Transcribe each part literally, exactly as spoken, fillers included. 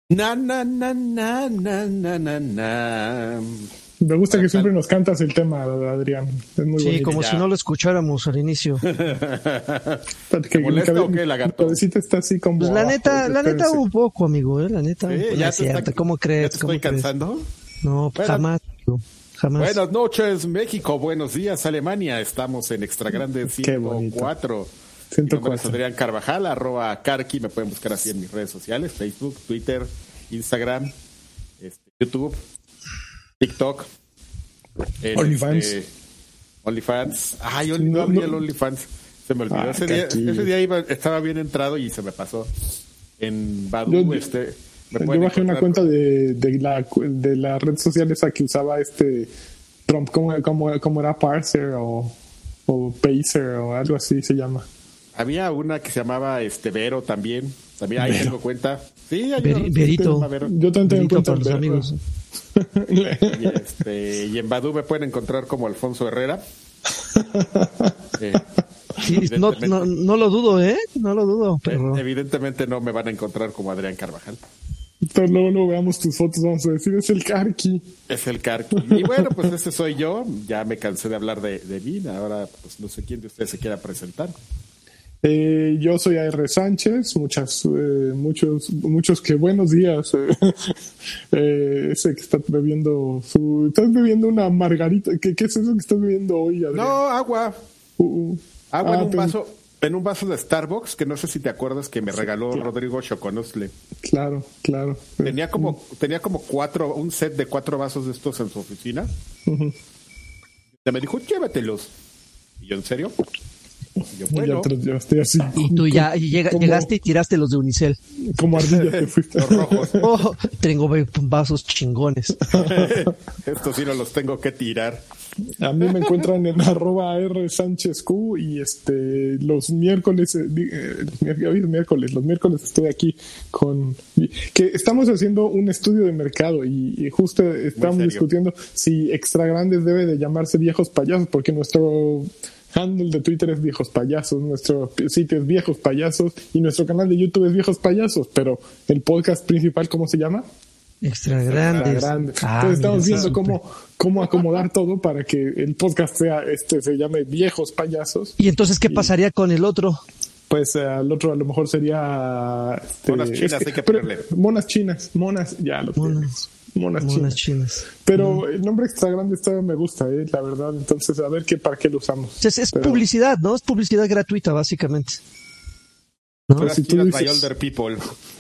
Na, na, na, na, na, na, na, na. Me gusta que siempre nos cantas el tema, Adrián. Es muy sí, bonito. como ya. si no lo escucháramos al inicio. ¿Te molesta o qué, lagarto? Mi cabecita está así como... Pues la abajo, neta, la neta espérense. un poco, amigo, ¿eh? La neta. Sí, no ya es te está- cierto. ¿Cómo ¿Ya crees? te ¿Cómo estoy crees? cansando? No, Bueno. jamás, amigo, jamás. Buenas noches, México. Buenos días, Alemania. Estamos en Extra Grande Qué bonito. ciento cuatro. ciento Mi nombre es cuatro. Adrián Carvajal, arroba Karki. Me pueden buscar así en mis redes sociales: Facebook, Twitter, Instagram, este, YouTube, TikTok. en OnlyFans. este, OnlyFans. Ay, Only, No, no abrí no. el OnlyFans. Se me olvidó. Ah, ese, día, Karki. ese día iba, estaba bien entrado y se me pasó. En Badu, Yo- este. me Yo pueden bajé una encontrar- cuenta de, de, la, de la red social esa que usaba este Trump, como, como, como era Parser o, o Pacer o algo así se llama. Había una que se llamaba este Vero también. También ahí Vero. tengo cuenta. Sí, hay Ver- una- Verito. se llama Vero. Yo también tengo Verito cuenta para los de- amigos. Y, este, y en Badu me pueden encontrar como Alfonso Herrera. Eh, Sí, no, evidentemente, no, no lo dudo, ¿eh? No lo dudo, eh, pero... evidentemente no me van a encontrar como Adrián Carvajal. Entonces luego, luego veamos tus fotos, vamos a decir, es el Karki. Es el Karki. Y bueno, pues ese soy yo. Ya me cansé de hablar de, de mí. Ahora, pues no sé quién de ustedes se quiera presentar. Eh, yo soy A R Sánchez, muchas, eh, muchos, muchos que buenos días. eh, eh, ese que está bebiendo su, estás bebiendo una margarita. ¿Qué, qué es eso que estás bebiendo hoy, Adrián? No, agua. Uh, uh. Agua Ah, en un pero- vaso. En un vaso de Starbucks, que no sé si te acuerdas que me regaló Rodrigo Choconostle. Claro, claro. Tenía como, tenía como cuatro, un set de cuatro vasos de estos en su oficina. Ujú. Y me dijo, llévatelos. Y yo, ¿en serio? Y yo, Ya bueno, te los llevaste así. Y tú ya y llega- como- llegaste y tiraste los de Unicel. Como ardilla te fuiste. los rojos. Oh, tengo vasos chingones. Estos sí no los tengo que tirar. A mí me encuentran en arroba R Sánchez Q y este los miércoles, eh, di- eh, los miércoles, hoy es miércoles, los miércoles estoy aquí con que estamos haciendo un estudio de mercado y, y justo estamos serio. discutiendo si Extra Grandes debe de llamarse Viejos Payasos, porque nuestro handle de Twitter es Viejos Payasos, nuestro sitio es Viejos Payasos y nuestro canal de YouTube es Viejos Payasos, pero el podcast principal, ¿cómo se llama? Extra grandes. Extra Grande. Ah, Entonces estamos mira, viendo sí, cómo, cómo acomodar todo para que el podcast sea este se llame Viejos Payasos. ¿Y entonces qué pasaría con el otro? Pues eh, al otro a lo mejor sería este, Monas chinas, es hay que pero- ponerle. monas chinas, monas, ya lo Monas. tienes. Monas, Monas chinas. chinas. Pero el nombre Extra Grande está, me gusta, eh, la verdad. Entonces a ver qué para qué lo usamos. Es, es Pero- publicidad, ¿no? Es publicidad gratuita, básicamente. ¿No? Pues Las si tú chinas dices- by older people.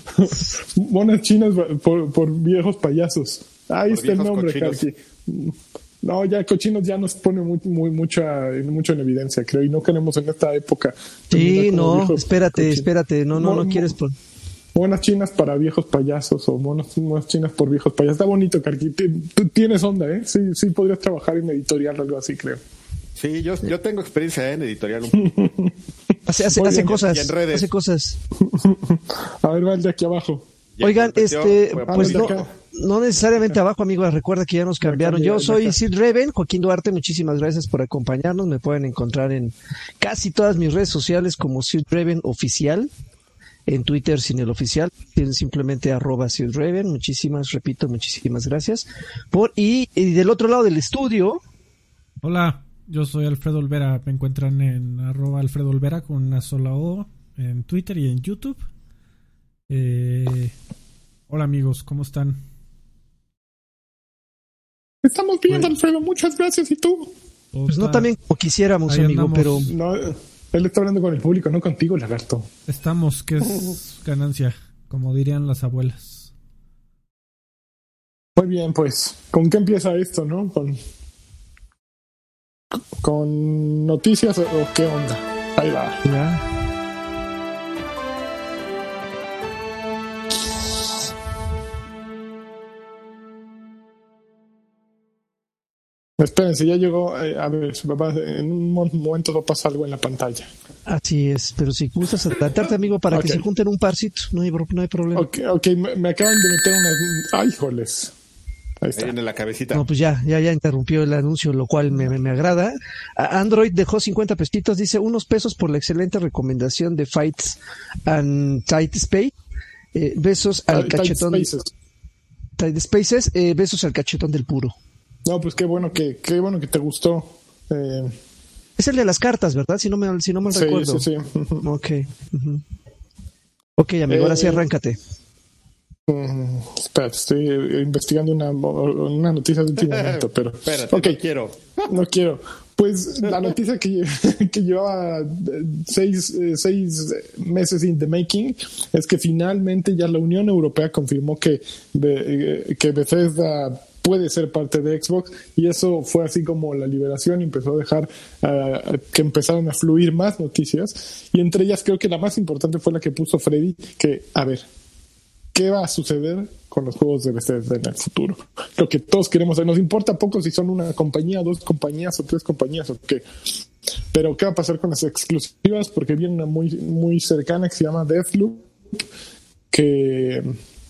Monas chinas por, por viejos payasos. Ahí Por está el viejos nombre, cochinos. Karki. No, ya cochinos ya nos pone muy, muy mucha, mucho en evidencia, creo, y no queremos en esta época. Sí, terminar como no, viejos espérate, cochinos. espérate. No, no, Mo- no quieres por... Monas chinas para viejos payasos o monas, monas chinas por viejos payasos. Está bonito, Karki. Ti- Tú tienes onda, ¿eh? Sí, sí podrías trabajar en editorial o algo así, creo. Sí, yo, yo tengo experiencia en editorial. Hace, hace, Muy hace bien, cosas, y en redes. hace cosas. A ver, va el de aquí abajo. Ya Oigan, competió, este, voy a pues poner no, acá. no necesariamente abajo, amigos, recuerda que ya nos cambiaron. Yo cambiaron, soy acá. Sid Reven, Joaquín Duarte, muchísimas gracias por acompañarnos. Me pueden encontrar en casi todas mis redes sociales como Sid Reven Oficial, en Twitter sin el oficial, tienen simplemente arroba Sid Reven. Muchísimas, repito, muchísimas gracias. Por, y, y del otro lado del estudio, Hola, yo soy Alfredo Olvera. Me encuentran en arroba Alfredo Olvera con una sola O en Twitter y en YouTube. Eh, hola amigos, ¿cómo están? Estamos bien, Pues- Alfredo. Muchas gracias. ¿Y tú? pues no también como quisiéramos, Ahí amigo, andamos. pero No, él está hablando con el público, no contigo, lagarto. Estamos, que es ganancia, como dirían las abuelas. Muy bien, pues, ¿con qué empieza esto, no? Con, con noticias o, o qué onda. Ahí va. ya. Espérense, ya llegó. eh, a ver, va- en un mo- momento va a pasar algo en la pantalla. Así es, pero si gustas adelantarte, amigo, para Ok. que se junten un parcito, no hay, bro- no hay problema. Ok, ok, me, me acaban de meter unas. ¡Ay, joles! Ahí Ahí está. viene la cabecita. No, pues ya, ya, ya interrumpió el anuncio, lo cual me, me, me agrada. A- Android dejó cincuenta pesitos, dice unos pesos por la excelente recomendación de Fights and Tight Spade. Eh, besos al Tight cachetón. Spaces. Tight Spaces, eh, besos al cachetón del puro. No, pues qué bueno que, qué bueno que te gustó. Eh, Es el de las cartas, ¿verdad? Si no me, si no me sí, recuerdo. sí, sí. Ok. Uh-huh. Ok, amigo, ahora sí Eh, arráncate. Mm, espera, estoy investigando una, una noticia de último momento, pero... Espérate, okay. no quiero. No quiero. Pues la noticia que, que llevaba seis, seis meses in the making es que finalmente ya la Unión Europea confirmó que, que Bethesda puede ser parte de Xbox, y eso fue así como la liberación, y empezó a dejar uh, que empezaran a fluir más noticias, y entre ellas creo que la más importante fue la que puso Freddy, que, a ver, ¿qué va a suceder con los juegos de Bethesda en el futuro? Lo que todos queremos saber. Nos importa poco si son una compañía, dos compañías o tres compañías o qué. Pero ¿qué va a pasar con las exclusivas? Porque viene una muy, muy cercana que se llama Deathloop, que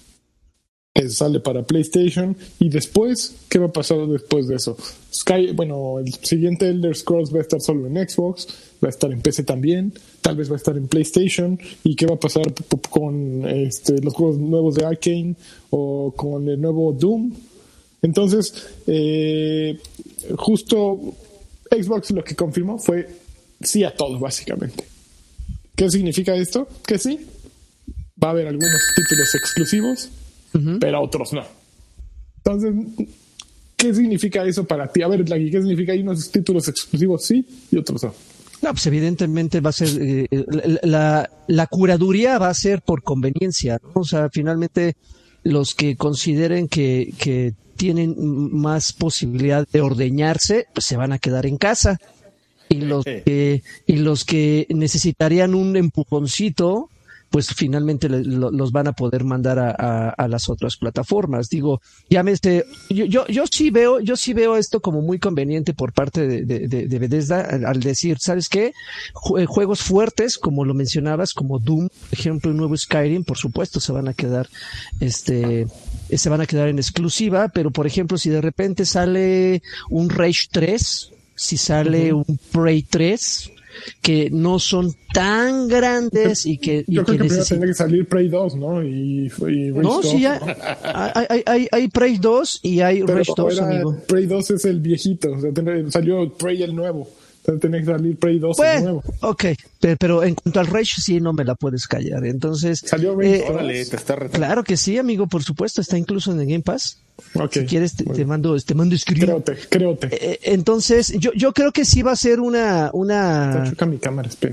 sale para PlayStation. Y después, ¿qué va a pasar después de eso? Sky, bueno, el siguiente Elder Scrolls va a estar solo en Xbox, va a estar en P C también, tal vez va a estar en PlayStation. ¿Y qué va a pasar con este, los juegos nuevos de Arcane o con el nuevo Doom? Entonces, eh, justo Xbox lo que confirmó fue sí a todo, básicamente. ¿Qué significa esto? Que sí, va a haber algunos títulos exclusivos, uh-huh, pero otros no. Entonces, ¿qué significa eso para ti? A ver, Lagui, ¿qué significa? Hay unos títulos exclusivos sí y otros no. No, pues evidentemente va a ser eh, la, la curaduría va a ser por conveniencia, ¿no? O sea, finalmente los que consideren que, que tienen más posibilidad de ordeñarse, pues se van a quedar en casa. Y los que, y los que necesitarían un empujoncito, pues finalmente le, lo, los van a poder mandar a, a, a las otras plataformas. Digo, llámese, yo, yo, yo sí veo, yo sí veo esto como muy conveniente por parte de, de, de, de Bethesda al, al decir, ¿sabes qué? Juegos fuertes, como lo mencionabas, como Doom, por ejemplo, el nuevo Skyrim, por supuesto, se van a quedar, este, se van a quedar en exclusiva, pero por ejemplo, si de repente sale un Rage tres, si sale uh-huh. un Prey tres, que no son tan grandes y que... Yo y creo que, que primero necesita... tendría que salir Prey dos, ¿no? Y, y Rage no, dos, sí, ya, ¿no? hay, hay, hay, hay Prey dos y hay Pero Rage dos, era, amigo. Prey dos es el viejito, o sea, ten, salió Prey el nuevo. Entonces tenía que salir Prey dos Bueno, el nuevo. ok, pero, pero en cuanto al Rage sí no me la puedes callar. Entonces... ¿Salió Rage eh, Órale, te está retando. Claro que sí, amigo, por supuesto, está incluso en el Game Pass. Okay, si quieres te, bueno. te mando te mando escribir. Créote, créote. Eh, entonces, yo, yo creo que sí va a ser una... una Choca mi cámara, espere.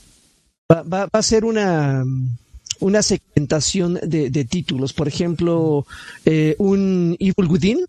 Va, va, va a ser una, una segmentación de, de títulos. Por ejemplo, eh, un Evil Within,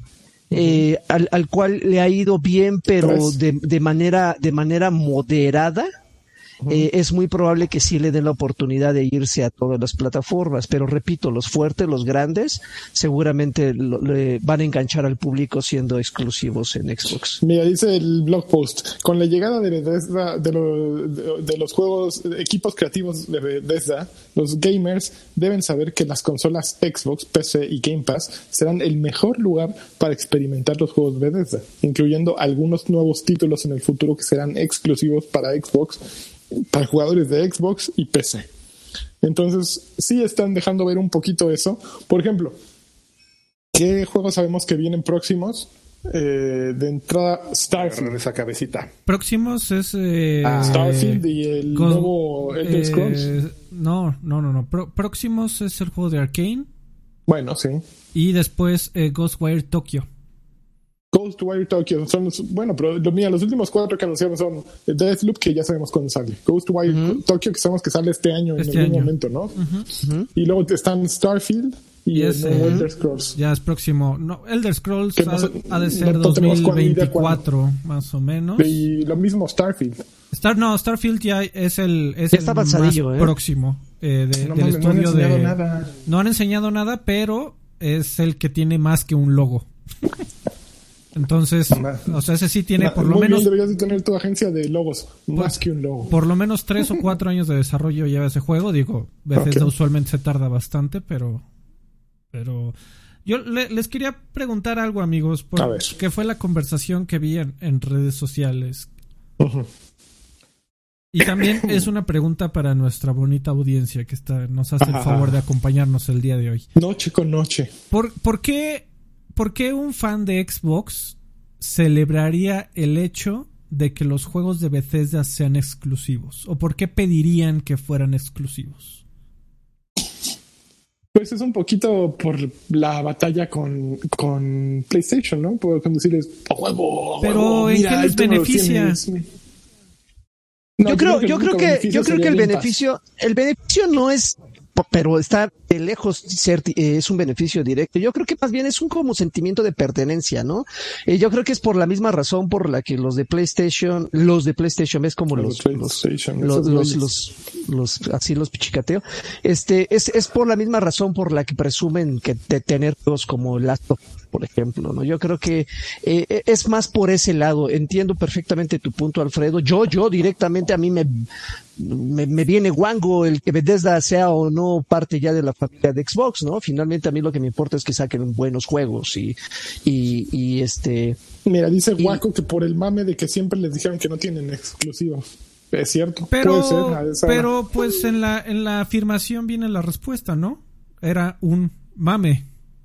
eh, uh-huh. al, al cual le ha ido bien, pero de, de manera de manera moderada. Uh-huh. Eh, es muy probable que sí le den la oportunidad de irse a todas las plataformas, pero repito, los fuertes, los grandes, seguramente lo, le van a enganchar al público siendo exclusivos en Xbox. Mira, dice el blog post, con la llegada de Bethesda, de, lo, de, de los juegos, de equipos creativos de Bethesda, los gamers deben saber que las consolas Xbox, P C y Game Pass serán el mejor lugar para experimentar los juegos de Bethesda, incluyendo algunos nuevos títulos en el futuro que serán exclusivos para Xbox, para jugadores de Xbox y P C. Entonces, sí están dejando ver un poquito eso. Por ejemplo, ¿qué juegos sabemos que vienen próximos? Eh, de entrada, Starfield. Esa cabecita. Próximos es... Eh, ah, Starfield y el con, nuevo Elder Scrolls. Eh, no, no, no. no. Pro, próximos es el juego de Arcane. Bueno, sí. Y después eh, Ghostwire Tokyo. Ghostwire Tokyo son los, bueno, pero lo, mira, los últimos cuatro que anunciaron son Deathloop, que ya sabemos cuándo sale, Ghostwire uh-huh. Tokyo, que sabemos que sale este año este en algún año. momento, ¿no? Uh-huh. Uh-huh. Y luego están Starfield y, y el nuevo uh-huh. Elder Scrolls. Ya es próximo. No, Elder Scrolls no, ha, ha de ser no dos mil veinticuatro, más o menos. Y lo mismo Starfield. Star, no, Starfield ya es el, es el más ¿eh? próximo eh, de, no, del no, estudio no han de... Nada. No han enseñado nada, pero es el que tiene más que un logo. Entonces, nah, o sea, ese sí tiene nah, por lo muy menos... Bien, deberías de tener tu agencia de logos, por, más que un logo. Por lo menos tres o cuatro años de desarrollo lleva ese juego. Digo, Bethesda okay. usualmente se tarda bastante, pero... pero yo le, les quería preguntar algo, amigos, porque fue la conversación que vi en, en redes sociales. Uh-huh. Y también es una pregunta para nuestra bonita audiencia que está, nos hace el favor de acompañarnos el día de hoy. Noche con noche. ¿Por, por qué, por qué un fan de Xbox celebraría el hecho de que los juegos de Bethesda sean exclusivos? ¿O por qué pedirían que fueran exclusivos? Pues es un poquito por la batalla con, con PlayStation, ¿no? Por decirles, ¡a huevo! Pero ¿en qué les beneficia? No, yo creo, yo creo que, yo creo que el beneficio, el beneficio no es, pero está de lejos ser, eh, es un beneficio directo. Yo creo que más bien es un como sentimiento de pertenencia, ¿no? Eh, yo creo que es por la misma razón por la que los de PlayStation, los de PlayStation, ves como los, los, los, los, los, los, así los pichicateo. Este, es, es por la misma razón por la que presumen que de tener juegos como Last of Us, por ejemplo, ¿no? Yo creo que eh, es más por ese lado. Entiendo perfectamente tu punto, Alfredo. Yo, yo directamente a mí me, me, me viene guango el que Bethesda sea o no parte ya de la familia de Xbox, ¿no? Finalmente a mí lo que me importa es que saquen buenos juegos y, y, y este... Mira, dice Guaco que por el mame de que siempre les dijeron que no tienen exclusivos. Es cierto. Pero, puede ser, pero pues en la, en la afirmación viene la respuesta, ¿no? Era un mame.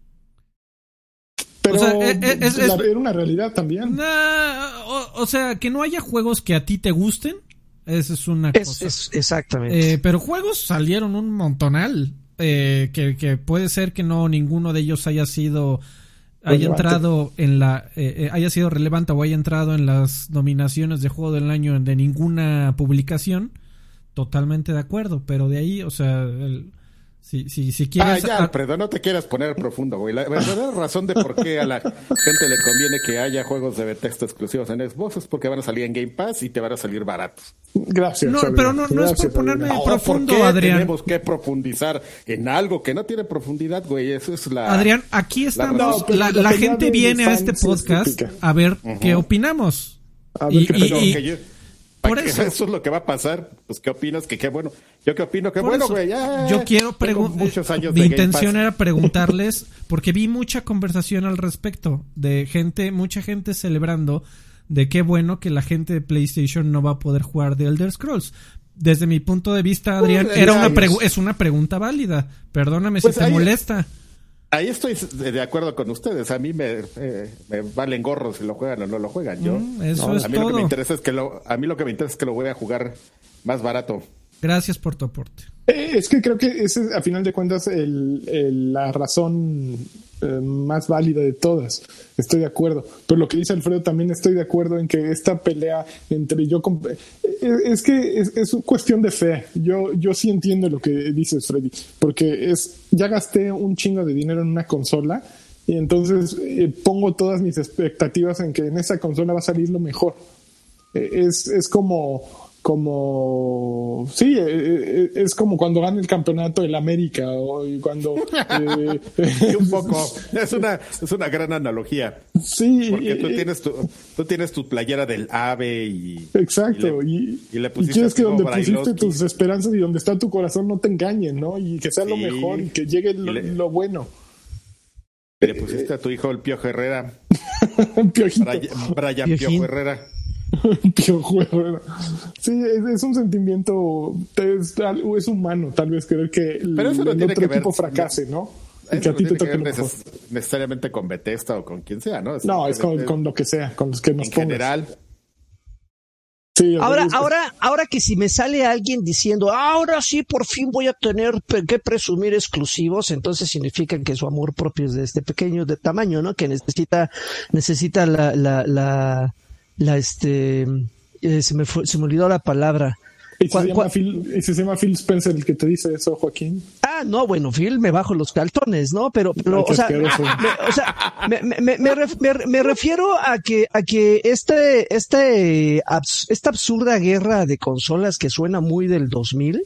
Pero o sea, es, es, la, era una realidad también. Nah, o, o sea, que no haya juegos que a ti te gusten, esa es una es, cosa. Es, exactamente. Eh, pero juegos salieron un montonal. Eh, que, que puede ser que no ninguno de ellos haya sido haya relevante. entrado en la eh, eh, haya sido relevante o haya entrado en las nominaciones de juego del año de ninguna publicación. Totalmente de acuerdo, pero de ahí, o sea, el, si si si quieres ah, ya, Alfredo, no te quieras poner profundo, güey. La verdadera razón de por qué a la gente le conviene que haya juegos de Bethesda exclusivos en Xbox es porque van a salir en Game Pass y te van a salir baratos. Gracias. No, Adrián. pero no, no Gracias, es por ponerme Adrián. profundo, ¿Por qué Adrián. Tenemos que profundizar en algo que no tiene profundidad, güey. Eso es la. Adrián, aquí estamos. La, la, la, la gente viene a este podcast a ver uh-huh. qué opinamos. A ver, y, qué y, y, que yo, por que eso. eso es lo que va a pasar. Pues, ¿qué opinas? Que qué bueno. Yo qué opino, qué bueno, güey. Yo quiero preguntar. Mi intención era preguntarles, porque vi mucha conversación al respecto de gente, mucha gente celebrando de qué bueno que la gente de PlayStation no va a poder jugar de Elder Scrolls. Desde mi punto de vista, Adrián, pues, era una pregu- es una pregunta válida. Perdóname pues si te ahí, molesta. Ahí estoy de acuerdo con ustedes. A mí me, eh, me valen gorros si lo juegan o no lo juegan. Yo, mm, eso no, es a mí todo. Lo que me interesa es que lo, a mí lo que me interesa es que lo voy a jugar más barato. Gracias por tu aporte. Eh, es que creo que esa es, a final de cuentas, el, el, la razón eh, más válida de todas. Estoy de acuerdo. Pero lo que dice Alfredo, también estoy de acuerdo en que esta pelea entre yo... Comp- es, es que es, es cuestión de fe. Yo, yo sí entiendo lo que dices, Freddy. Porque es ya gasté un chingo de dinero en una consola y entonces eh, pongo todas mis expectativas en que en esa consola va a salir lo mejor. Eh, es, es como... como sí eh, es como cuando gana el campeonato el América o cuando eh, y un poco es una es una gran analogía sí porque tú eh, tienes tu tú tienes tu playera del AVE y exacto y, le, y, y, le pusiste y quieres que donde pusiste tus esperanzas y donde está tu corazón no te engañen, ¿no? Y que sea sí, lo mejor y que llegue lo, le, lo bueno. Y le pusiste a tu hijo el Piojo Herrera. Piojito. Brian, Brian Piojo Herrera. Piojo Herrera. Sí, es, es un sentimiento, es, es humano, tal vez querer que el, Pero eso no el tiene otro que equipo ver, fracase, ¿no? Y que a ti te toque lo mejor. Necesariamente con Bethesda o con quien sea, ¿no? Es no, es con, con lo que sea, con los que nos en pongas. general. Sí, ahora, ahora, ahora que si me sale alguien diciendo, ahora sí, por fin voy a tener que presumir exclusivos, entonces significa que su amor propio es de este pequeño de tamaño, ¿no? Que necesita, necesita la, la, la, la este, eh, se me fue, se me olvidó la palabra. ¿Y se, llama Phil, ¿Y se llama Phil Spencer el que te dice eso, Joaquín? Ah, no, bueno, Phil me bajo los calzones, ¿no? Pero, pero, o sea, me, o sea, me, me, me, ref, me, me refiero a que, a que este, este, abs, esta absurda guerra de consolas que suena muy del dos mil,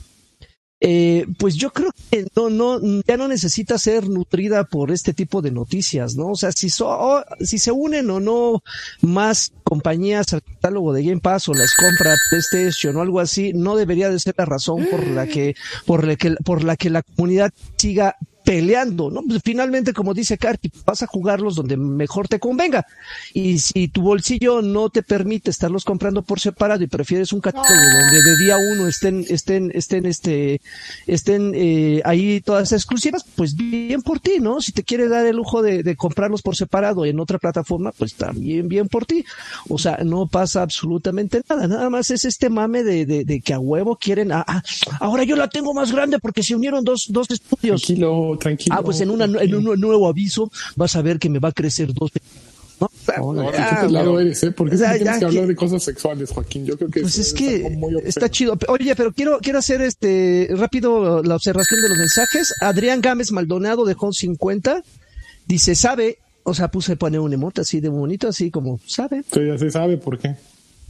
eh, pues yo creo que no, no, ya no necesita ser nutrida por este tipo de noticias, ¿no? O sea, si so, oh, si se unen o no más compañías al catálogo de Game Pass o las compra PlayStation o algo así, no debería de ser la razón por la que, por la que, por la que la comunidad siga peleando, ¿no? Pues finalmente, como dice Karki, vas a jugarlos donde mejor te convenga. Y si tu bolsillo no te permite estarlos comprando por separado y prefieres un catálogo donde de día uno estén, estén, estén, este, estén eh, ahí todas exclusivas, pues bien por ti, ¿no? Si te quieres dar el lujo de, de comprarlos por separado en otra plataforma, pues también bien por ti. O sea, no pasa absolutamente nada. Nada más es este mame de, de, de que a huevo quieren, ah, ah, ahora yo la tengo más grande porque se unieron dos, dos estudios. Tranquilo, tranquilo. Ah, pues en, una, en un nuevo aviso vas a ver que me va a crecer dos. ¿No? No, ¿de qué lado eres, eh? Porque o sea, tienes que hablar que... de cosas sexuales, Joaquín. Yo creo que pues es, es que está chido. Oye, pero quiero quiero hacer este rápido la observación de los mensajes. Adrián Gámez Maldonado dejó cincuenta. Dice, sabe, o sea, puse poner un emote así de bonito, así como, sabe. Sí, ya se sabe por qué.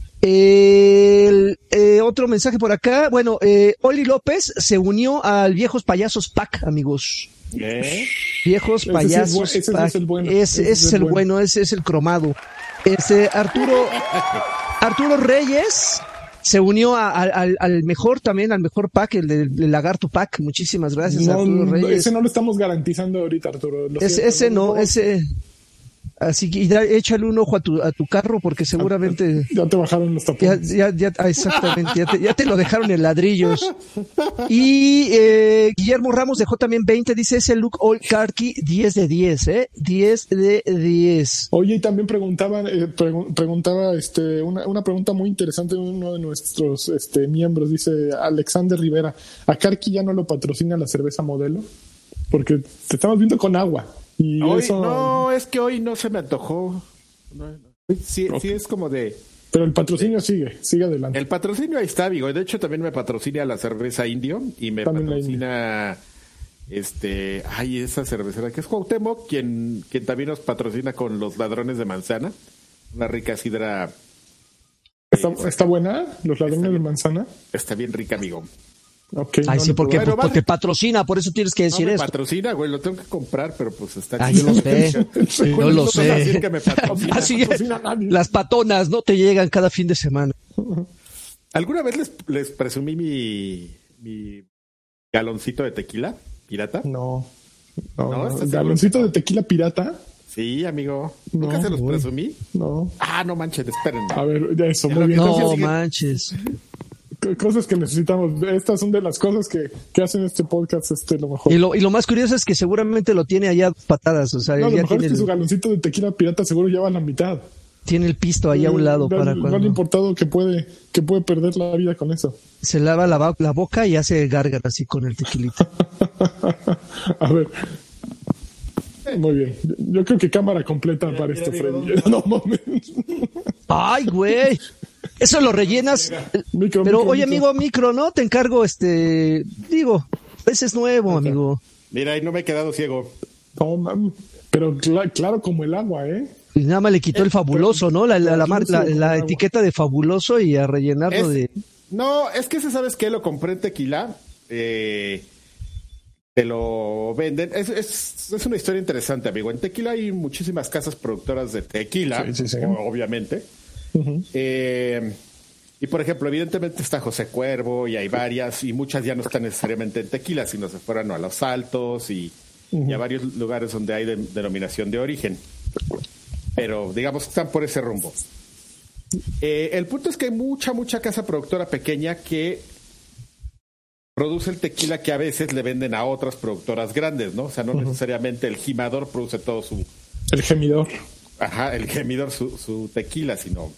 El, eh, otro mensaje por acá. Bueno, eh, Oli López se unió al Viejos Payasos Pack, amigos. ¿Eh? Viejos ese Payasos sí es, ese Pack. Es el bueno. Ese, ese ese es es el bueno, bueno, ese es el cromado. Este, Arturo, Arturo Reyes se unió a, a, al, al mejor también, al mejor pack, el del de Lagarto Pack. Muchísimas gracias, no, Arturo Reyes. Ese no lo estamos garantizando ahorita, Arturo. Ese, cierto, ese no, no, ese... Así que da, échale un ojo a tu, a tu carro porque seguramente... Ya te bajaron los tapones. Ya, ya, ya, exactamente, ya te, ya te lo dejaron en ladrillos. Y eh, Guillermo Ramos dejó también veinte, dice ese look Old Karki, diez de diez, ¿eh? diez de diez. Oye, y también preguntaban, eh, pregu- preguntaba este, una, una pregunta muy interesante de uno de nuestros este, miembros, dice Alexander Rivera, ¿a Karki ya no lo patrocina la cerveza Modelo? Porque te estamos viendo con agua. Y hoy, eso... No, es que hoy no se me antojó. No, no. Sí, okay. sí es como de... Pero el patrocinio sigue, sigue adelante. El patrocinio ahí está, Vigo. De hecho, también me patrocina la cerveza Indio y me también patrocina este, ay, esa cervecera que es Cuauhtémoc, quien, quien también nos patrocina con los Ladrones de Manzana. Una rica sidra. ¿Está, ¿está buena? ¿Los Ladrones bien, de Manzana? Está bien rica, amigo. Okay, Ay, no sí, porque, porque, porque patrocina, por eso tienes que decir no me eso. patrocina, güey, lo tengo que comprar, pero pues está... Ay, yo lo sé, yo lo sé. Que me patrocina, Así patrocina las patonas no te llegan cada fin de semana. ¿Alguna vez les, les presumí mi, mi galoncito de tequila pirata? No. no, no, no. ¿Galoncito de tequila pirata? Sí, amigo. ¿Nunca no, se los uy, presumí? No. Ah, no manches, espérenme. A ver, ya eso, ya muy bien. No manches. Cosas que necesitamos. Estas son de las cosas que, que hacen este podcast este lo mejor. Y lo, y lo más curioso es que seguramente lo tiene allá patadas. O sea, no, lo ya mejor tiene es que el, su galoncito de tequila pirata seguro lleva la mitad. Tiene el pisto ahí eh, a un lado. No, para no cuando... le ha importado que puede, que puede perder la vida con eso. Se lava la, la boca y hace gárgara así con el tequilito. A ver. Muy bien. Yo creo que cámara completa mira, para mira, esto, Freddy. Mira, no mames. Ay, güey. Eso lo rellenas. Micro, pero micro, oye, micro. amigo, micro, ¿no? Te encargo, este, digo, ese es nuevo, okay. amigo. Mira, ahí no me he quedado ciego. No, mami. Pero cl- claro como el agua, ¿eh? Y nada más le quitó el fabuloso, ¿no? La, la, la, la, la, la etiqueta de fabuloso y a rellenarlo es, de... No, es que ese, ¿sabes qué? Lo compré en Tequila. Eh, te lo venden. Es, es, es una historia interesante, amigo. En Tequila hay muchísimas casas productoras de tequila, sí, sí, sí. obviamente. Uh-huh. Eh, y por ejemplo, evidentemente está José Cuervo y hay varias, y muchas ya no están necesariamente en Tequila, sino se fueron a Los Altos y, uh-huh. y a varios lugares donde hay de, denominación de origen. Pero digamos que están por ese rumbo. Eh, el punto es que hay mucha, mucha casa productora pequeña que produce el tequila que a veces le venden a otras productoras grandes, ¿no? O sea, no uh-huh. necesariamente el gimador produce todo su... El gemidor. Ajá, el gemidor su, su tequila, sino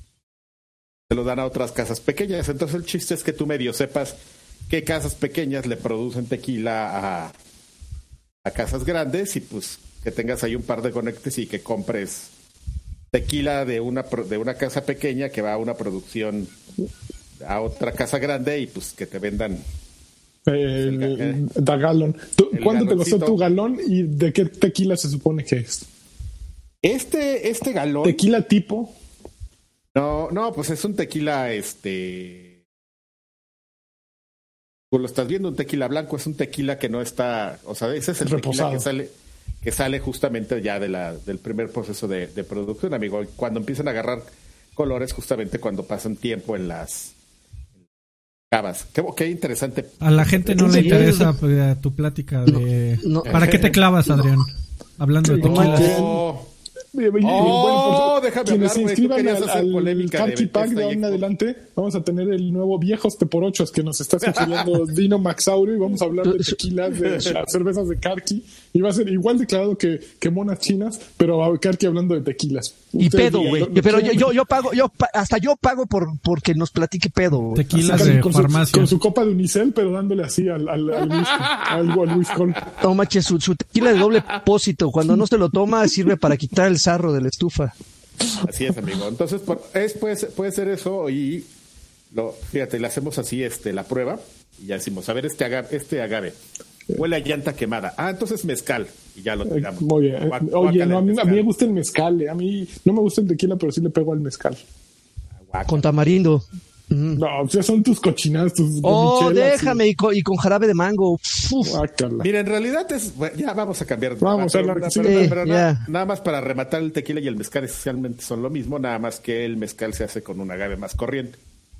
se lo dan a otras casas pequeñas. Entonces el chiste es que tú medio sepas qué casas pequeñas le producen tequila a, a casas grandes y pues que tengas ahí un par de conectes y que compres tequila de una de una casa pequeña que va a una producción a otra casa grande y pues que te vendan el, el, el da galón. ¿Cuándo te costó tu galón y de qué tequila se supone que es? Este, este galón. ¿Tequila tipo? No, no, pues es un tequila, este. Tú lo estás viendo, un tequila blanco, es un tequila que no está. O sea, ese es el reposado. Tequila que sale, que sale justamente ya de la, del primer proceso de, de producción, amigo. Cuando empiezan a agarrar colores, justamente cuando pasan tiempo en las Cabas. Qué, qué interesante. A la gente no le interesa pues, tu plática de... No, no. ¿Para qué te clavas, Adrián? Hablando de tequila. Oh, oh déjame quienes hablar, se inscriban al, al Karki Pack de ahora en adelante, vamos a tener el nuevo Viejos Teporochos que nos está sugiriendo Dino Maxaurio, y vamos a hablar de tequilas, de las cervezas de Karki, y va a ser igual declarado que, que monas chinas, pero Karki hablando de tequilas. Y Ustedes, pedo, güey. Pero yo, yo, yo pago, yo hasta yo pago por porque nos platique pedo. Tequilas de con farmacia. Su, con su copa de unicel, pero dándole así al, al, al whisky, algo al whisky. No, mache, su, su tequila de doble propósito. Cuando no se lo toma, sirve para quitar el sarro de la estufa. Así es, amigo. Entonces, por, es, puede, puede ser eso y lo, fíjate, le hacemos así este la prueba y ya decimos, a ver, este agave, este agave huele a llanta quemada. Ah, entonces mezcal. Y ya lo tiramos. Muy bien. Guac, Oye, no, a, mí, a mí me gusta el mezcal. Eh. A mí no me gusta el tequila, pero sí le pego al mezcal. Guac. Con tamarindo. Mm. No, o sea, son tus cochinadas, tus Oh, déjame, y... Y, con, y con jarabe de mango. Mira, en realidad es... Bueno, ya vamos a cambiar. Vamos a hablar. Sí, nada, nada más para rematar, el tequila y el mezcal esencialmente son lo mismo, nada más que el mezcal se hace con un agave más corriente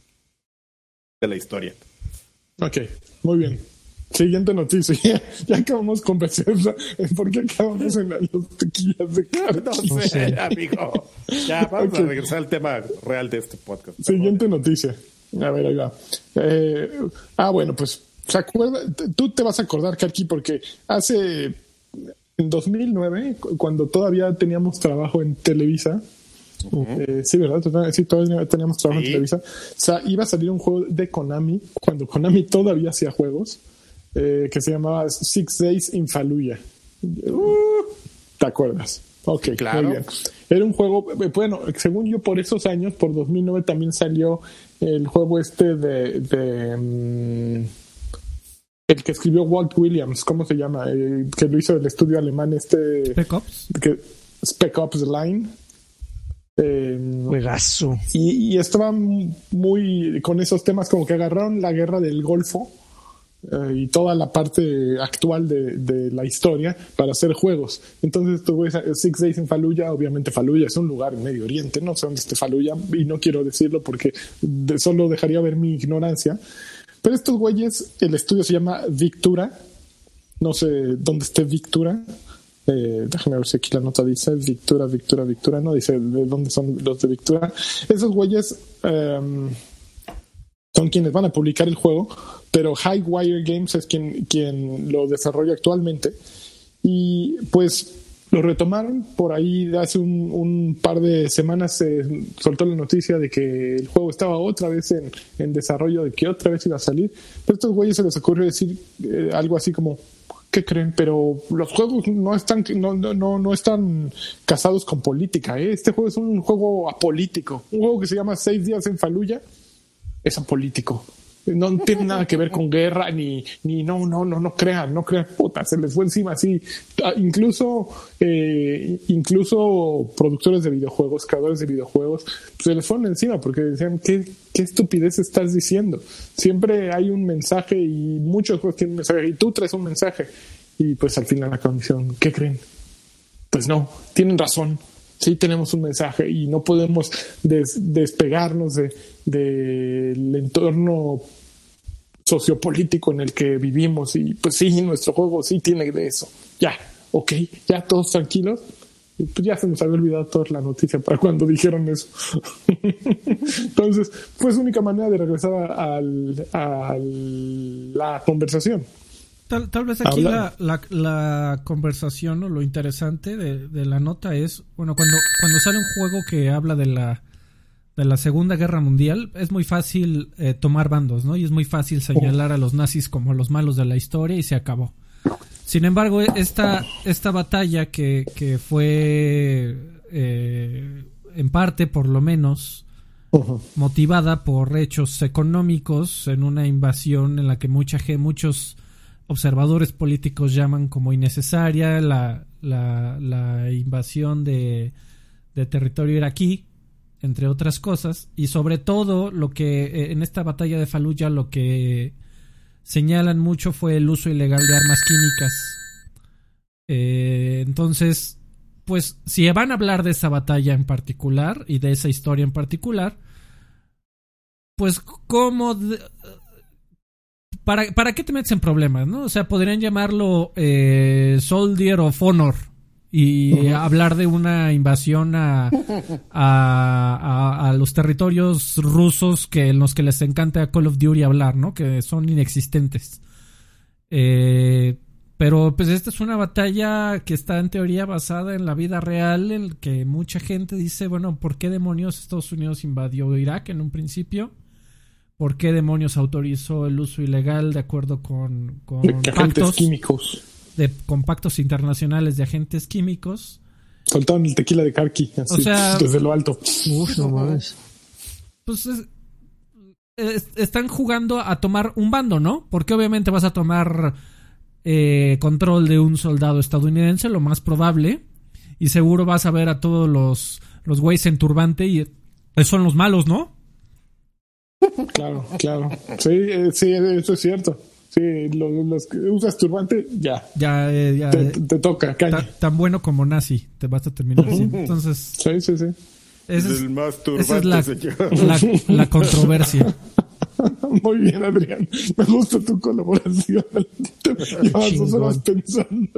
de la historia. Ok, muy bien. Siguiente noticia. Ya, ya acabamos con Bethesda. ¿Por qué acabamos en los tequilas de Karki? No sé, amigo. Ya, vamos okay. a regresar al tema real de este podcast. Siguiente noticia. A ver, ahí va. Eh, ah, bueno, pues, ¿se acuerda? Tú te vas a acordar, Karki, porque hace... En dos mil nueve, cuando todavía teníamos trabajo en Televisa... Uh-huh. Eh, sí, ¿verdad? Sí, todavía teníamos trabajo sí. en Televisa. O sea, iba a salir un juego de Konami, cuando Konami todavía hacía juegos. Eh, que se llamaba Six Days in Fallujah. Uh, ¿Te acuerdas? Ok, claro. Muy bien. Era un juego, bueno, según yo, por esos años, por dos mil nueve también salió el juego este de, de um, el que escribió Walt Williams, ¿cómo se llama? Eh, que lo hizo el estudio alemán este... Spec Ops. Que, Spec Ops The Line. Eh, Juegazo. Y, y estaba muy con esos temas, como que agarraron la guerra del Golfo Uh, y toda la parte actual de, de la historia para hacer juegos. Entonces tú ves Six Days in Fallujah. Obviamente Fallujah es un lugar en Medio Oriente, no sé dónde esté Fallujah y no quiero decirlo porque de, solo dejaría ver mi ignorancia, pero estos güeyes, el estudio se llama Victura, no sé dónde esté Victura. Eh, déjame ver si aquí la nota dice Victura, Victura, Victura, no dice de dónde son los de Victura. Esos güeyes um, son quienes van a publicar el juego, pero Highwire Games es quien, quien lo desarrolla actualmente. Y pues lo retomaron por ahí hace un, un par de semanas. Se soltó la noticia de que el juego estaba otra vez en, en desarrollo, de que otra vez iba a salir. Pero a estos güeyes se les ocurrió decir eh, algo así como: ¿qué creen? Pero los juegos no están, no, no, no están casados con política, ¿eh? Este juego es un juego apolítico. Un juego que se llama Seis Días en Fallujah es apolítico. No tiene nada que ver con guerra, ni, ni no, no, no, no crean, no crean, puta, se les fue encima así. Incluso, eh, incluso productores de videojuegos, creadores de videojuegos, se les fueron encima porque decían, ¿qué, qué estupidez estás diciendo? Siempre hay un mensaje y muchos juegos tienen un mensaje y tú traes un mensaje. Y pues al final la condición, ¿qué creen? Pues no, tienen razón. Sí tenemos un mensaje y no podemos des, despegarnos de, de el entorno sociopolítico en el que vivimos. Y pues sí, nuestro juego sí tiene de eso. Ya, ok, ya todos tranquilos. Y pues ya se nos había olvidado toda la noticia para cuando dijeron eso. Entonces, fue su única manera de regresar a, a, a la conversación. Tal, tal vez aquí la, la, la conversación o lo interesante de, de la nota es, bueno, cuando, cuando sale un juego que habla de la de la Segunda Guerra Mundial, es muy fácil eh, tomar bandos, ¿no? Y es muy fácil señalar a los nazis como los malos de la historia y se acabó. Sin embargo, esta, esta batalla que, que fue eh, en parte, por lo menos, uh-huh. motivada por hechos económicos en una invasión en la que mucha gente, muchos observadores políticos llaman como innecesaria, la, la, la invasión de, de territorio iraquí, entre otras cosas, y sobre todo lo que eh, en esta batalla de Fallujah lo que señalan mucho fue el uso ilegal de armas químicas. Eh, entonces, pues si van a hablar de esa batalla en particular y de esa historia en particular, pues cómo... De, ¿para, ¿para qué te metes en problemas, no? O sea, podrían llamarlo eh, Soldier of Honor y uh-huh. hablar de una invasión a, a, a, a los territorios rusos que en los que les encanta a Call of Duty hablar, ¿no? Que son inexistentes. Eh, pero pues esta es una batalla que está en teoría basada en la vida real, en que mucha gente dice, bueno, ¿por qué demonios Estados Unidos invadió Irak en un principio? ¿Por qué demonios autorizó el uso ilegal de acuerdo con, con de pactos químicos? De, con pactos internacionales de agentes químicos. Soltaron el tequila de Karki, así, o sea, desde lo alto. Uf, no mames. Pues es, es, están jugando a tomar un bando, ¿no? Porque obviamente vas a tomar eh, control de un soldado estadounidense, lo más probable, y seguro vas a ver a todos los, los güeyes en turbante y son los malos, ¿no? Claro, claro. Sí, eh, sí, eso es cierto. Sí, los, los que usas turbante, ya. Ya, eh, ya. Te, te toca, caña. Ta, tan bueno como nazi, te vas a terminar así. Entonces. Sí, sí, sí. Esa es, el más turbante, esa es la, la, la controversia. Muy bien, Adrián. Me gusta tu colaboración. Llevas dos horas pensando.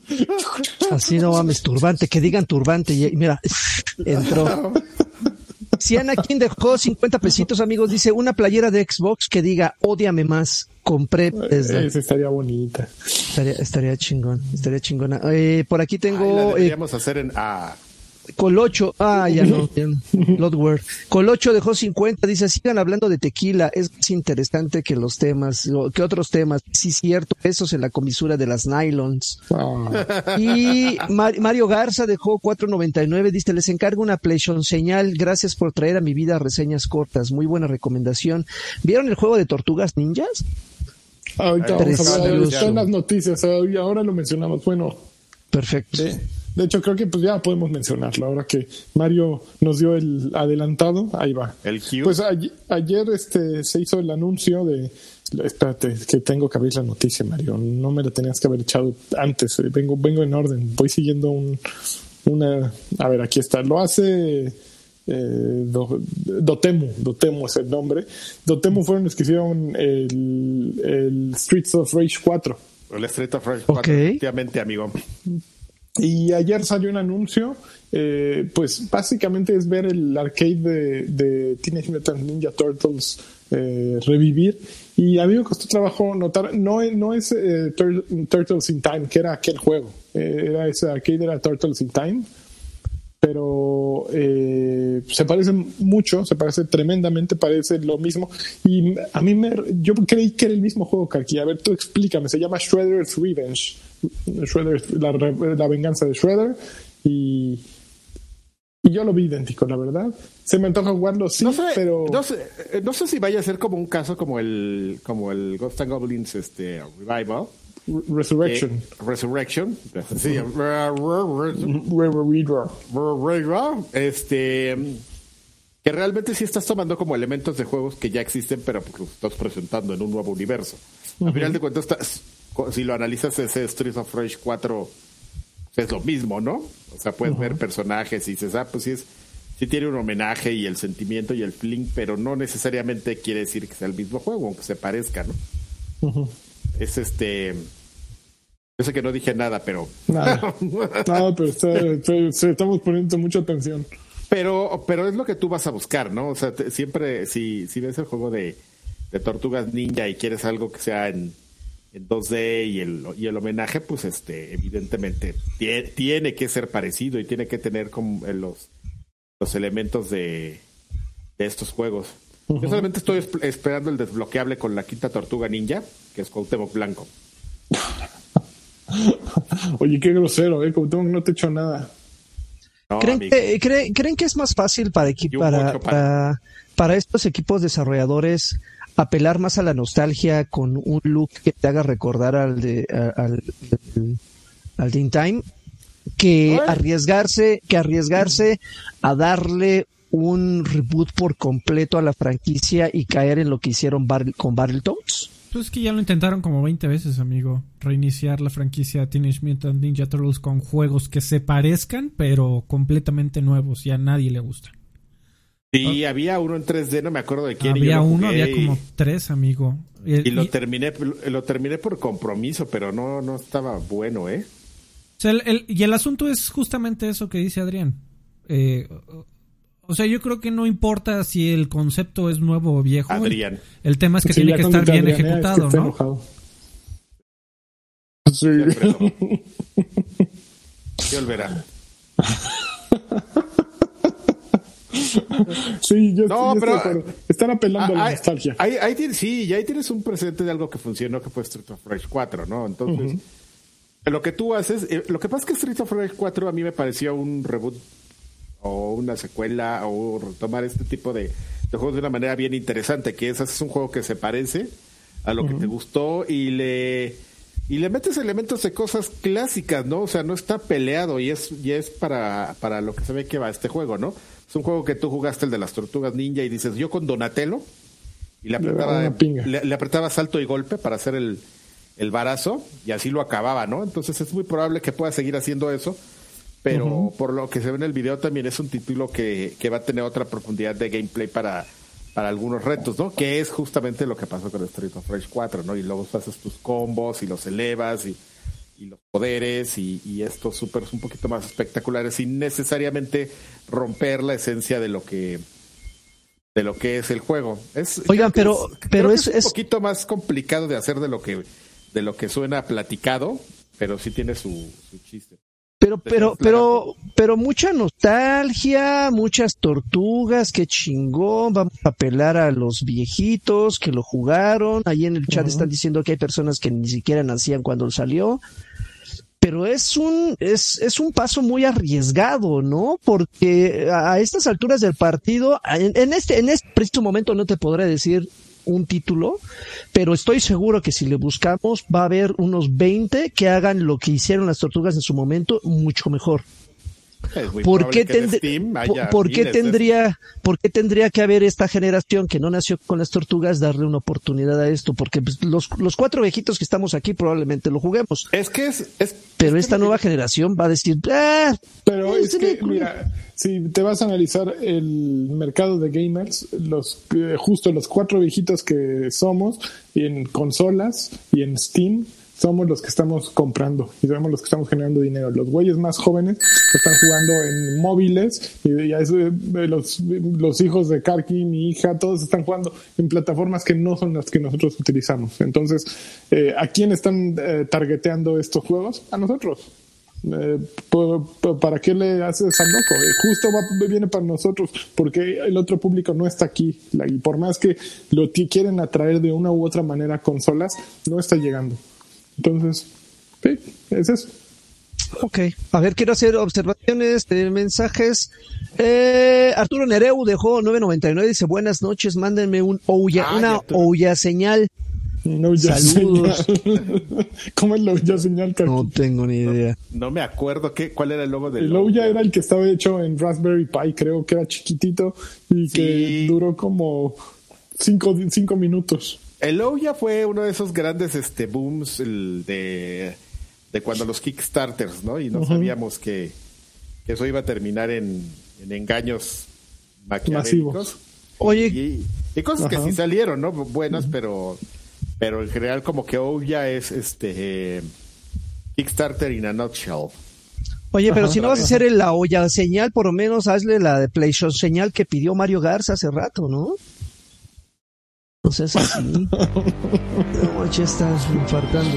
Así no mames, turbante. Que digan turbante. Y mira, entró. Si Anakin dejó cincuenta pesitos, amigos, dice una playera de Xbox que diga ódiame más. Compré desde... Esa estaría bonita. Estaría, estaría chingón, estaría chingona. Eh, por aquí tengo... Ay, la deberíamos eh, hacer en A. Colocho, ah, ya no, ya no. Lordware. Colocho dejó cincuenta, dice, sigan hablando de tequila, es más interesante que los temas, que otros temas. Sí, cierto, pesos en la comisura de las nylons. Oh. Y Mar- Mario Garza dejó cuatro noventa y nueve, dice, les encargo una PlayStation señal, gracias por traer a mi vida reseñas cortas, muy buena recomendación. ¿Vieron el juego de Tortugas Ninjas? Ahorita vamos a hablar, están las noticias, ahora lo mencionamos, bueno. Perfecto. De, de hecho, creo que pues ya podemos mencionarlo. Ahora que Mario nos dio el adelantado, ahí va. El Q. Pues a, ayer este se hizo el anuncio de... Espérate, que tengo que abrir la noticia, Mario. No me la tenías que haber echado antes. Vengo vengo en orden. Voy siguiendo un una... A ver, aquí está. Lo hace... Eh, Do, Dotemu. Dotemu es el nombre. Dotemu fueron los que hicieron el, el Streets of Rage cuatro. El Street of Rage cuatro, okay. Efectivamente, amigo. Y ayer salió un anuncio, eh, pues básicamente es ver el arcade de, de Teenage Mutant Ninja Turtles eh, revivir. Y a mí me costó trabajo notar, no, no es eh, Tur- Turtles in Time, que era aquel juego, eh, era ese arcade, era Turtles in Time, pero eh, se parece mucho, se parece tremendamente, parece lo mismo. Y a mí me, yo creí que era el mismo juego, Karki. A ver, tú explícame, se llama Shredder's Revenge. Shredder, la, la venganza de Shredder, y, y yo lo vi idéntico, la verdad. Se me antoja jugarlo, sí, no sé, pero no sé, no sé si vaya a ser como un caso como el como el Ghosts and Goblins este Revival, Resurrection, eh, Resurrection, sí, este que realmente sí estás tomando como elementos de juegos que ya existen, pero porque los estás presentando en un nuevo universo. Uh-huh. Al final de cuentas estás, si lo analizas, ese Streets of Rage cuatro es lo mismo, ¿no? O sea, puedes uh-huh. ver personajes y dices, ah, pues sí, es, sí tiene un homenaje y el sentimiento y el feeling, pero no necesariamente quiere decir que sea el mismo juego, aunque se parezca, ¿no? Uh-huh. Es este... Yo sé que no dije nada, pero... Nada, nada pero está, está, estamos poniendo mucha atención. Pero pero es lo que tú vas a buscar, ¿no? O sea, te, siempre, si, si ves el juego de, de Tortugas Ninja y quieres algo que sea en... en dos D y el y el homenaje, pues este evidentemente tiene, tiene que ser parecido y tiene que tener como los los elementos de, de estos juegos. Uh-huh. Yo solamente estoy esp- esperando el desbloqueable con la quinta Tortuga Ninja, que es Cuauhtémoc Blanco. Oye, qué grosero, eh, Cuauhtémoc no te echó nada. No, ¿Creen, que, ¿creen, ¿Creen que es más fácil para, equi- para, para, para, para estos equipos desarrolladores apelar más a la nostalgia con un look que te haga recordar al de al, al, al de In Time que ¿What? arriesgarse que arriesgarse a darle un reboot por completo a la franquicia y caer en lo que hicieron Bar- con Battletoads? Pues es que ya lo intentaron como veinte veces, amigo. Reiniciar la franquicia Teenage Mutant Ninja Turtles con juegos que se parezcan, pero completamente nuevos y a nadie le gustan. Sí, había uno en tres D, no me acuerdo de quién. Había uno, había como tres, amigo. Y, y lo y, terminé lo terminé por compromiso, pero no, no estaba bueno, ¿eh? O sea, el, el, y el asunto es justamente eso que dice Adrián. Eh, o sea, yo creo que no importa si el concepto es nuevo o viejo. Adrián. El, el tema es que sí, tiene que estar bien Adrián, ejecutado, es que ¿no? Enojado. Sí. ¿Qué volverá? Sí, yo, no, yo pero estoy están apelando a, a la nostalgia. Ahí, ahí, ahí, sí, y ahí tienes un presente de algo que funcionó, que fue Street of Rage cuatro, ¿no? Entonces, uh-huh. lo que tú haces, eh, lo que pasa es que Street of Rage cuatro a mí me pareció un reboot o una secuela o retomar este tipo de, de juegos de una manera bien interesante, que es, es un juego que se parece a lo uh-huh. que te gustó y le y le metes elementos de cosas clásicas, ¿no? O sea, no está peleado y es y es para para lo que se ve que va este juego, ¿no? Es un juego que tú jugaste, el de las tortugas ninja, y dices, yo con Donatello, y le apretaba, le, le apretaba salto y golpe para hacer el, el barazo, y así lo acababa, ¿no? Entonces es muy probable que pueda seguir haciendo eso, pero uh-huh. por lo que se ve en el video también es un título que, que va a tener otra profundidad de gameplay para, para algunos retos, ¿no? Que es justamente lo que pasó con Street of Rage cuatro, ¿no? Y luego haces tus combos y los elevas y... y los poderes y, y estos super un poquito más espectaculares sin necesariamente romper la esencia de lo que de lo que es el juego. Es, Oigan, pero es, pero es, es un es... poquito más complicado de hacer de lo que de lo que suena platicado, pero sí tiene su, su chiste. Pero, pero, pero, pero mucha nostalgia, muchas tortugas, qué chingón, vamos a apelar a los viejitos que lo jugaron. Ahí en el chat uh-huh. están diciendo que hay personas que ni siquiera nacían cuando salió. Pero es un, es, es un paso muy arriesgado, ¿no? Porque a estas alturas del partido, en, en este, en este preciso momento no te podré decir un título, pero estoy seguro que si le buscamos va a haber unos veinte que hagan lo que hicieron las tortugas en su momento mucho mejor. ¿Por qué, tend- por, ¿por, qué tendría, ¿Por qué tendría que haber esta generación que no nació con las tortugas darle una oportunidad a esto? Porque pues, los, los cuatro viejitos que estamos aquí probablemente lo juguemos. Es que es... es pero es esta que nueva me... generación va a decir... Ah, pero es que, mira, si te vas a analizar el mercado de gamers, los eh, justo los cuatro viejitos que somos, y en consolas y en Steam... somos los que estamos comprando y somos los que estamos generando dinero. Los güeyes más jóvenes están jugando en móviles y ya es, los, los hijos de Karki, mi hija, todos están jugando en plataformas que no son las que nosotros utilizamos. Entonces, eh, ¿a quién están eh, targeteando estos juegos? A nosotros. Eh, ¿Para qué le haces al loco? Eh, justo va, viene para nosotros porque el otro público no está aquí y por más que lo t- quieren atraer de una u otra manera a consolas, no está llegando. Entonces, sí, es eso. Ok, a ver, quiero hacer observaciones de mensajes. Eh, Arturo Nereu dejó nueve noventa y nueve, dice buenas noches, mándenme un ouya, ah, una ouya señal. No, ya saludos. ¿Cómo es la ouya señal? Kaki? No tengo ni idea. No, no me acuerdo qué, cuál era el logo del El ouya era el que estaba hecho en Raspberry Pi, creo que era chiquitito y sí. que duró como cinco, cinco minutos. El Ouya fue uno de esos grandes este booms el de, de cuando los Kickstarters, ¿no? Y no uh-huh. sabíamos que, que eso iba a terminar en, en engaños maquiavélicos. Oye. Y, y cosas uh-huh. que sí salieron, ¿no? Buenas, uh-huh. pero pero en general como que Ouya es este eh, Kickstarter in a nutshell. Oye, pero uh-huh. si no vas a hacer la Ouya señal, por lo menos hazle la de PlayStation señal que pidió Mario Garza hace rato, ¿no? No seas así. No, ya estás infartando.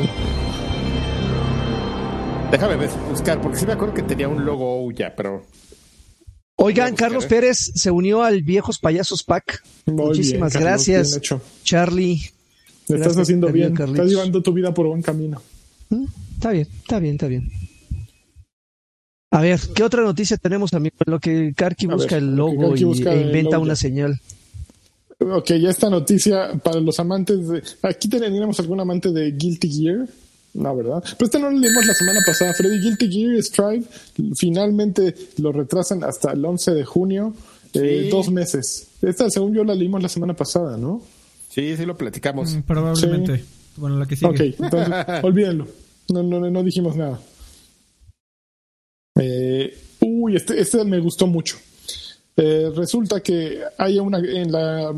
Déjame buscar, porque sí me acuerdo que tenía un logo Ouya, pero... Oigan, Carlos Pérez se unió al Viejos Payasos Pack. Muy Muchísimas bien, Carlos, gracias, Charlie. Lo estás haciendo bien, bien estás llevando tu vida por buen camino. ¿Mm? Está bien, está bien, está bien. A ver, ¿qué otra noticia tenemos, amigo? En lo que Karki busca ver, el logo y, busca e inventa una señal. Ok, ya esta noticia para los amantes de... ¿Aquí teníamos algún amante de Guilty Gear? No, ¿verdad? Pero esta no lo leímos la semana pasada, Freddy. Guilty Gear Strive finalmente lo retrasan hasta el once de junio, sí. eh, dos meses. Esta, según yo, la leímos la semana pasada, ¿no? Sí, sí lo platicamos. Mm, probablemente. Sí. Bueno, la que sigue. Ok, entonces, olvídenlo. No, no, no dijimos nada. Eh, uy, este, este me gustó mucho. Eh, resulta que hay una en la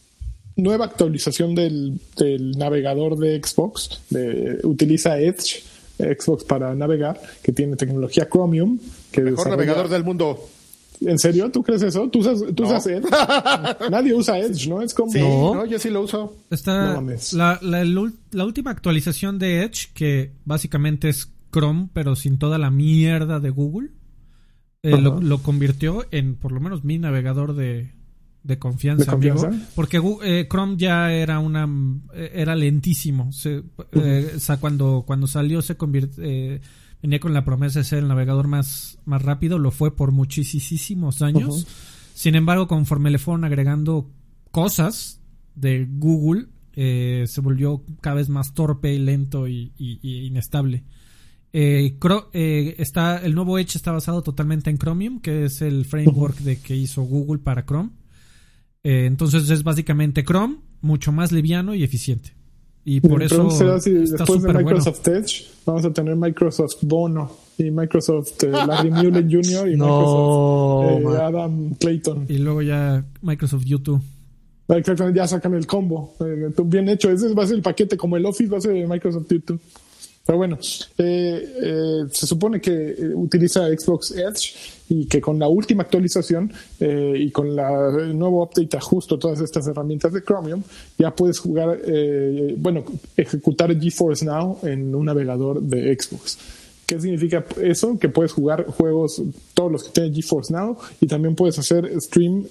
nueva actualización del, del navegador de Xbox, de, utiliza Edge, Xbox para navegar, que tiene tecnología Chromium. Que Mejor desarrolla... navegador del mundo. ¿En serio? ¿Tú crees eso? ¿Tú usas, tú no. usas Edge? Nadie usa Edge, ¿no? Es como... Sí, no, no yo sí lo uso. Está no, la, la, la última actualización de Edge, que básicamente es Chrome, pero sin toda la mierda de Google, eh, lo, lo convirtió en por lo menos mi navegador de, de confianza, ¿De confianza? amigo. Porque eh, Chrome ya era una era lentísimo. Se, uh-huh. eh, o sea, cuando, cuando salió se convirtió... Eh, venía con la promesa de ser el navegador más, más rápido, lo fue por muchísimos años. Uh-huh. Sin embargo, conforme le fueron agregando cosas de Google, eh, se volvió cada vez más torpe, lento y, y, y inestable. Eh, Cro- eh, está, el nuevo Edge está basado totalmente en Chromium, que es el framework uh-huh. de que hizo Google para Chrome. Eh, entonces es básicamente Chrome, mucho más liviano y eficiente. Y por Me eso será si está después de Microsoft bueno. Edge vamos a tener Microsoft Bono y Microsoft eh, Larry Mullen junior y no, Microsoft eh, Adam Clayton. Y luego ya Microsoft YouTube. Exactamente, ya sacan el combo. Eh, bien hecho. Ese va a ser el paquete, como el Office va a ser de Microsoft YouTube. Pero bueno, eh, eh, se supone que eh, utiliza Xbox Edge y que con la última actualización eh, y con la, el nuevo update ajusto todas estas herramientas de Chromium, ya puedes jugar, eh, bueno, ejecutar GeForce Now en un navegador de Xbox. ¿Qué significa eso? Que puedes jugar juegos, todos los que tienen GeForce Now, y también puedes hacer stream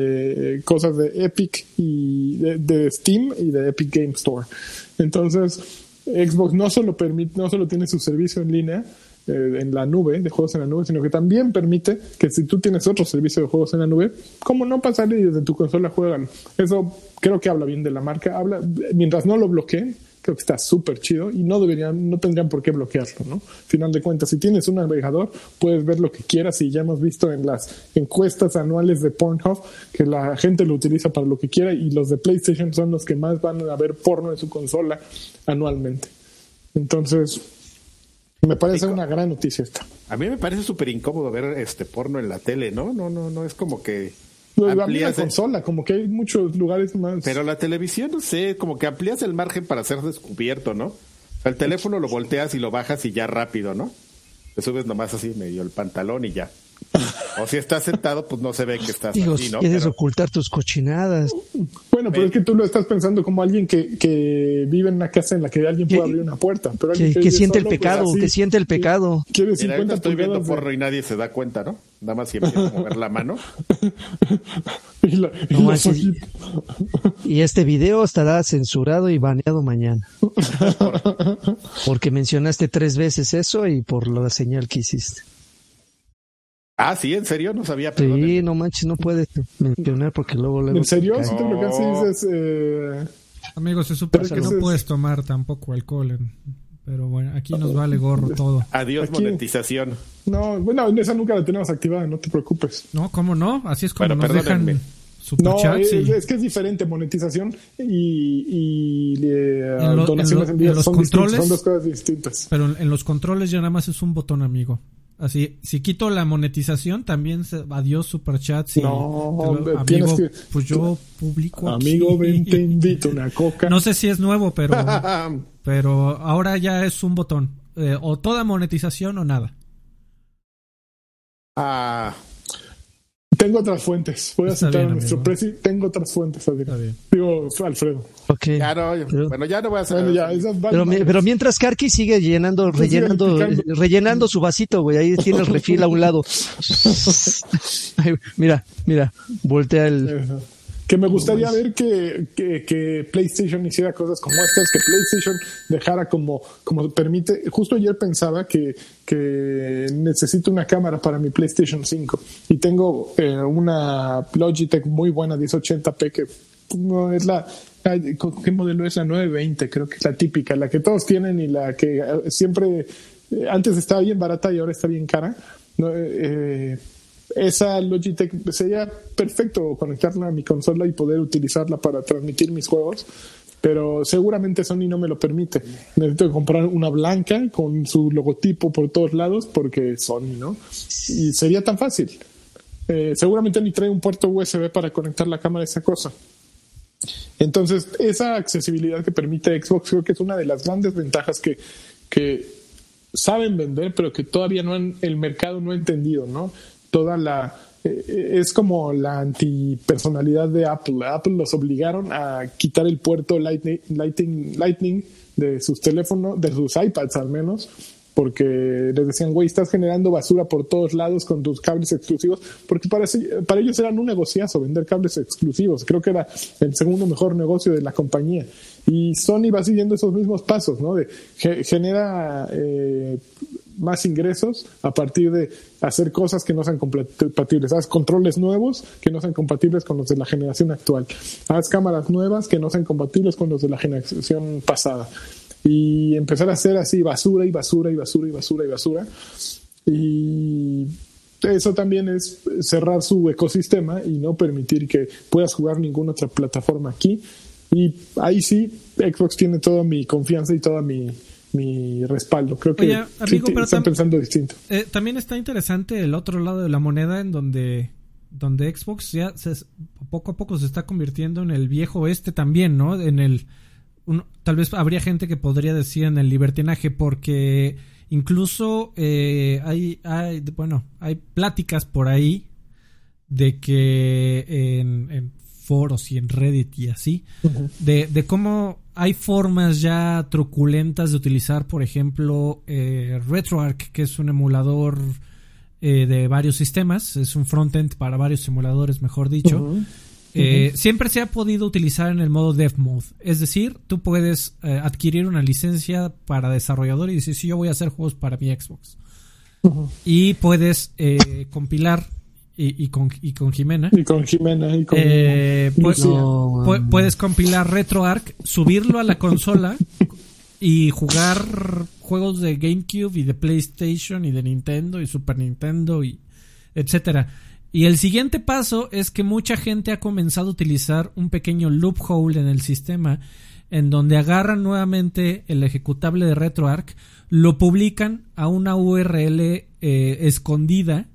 de cosas de Epic y de, de Steam y de Epic Game Store. Entonces, Xbox no solo permite, no solo tiene su servicio en línea eh, en la nube, de juegos en la nube, sino que también permite que si tú tienes otro servicio de juegos en la nube, ¿cómo no pasarle y desde tu consola juegan? Eso creo que habla bien de la marca. Habla, mientras no lo bloqueen, creo que está súper chido y no deberían, no tendrían por qué bloquearlo, ¿no? Final de cuentas, si tienes un navegador, puedes ver lo que quieras, y ya hemos visto en las encuestas anuales de Pornhub que la gente lo utiliza para lo que quiera, y los de PlayStation son los que más van a ver porno en su consola anualmente. Entonces, me parece una gran noticia esta. A mí me parece súper incómodo ver este porno en la tele, ¿no? No, no, no, es como que amplías la consola, como que hay muchos lugares más. Pero la televisión, no sé, como que amplías el margen para ser descubierto, ¿no? O sea, el teléfono lo volteas y lo bajas y ya rápido, ¿no? Te subes nomás así medio el pantalón y ya. O si estás sentado, pues no se ve que estás Digo, así, ¿no? Quieres Pero... ocultar tus cochinadas. Bueno, pero es que tú lo estás pensando como alguien que, que vive en una casa en la que alguien puede abrir una puerta. Pero que, que, que siente solo, el pecado, pues, así, que siente el pecado. Quiere cincuenta estoy viendo porno de... y nadie se da cuenta, ¿no? Nada más si empieza a mover la mano. y, la, y, no, así, y este video estará censurado y baneado mañana. Porque mencionaste tres veces eso y por la señal que hiciste. Ah, sí, ¿en serio? No sabía. Sí, perdón. No manches, no puedes mencionar porque luego... luego ¿En serio? Si te bloqueas y dices... Eh... Amigos, se supone que no es... puedes tomar tampoco alcohol, en... pero bueno, aquí nos vale gorro todo. Adiós aquí... monetización. No, bueno, esa nunca la tenemos activada, no te preocupes. No, ¿cómo no? Así es como bueno, nos perdónenme. dejan superchats. No, y... es que es diferente, monetización y, y eh, en lo, donaciones en, lo, en, en los son controles. Son dos cosas distintas. Pero en los controles ya nada más es un botón, amigo. Así, si quito la monetización, también se, adiós superchats. Y no, lo, tienes amigo, que, pues yo publico amigo, aquí. Ven, te invito una coca. No sé si es nuevo, pero pero ahora ya es un botón. Eh, o toda monetización o nada. Ah... Tengo otras fuentes. Voy a Está citar bien, a nuestro presi. Tengo otras fuentes. Digo, Alfredo. Okay. Ya no, pero, bueno, ya no voy a hacer. Bueno, ya, esas pero, pero mientras Karki sigue llenando, rellenando, rellenando su vasito, güey. Ahí tiene el refil a un lado. Ay, mira, mira. Voltea el. Que me gustaría ver que, que, que PlayStation hiciera cosas como estas, que PlayStation dejara como, como permite. Justo ayer pensaba que, que necesito una cámara para mi PlayStation cinco y tengo eh, una Logitech muy buena diez ochenta p que no es la, la ¿qué modelo es? La nueve veinte, creo que es la típica, la que todos tienen y la que siempre eh, antes estaba bien barata y ahora está bien cara. No, eh, esa Logitech sería perfecto conectarla a mi consola y poder utilizarla para transmitir mis juegos, pero seguramente Sony no me lo permite. Necesito comprar una blanca con su logotipo por todos lados porque Sony, ¿no? Y sería tan fácil. Eh, seguramente ni trae un puerto U S B para conectar la cámara a esa cosa. Entonces, esa accesibilidad que permite Xbox creo que es una de las grandes ventajas que, que saben vender, pero que todavía no han, el mercado no ha entendido, ¿no? Toda la eh, es como la antipersonalidad de Apple. Apple los obligaron a quitar el puerto Lightning, Lightning, Lightning de sus teléfonos, de sus iPads al menos, porque les decían, güey, estás generando basura por todos lados con tus cables exclusivos, porque para, para ellos eran un negociazo vender cables exclusivos. Creo que era el segundo mejor negocio de la compañía. Y Sony va siguiendo esos mismos pasos, ¿no? De ge- genera eh, más ingresos a partir de hacer cosas que no sean compatibles. Haz controles nuevos que no sean compatibles con los de la generación actual. Haz cámaras nuevas que no sean compatibles con los de la generación pasada. Y empezar a hacer así basura y basura y basura y basura y basura. Y eso también es cerrar su ecosistema y no permitir que puedas jugar ninguna otra plataforma aquí. Y ahí sí, Xbox tiene toda mi confianza y toda mi, mi respaldo. Creo que Oye, amigo, sí, pero están tam- pensando distinto. Eh, también está interesante el otro lado de la moneda, en donde, donde Xbox ya se, poco a poco se está convirtiendo en el viejo oeste también, ¿no? En el uno, tal vez habría gente que podría decir en el libertinaje, porque incluso eh, hay, hay, bueno, hay pláticas por ahí de que en, en foros y en Reddit y así, uh-huh. de, de cómo hay formas ya truculentas de utilizar, por ejemplo, eh, RetroArch, que es un emulador eh, de varios sistemas, es un frontend para varios emuladores, mejor dicho. Uh-huh. Eh, uh-huh. Siempre se ha podido utilizar en el modo Dev Mode, es decir, tú puedes eh, adquirir una licencia para desarrollador y decir, sí, yo voy a hacer juegos para mi Xbox. Uh-huh. Y puedes eh, compilar y, y, con, y con Jimena y con Jimena y con eh, pu- no, pu- puedes compilar RetroArch, subirlo a la consola y jugar juegos de GameCube y de PlayStation y de Nintendo y Super Nintendo y etcétera. Y el siguiente paso es que mucha gente ha comenzado a utilizar un pequeño loophole en el sistema, en donde agarran nuevamente el ejecutable de RetroArch, lo publican a una U R L eh, escondida,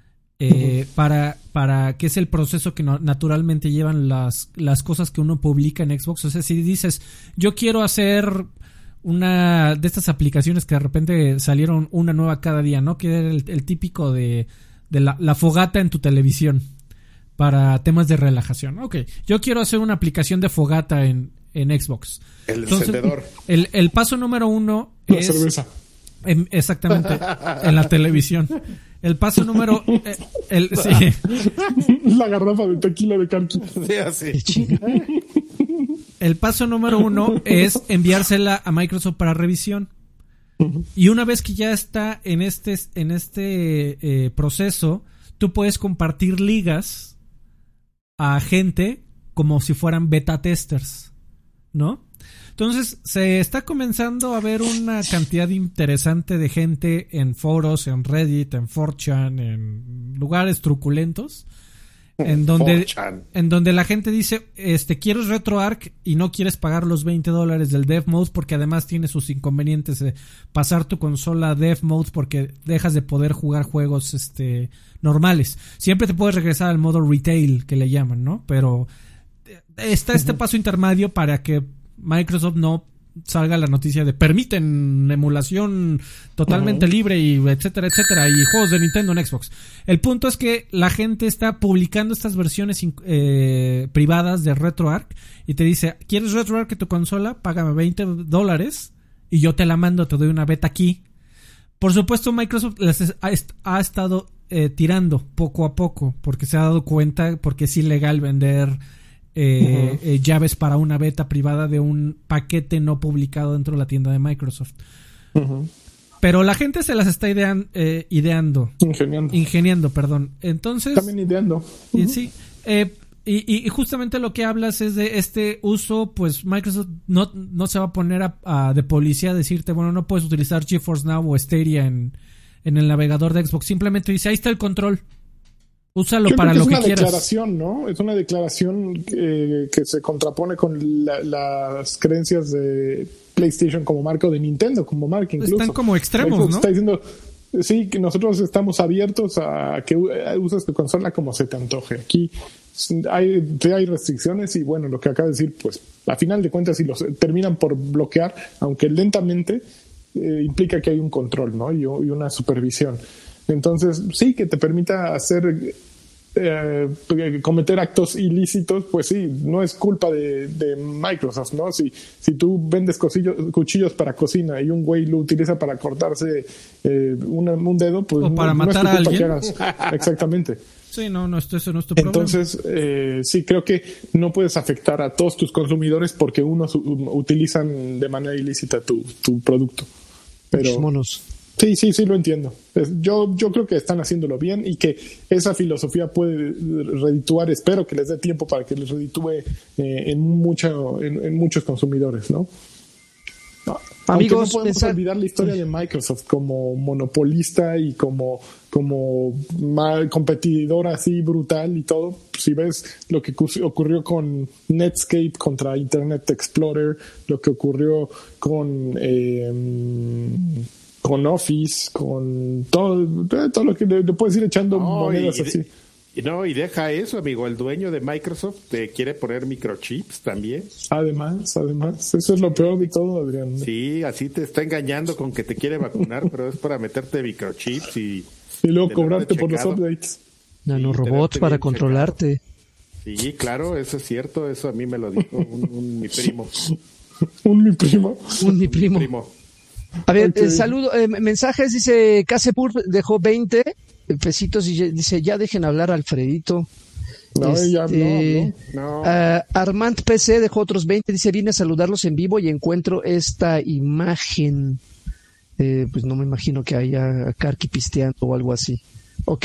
eh, uh-huh. para, para que es el proceso que no, naturalmente llevan las, las cosas que uno publica en Xbox. O sea, si dices, yo quiero hacer una de estas aplicaciones que de repente salieron una nueva cada día, ¿no? Que era el, el típico de... de la, la fogata en tu televisión para temas de relajación. Ok, yo quiero hacer una aplicación de fogata en, en Xbox. El Entonces, encendedor. El, el paso número uno la es... cerveza. En, exactamente, en la televisión. El paso número... Eh, el, sí. La garrafa de tequila de Karki. Sí, así. El paso número uno es enviársela a Microsoft para revisión. Y una vez que ya está en este en este eh, proceso, tú puedes compartir ligas a gente como si fueran beta testers, ¿no? Entonces se está comenzando a ver una cantidad interesante de gente en foros, en Reddit, en four chan, en lugares truculentos, en donde en donde la gente dice, este, quieres RetroArch y no quieres pagar los veinte dólares del Dev Mode, porque además tiene sus inconvenientes de pasar tu consola a Dev Mode, porque dejas de poder jugar juegos este normales. Siempre te puedes regresar al modo retail, que le llaman, ¿no? Pero está este paso intermedio para que Microsoft no salga la noticia de permiten emulación totalmente uh-huh. libre y etcétera, etcétera, y juegos de Nintendo en Xbox. El punto es que la gente está publicando estas versiones eh, privadas de RetroArch y te dice, ¿quieres RetroArch en tu consola? Págame veinte dólares y yo te la mando, te doy una beta aquí. Por supuesto, Microsoft les ha, ha estado eh, tirando poco a poco, porque se ha dado cuenta, porque es ilegal vender Eh, uh-huh. eh, llaves para una beta privada de un paquete no publicado dentro de la tienda de Microsoft. Uh-huh. Pero la gente se las está idean, eh, ideando. Ingeniando. Ingeniando, perdón. Entonces... También ideando. Uh-huh. Y, sí. Eh, y, y justamente lo que hablas es de este uso, pues Microsoft no, no se va a poner a, a, de policía a decirte, bueno, no puedes utilizar GeForce Now o Stadia en, en el navegador de Xbox. Simplemente dice, ahí está el control. Úsalo para lo que quieras. Es una declaración, ¿no? Es una declaración eh, que se contrapone con la, las creencias de PlayStation como marca o de Nintendo como marca incluso. Están como extremos, Xbox ¿no? Está diciendo, sí, que nosotros estamos abiertos a que uses tu consola como se te antoje. Aquí hay, hay restricciones y bueno, lo que acaba de decir, pues a final de cuentas si los terminan por bloquear, aunque lentamente, eh, implica que hay un control, ¿no? Y, y una supervisión. Entonces, sí, que te permita hacer... Eh, cometer actos ilícitos, pues sí, no es culpa de, de Microsoft, ¿no? Si, si tú vendes cosillos, cuchillos para cocina y un güey lo utiliza para cortarse eh, una, un dedo, pues o para no, matar no es tu culpa a alguien. que hagas. Exactamente. Sí, no, no, esto, eso no es tu problema. Entonces, eh, sí, creo que no puedes afectar a todos tus consumidores porque unos utilizan de manera ilícita tu, tu producto. Pero monos. Sí, sí, sí, lo entiendo. Yo, yo creo que están haciéndolo bien y que esa filosofía puede redituar, espero que les dé tiempo para que les reditúe eh, en, mucho, en, en muchos consumidores, ¿no? Amigos, no podemos pensar... olvidar la historia de Microsoft como monopolista y como, como competidora así brutal y todo. Si ves lo que ocurrió con Netscape contra Internet Explorer, lo que ocurrió con... Eh, con Office, con todo, todo lo que le, le puedes ir echando no, monedas y, así. Y no, y deja eso, amigo, el dueño de Microsoft te quiere poner microchips también. Además, además, eso es lo peor de todo, Adrián. Sí, así te está engañando con que te quiere vacunar, pero es para meterte microchips y... Y luego cobrarte por los updates. Nanorobots para controlarte. Checado. Sí, claro, eso es cierto, eso a mí me lo dijo un, un mi primo. un mi primo. Un mi primo. Mi primo. A ver, okay. eh, saludo, eh, mensajes, dice Casepur dejó veinte pesitos y dice, ya dejen hablar a Alfredito. No, este, ya no, no. Uh, Armand P C dejó otros veinte, dice, vine a saludarlos en vivo y encuentro esta imagen. Eh, pues no me imagino que haya a Karki pisteando o algo así. Ok.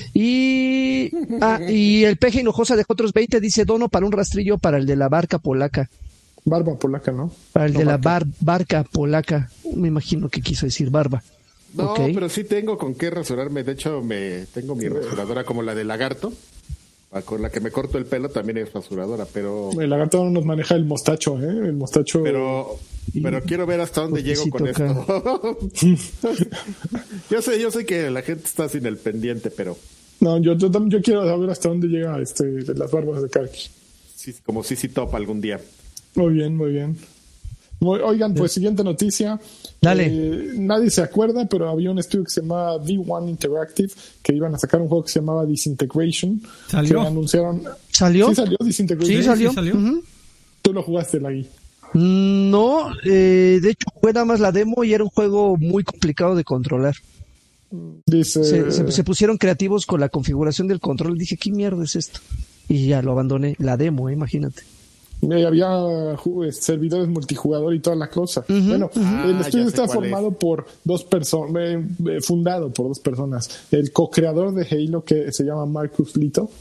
Y, ah, y el Peje Hinojosa dejó otros veinte, dice, dono para un rastrillo para el de la barca polaca. Barba polaca, ¿no? Para el no de barca. la bar, barca polaca. Me imagino que quiso decir barba. No, okay. Pero sí tengo con qué rasurarme. De hecho, me tengo mi rasuradora como la de lagarto. Con la que me corto el pelo también es rasuradora, pero... El lagarto no nos maneja el mostacho, ¿eh? El mostacho... Pero, pero quiero ver hasta dónde llego con esto. yo sé, yo sé que la gente está sin el pendiente, pero... No, yo, yo, yo quiero saber hasta dónde llega este, las barbas de Karki. Sí, como si sí topa algún día. Muy bien, muy bien. Oigan, pues siguiente noticia. Dale. Eh, nadie se acuerda, pero había un estudio que se llamaba V uno Interactive que iban a sacar un juego que se llamaba Disintegration. ¿Salió? Que anunciaron... ¿Salió? Sí, salió Disintegration. Sí, salió. Sí, salió. Uh-huh. Tú lo jugaste, Lagui. No, eh, de hecho jugué nada más la demo y era un juego muy complicado de controlar. Dice... Se, se, se pusieron creativos con la configuración del control. Dije, ¿qué mierda es esto? Y ya lo abandoné. La demo, eh, imagínate. Había servidores multijugador y toda la cosa. Uh-huh, bueno, uh-huh. El estudio ah, está formado es. por dos personas, eh, eh, fundado por dos personas. El co-creador de Halo, que se llama Marcus Lito.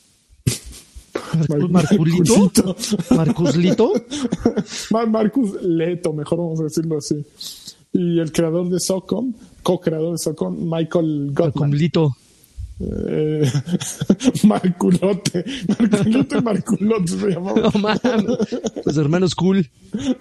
Mar- ¿Marcus Lito? ¿Marcus Lito? Mar- Marcus Leto, mejor vamos a decirlo así. Y el creador de SOCOM, co-creador de SOCOM, Michael Gottman. Lito. Eh, Marculote, Marculote, Marculote se llamaba. No mames, pues hermanos cool.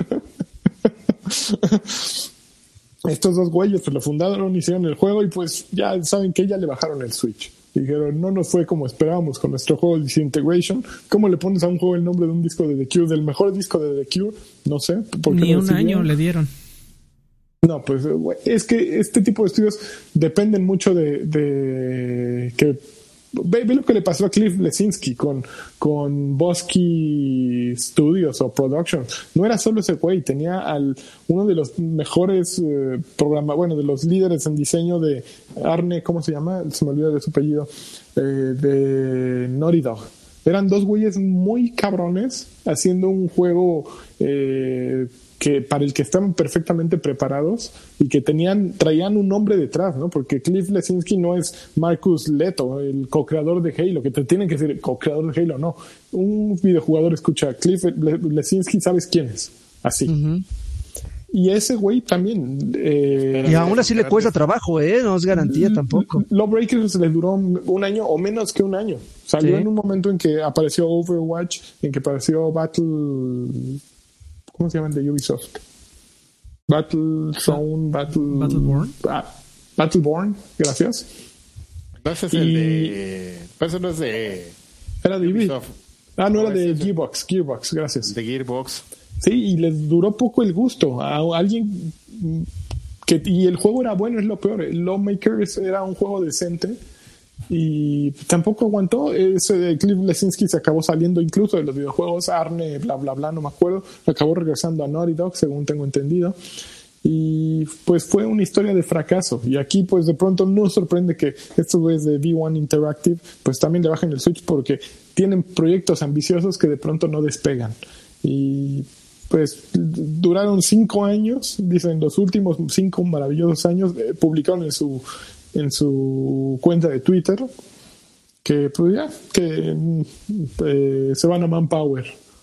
Estos dos güeyes pues lo fundaron, hicieron el juego y pues ya saben que ya le bajaron el Switch. Dijeron, no nos fue como esperábamos con nuestro juego Disintegration. ¿Cómo le pones a un juego el nombre de un disco de The Cure? Del mejor disco de The Cure, no sé. Ni un año le dieron. No, pues es que este tipo de estudios dependen mucho de, de que ve, ve lo que le pasó a Cliff Lesinski con, con Bosky Studios o Productions. No era solo ese güey, tenía al uno de los mejores eh, programas, bueno, de los líderes en diseño de Arne, ¿cómo se llama? Se me olvida de su apellido, eh, de Naughty Dog. Eran dos güeyes muy cabrones haciendo un juego eh, que para el que estaban perfectamente preparados y que tenían traían un nombre detrás, ¿no? Porque Cliff Lesinski no es Marcus Leto, el co-creador de Halo, que te tienen que decir co-creador de Halo, no. Un videojugador escucha Cliff Lesinski, ¿sabes quién es? Así. Uh-huh. Y ese güey también... Eh, y aún así le cuesta trabajo, ¿eh? No es garantía tampoco. Lawbreakers les duró un año o menos que un año. Salió sí. en un momento en que apareció Overwatch, en que apareció Battle... ¿Cómo se llaman de Ubisoft? Battlezone, Battle... Battleborn. Ah, Battleborn, gracias. No, ese es y... el de... Pero eso no es de... Era de Ubisoft. Ah, no, no era de Gearbox, Gearbox, gracias. De Gearbox. Sí, y les duró poco el gusto. A alguien que... Y el juego era bueno, es lo peor. El Lawmakers era un juego decente y tampoco aguantó. Ese Cliff Lesinski se acabó saliendo incluso de los videojuegos. Arne, bla, bla, bla, no me acuerdo. Acabó regresando a Naughty Dog, según tengo entendido. Y pues fue una historia de fracaso. Y aquí pues de pronto no sorprende que estos güeyes de V uno Interactive pues también le bajen el switch porque tienen proyectos ambiciosos que de pronto no despegan. Y pues duraron cinco años, dicen los últimos cinco maravillosos años, eh, publicaron en su en su cuenta de Twitter que pues ya, que eh, se van a Manpower.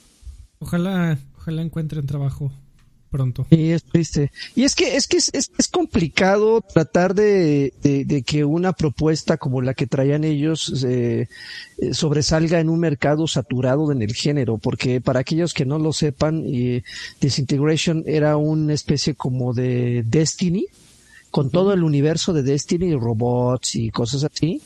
Ojalá, ojalá encuentren trabajo pronto. Y es triste. Y es que es que es, es, es complicado tratar de, de, de que una propuesta como la que traían ellos eh, sobresalga en un mercado saturado en el género, porque para aquellos que no lo sepan, eh, Disintegration era una especie como de Destiny, con todo el universo de Destiny, robots y cosas así.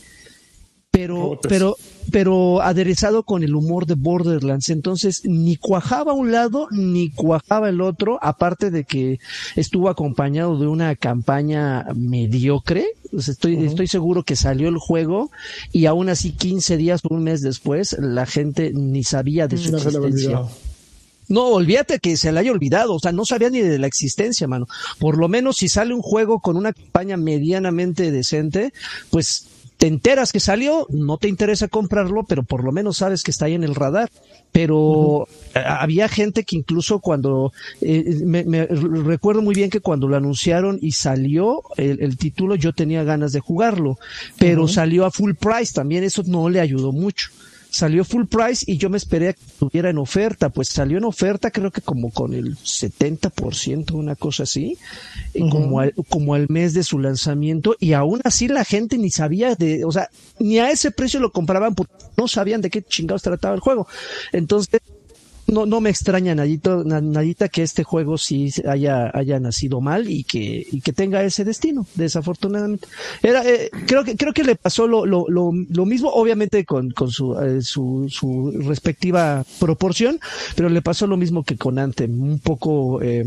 Pero, pero, pero aderezado con el humor de Borderlands. Entonces, ni cuajaba un lado, ni cuajaba el otro, aparte de que estuvo acompañado de una campaña mediocre. O sea, estoy, uh-huh. estoy seguro que salió el juego y aún así quince días o un mes después, la gente ni sabía de su no existencia. No, olvídate que se le haya olvidado, o sea, no sabía ni de la existencia, mano. Por lo menos si sale un juego con una campaña medianamente decente, pues te enteras que salió, no te interesa comprarlo, pero por lo menos sabes que está ahí en el radar. Pero uh-huh. había gente que incluso cuando, eh, me, me recuerdo muy bien que cuando lo anunciaron y salió el, el título, yo tenía ganas de jugarlo, pero uh-huh. salió a full price, también eso no le ayudó mucho. Salió full price y yo me esperé a que estuviera en oferta, pues salió en oferta creo que como con el setenta por ciento, una cosa así, uh-huh. como, al, como al mes de su lanzamiento, y aún así la gente ni sabía de, o sea, ni a ese precio lo compraban porque no sabían de qué chingados trataba el juego. Entonces, no, no me extraña nadito, nadita que este juego sí haya, haya nacido mal y que, y que tenga ese destino, desafortunadamente. Era, eh, creo que, creo que le pasó lo, lo, lo, lo mismo, obviamente con, con su, eh, su, su respectiva proporción, pero le pasó lo mismo que con Anthem, un poco, eh,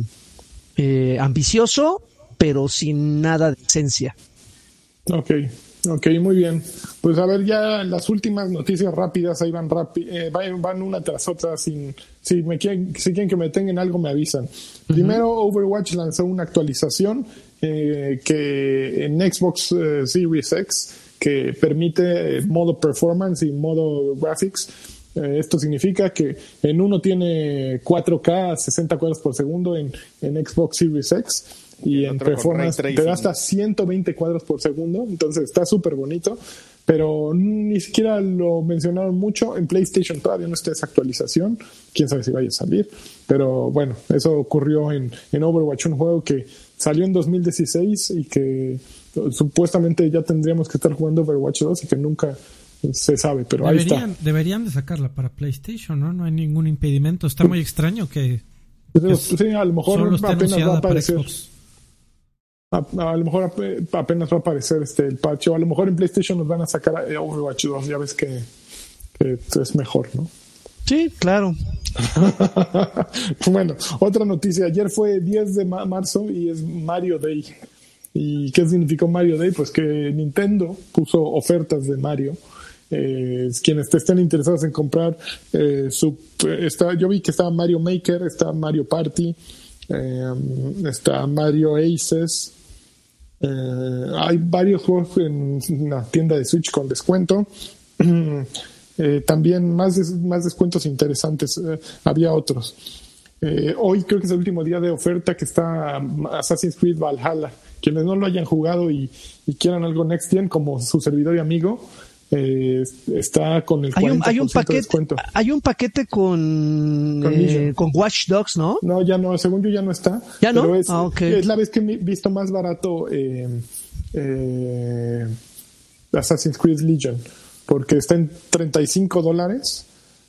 eh, ambicioso, pero sin nada de esencia. Okay. Ok, muy bien. Pues a ver, ya las últimas noticias rápidas, ahí van rapi- eh, van una tras otra. Sin, si me quieren, si quieren que me tengan algo, me avisan. Uh-huh. Primero, Overwatch lanzó una actualización eh, que en Xbox eh, Series X que permite eh, modo performance y modo graphics. Eh, esto significa que en uno tiene cuatro K a sesenta cuadros por segundo en, en Xbox Series X. Y en performance te da hasta ciento veinte cuadros por segundo, entonces está súper bonito, pero ni siquiera lo mencionaron mucho. En PlayStation todavía no está esa actualización, quién sabe si vaya a salir, pero bueno, eso ocurrió en, en Overwatch, un juego que salió en dos mil dieciséis y que supuestamente ya tendríamos que estar jugando Overwatch dos y que nunca se sabe, pero deberían, ahí está. Deberían de sacarla para PlayStation, ¿no? No hay ningún impedimento, está muy extraño que, que sí, a lo mejor apenas va a aparecer. A, a lo mejor apenas va a aparecer este el patch, o a lo mejor en PlayStation nos van a sacar Overwatch dos, ya ves que, que es mejor, ¿no? Sí, claro. Bueno, otra noticia, ayer fue diez de marzo y es Mario Day. ¿Y qué significó Mario Day? Pues que Nintendo puso ofertas de Mario. Eh, quienes estén interesados en comprar eh, su, está, yo vi que estaba Mario Maker, está Mario Party, eh, está Mario Aces. Eh, hay varios juegos en la tienda de Switch con descuento. eh, también más, des, más descuentos interesantes. Eh, había otros. Eh, hoy creo que es el último día de oferta que está Assassin's Creed Valhalla. Quienes no lo hayan jugado y, y quieran algo Next Gen como su servidor y amigo, eh, está con el cuarenta por ciento hay un, hay un paquete, de descuento. Hay un paquete con, con, eh, con Watch Dogs, ¿no? No, ya no, según yo ya no está. ¿Ya no? Pero es, ah, okay. es la vez que he visto más barato eh, eh, Assassin's Creed Legion, porque está en treinta y cinco dólares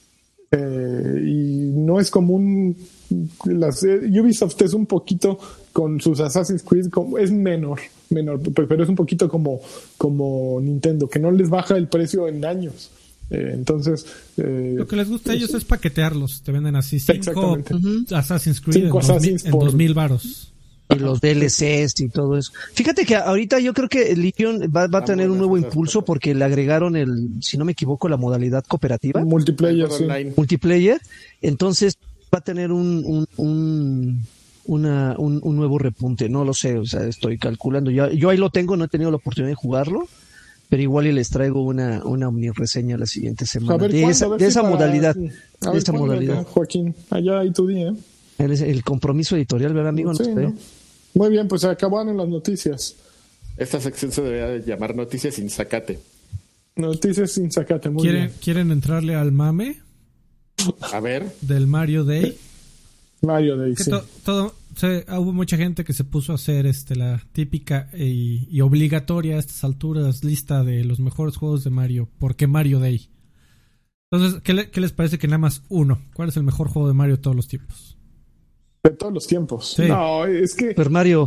eh, y no es común. Las, eh, Ubisoft es un poquito con sus Assassin's Creed, como, es menor, menor, pero es un poquito como, como Nintendo, que no les baja el precio en años. Eh, entonces... Eh, lo que les gusta a ellos es paquetearlos. Te venden así cinco Assassin's Creed cinco en, Assassin's por... en dos mil varos. Y los D L Cs y todo eso. Fíjate que ahorita yo creo que Legion va, va a tener un nuevo impulso porque le agregaron el, si no me equivoco, la modalidad cooperativa. Multiplayer, sí. Multiplayer. Entonces va a tener un, un, un, una, un, un nuevo repunte. No lo sé, o sea, estoy calculando. Yo, yo ahí lo tengo, no he tenido la oportunidad de jugarlo, pero igual y les traigo una, una omnireseña la siguiente semana. A ver, de esa, de esa para, modalidad. A de ver, esa modalidad. Joaquín, allá hay tu día. El, el compromiso editorial, ¿verdad, amigo? Sí, no sé. ¿no? Muy bien, pues se acabaron las noticias. Esta sección se debería llamar Noticias sin Zacate. Noticias sin Zacate, muy ¿Quieren, bien. ¿Quieren entrarle al mame? A ver. Del Mario Day. Mario Day, que sí. To, todo, se, hubo mucha gente que se puso a hacer este la típica y, y obligatoria a estas alturas lista de los mejores juegos de Mario. ¿Por qué Mario Day? Entonces, ¿qué, le, ¿qué les parece que nada más uno? ¿Cuál es el mejor juego de Mario de todos los tiempos? De todos los tiempos. Sí. No, es que... Super Mario.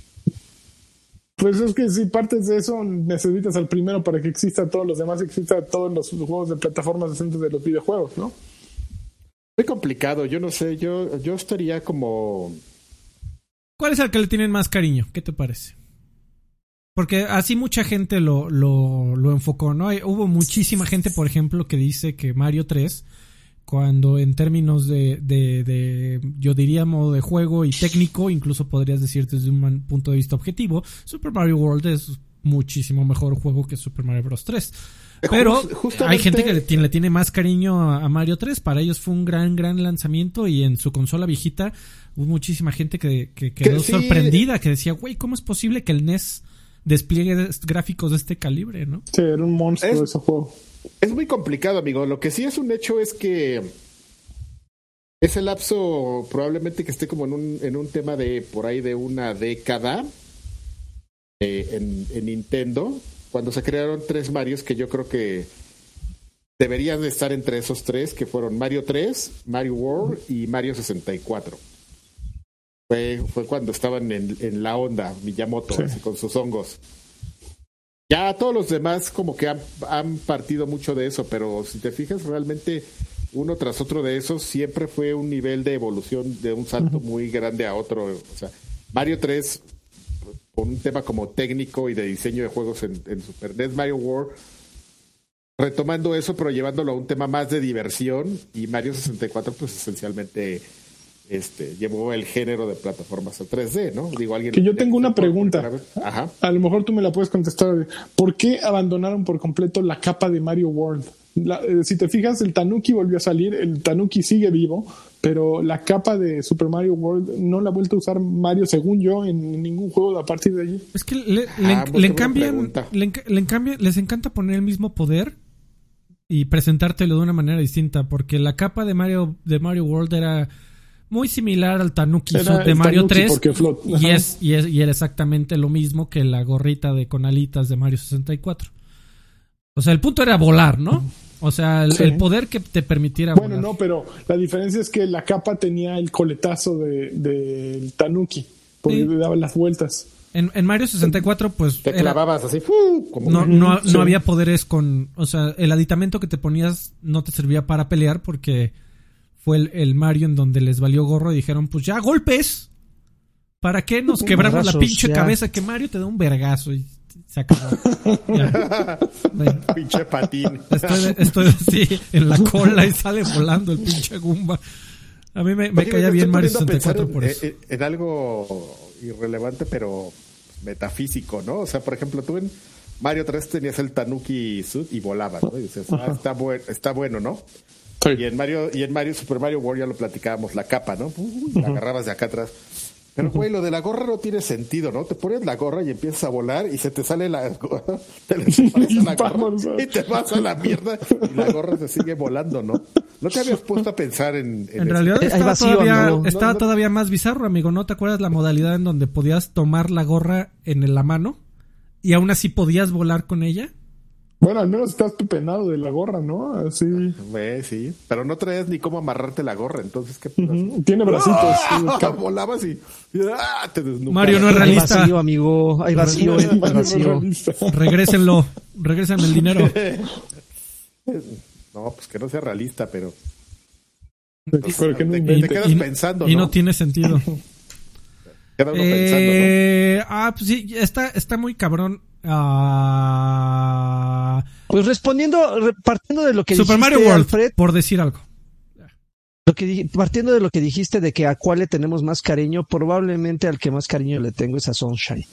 Pues es que si partes de eso, necesitas al primero para que exista todos los demás, exista todos los juegos de plataformas decentes de los videojuegos, ¿no? Muy complicado, yo no sé, yo, yo estaría como... ¿Cuál es el que le tienen más cariño? ¿Qué te parece? Porque así mucha gente lo, lo, lo enfocó, ¿no? Hay, hubo muchísima gente, por ejemplo, que dice que Mario tres... cuando en términos de, de, de, yo diría modo de juego y técnico, incluso podrías decir desde un punto de vista objetivo, Super Mario World es muchísimo mejor juego que Super Mario Bros. tres. Pero Just, hay gente que le tiene, le tiene más cariño a, a Mario tres. Para ellos fue un gran, gran lanzamiento y en su consola viejita hubo muchísima gente que, que quedó que sí. sorprendida, que decía, güey, ¿cómo es posible que el N E S despliegue gráficos de este calibre, no? Sí, era un monstruo es... ese juego. Es muy complicado, amigo. Lo que sí es un hecho es que ese lapso probablemente que esté como en un, en un tema de por ahí de una década eh, en, en Nintendo, cuando se crearon tres Marios que yo creo que deberían de estar entre esos tres, que fueron Mario tres, Mario World y Mario sesenta y cuatro. Fue, fue cuando estaban en, en la onda Miyamoto, sí. así, con sus hongos. Ya todos los demás como que han, han partido mucho de eso, pero si te fijas realmente uno tras otro de esos siempre fue un nivel de evolución de un salto uh-huh. muy grande a otro. O sea, Mario tres con un tema como técnico y de diseño de juegos en, en Super N E S, Mario World retomando eso pero llevándolo a un tema más de diversión, y Mario sesenta y cuatro pues esencialmente Este, llevó el género de plataformas a tres D, ¿no? Digo, alguien que yo tengo una pregunta. Ajá. A lo mejor tú me la puedes contestar. ¿Por qué abandonaron por completo la capa de Mario World? La, eh, si te fijas, el Tanuki volvió a salir, el Tanuki sigue vivo, pero la capa de Super Mario World no la ha vuelto a usar Mario, según yo, en ningún juego a partir de allí. Es que le, le, ah, le, cambian, le, le cambian, les encanta poner el mismo poder y presentártelo de una manera distinta, porque la capa de Mario, de Mario World era muy similar al Tanuki de Mario tres y es, y es y era exactamente lo mismo que la gorrita de con alitas de Mario sesenta y cuatro. O sea, el punto era volar, ¿no? O sea, el, sí. el poder que te permitiera bueno, volar. Bueno, no, pero la diferencia es que la capa tenía el coletazo del de Tanuki, porque sí. le daba las vueltas. En, en Mario sesenta y cuatro, pues... Te era, clavabas así. ¡fu! Como no, no, sí. no había poderes con... O sea, el aditamento que te ponías no te servía para pelear porque fue el, el Mario en donde les valió gorro y dijeron, pues ya, golpes. ¿Para qué nos quebramos Vergazos, la pinche ya. cabeza? Que Mario te da un vergazo y se acabó. Ya. Pinche patín. Estoy, estoy así en la cola y sale volando el pinche Goomba. A mí me, me caía bien Mario sesenta y cuatro por eso. En, en algo irrelevante, pero metafísico, ¿no? O sea, por ejemplo, tú en Mario tres tenías el Tanuki Suit y volabas, ¿no? Y dices, ah, está, buen, está bueno, ¿no? Sí. Y en Mario, y en Mario, Super Mario World ya lo platicábamos, la capa, ¿no? Uy, la agarrabas de acá atrás. Pero, güey, lo de la gorra no tiene sentido, ¿no? Te pones la gorra y empiezas a volar y se te sale la gorra, te le la gorra y te vas a la mierda y la gorra se sigue volando, ¿no? ¿No te habías puesto a pensar en... En, en realidad estaba, vacío, todavía, no, estaba no, no. todavía más bizarro, amigo. ¿No te acuerdas la modalidad en donde podías tomar la gorra en la mano y aún así podías volar con ella? Bueno, al menos estás pepenado de la gorra, ¿no? Así. Eh, sí, pero no traes ni cómo amarrarte la gorra, entonces ¿qué pasa? Uh-huh. Tiene bracitos. ¡Ah! Sí, volabas y, y ¡ah! Te desnucabas. Mario no es realista. Hay vacío, amigo. Hay vacío. Hay vacío. Regrésenlo. Regrésenme el dinero. No, pues que no sea realista, pero... Pues, pero que no te, te quedas y, pensando, y ¿no? no tiene sentido. Queda uno eh, pensando, ¿no? Ah, pues sí, está, está muy cabrón. Uh... Pues respondiendo, partiendo de lo que Super dijiste, Mario World, Alfred, por decir algo. Lo que, partiendo de lo que dijiste de que a cuál le tenemos más cariño, probablemente al que más cariño le tengo es a Sunshine.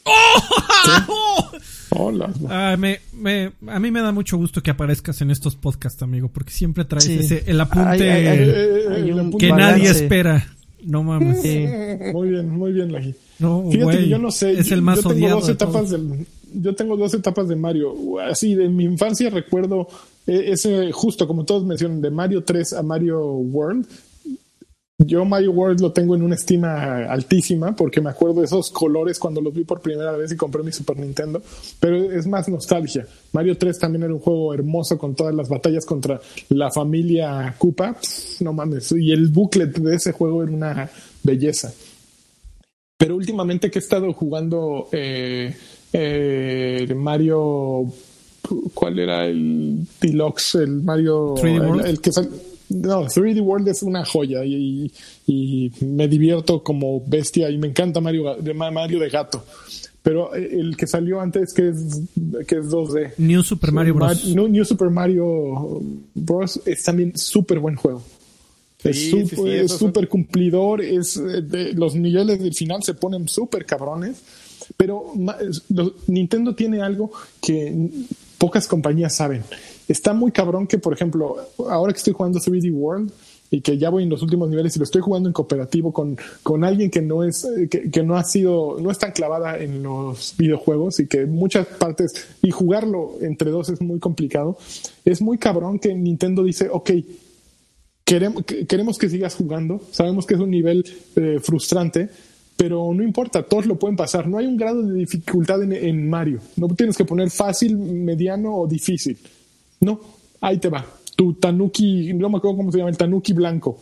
¡Oh! Hola. Ah, me, me, a mí me da mucho gusto que aparezcas en estos podcasts, amigo, porque siempre traes Sí. ese, el apunte Hay- hay- hay- hay el un apunte que balance. nadie espera. No mames. Sí. Muy bien, muy bien, Lagi. No, Fíjate güey, que yo no sé. es yo, el más yo tengo odiado dos de etapas todos. del, yo tengo dos etapas de Mario. Así, de mi infancia recuerdo eh, ese, justo como todos mencionan, de Mario tres a Mario World. Yo Mario World lo tengo en una estima altísima porque me acuerdo de esos colores cuando los vi por primera vez y compré mi Super Nintendo, pero es más nostalgia. Mario tres también era un juego hermoso con todas las batallas contra la familia Koopa. Pff, no mames, y el booklet de ese juego era una belleza. Pero últimamente que he estado jugando eh, eh, Mario, ¿cuál era el Deluxe? El Mario, tres D World. el, el que sal, no, tres D World es una joya y, y me divierto como bestia y me encanta Mario de, Mario de gato. Pero el que salió antes, que es, que es dos D. New Super Mario Bros. New, New Super Mario Bros. Es también súper buen juego. Es Sí, súper sí, sí, esos son- súper cumplidor. Es, eh, de, los niveles del final se ponen súper cabrones. Pero ma- es- lo- Nintendo tiene algo que pocas compañías saben. Está muy cabrón que, por ejemplo, ahora que estoy jugando tres D World y que ya voy en los últimos niveles y lo estoy jugando en cooperativo con, con alguien que no es eh, que, que no ha sido no es tan clavada en los videojuegos y que muchas partes y jugarlo entre dos es muy complicado. Es muy cabrón que Nintendo dice, ok, queremos, queremos que sigas jugando, sabemos que es un nivel eh, frustrante, pero no importa, todos lo pueden pasar. No hay un grado de dificultad en, en Mario. No tienes que poner fácil, mediano o difícil. No, ahí te va. Tu tanuki, no me acuerdo cómo se llama, el tanuki blanco.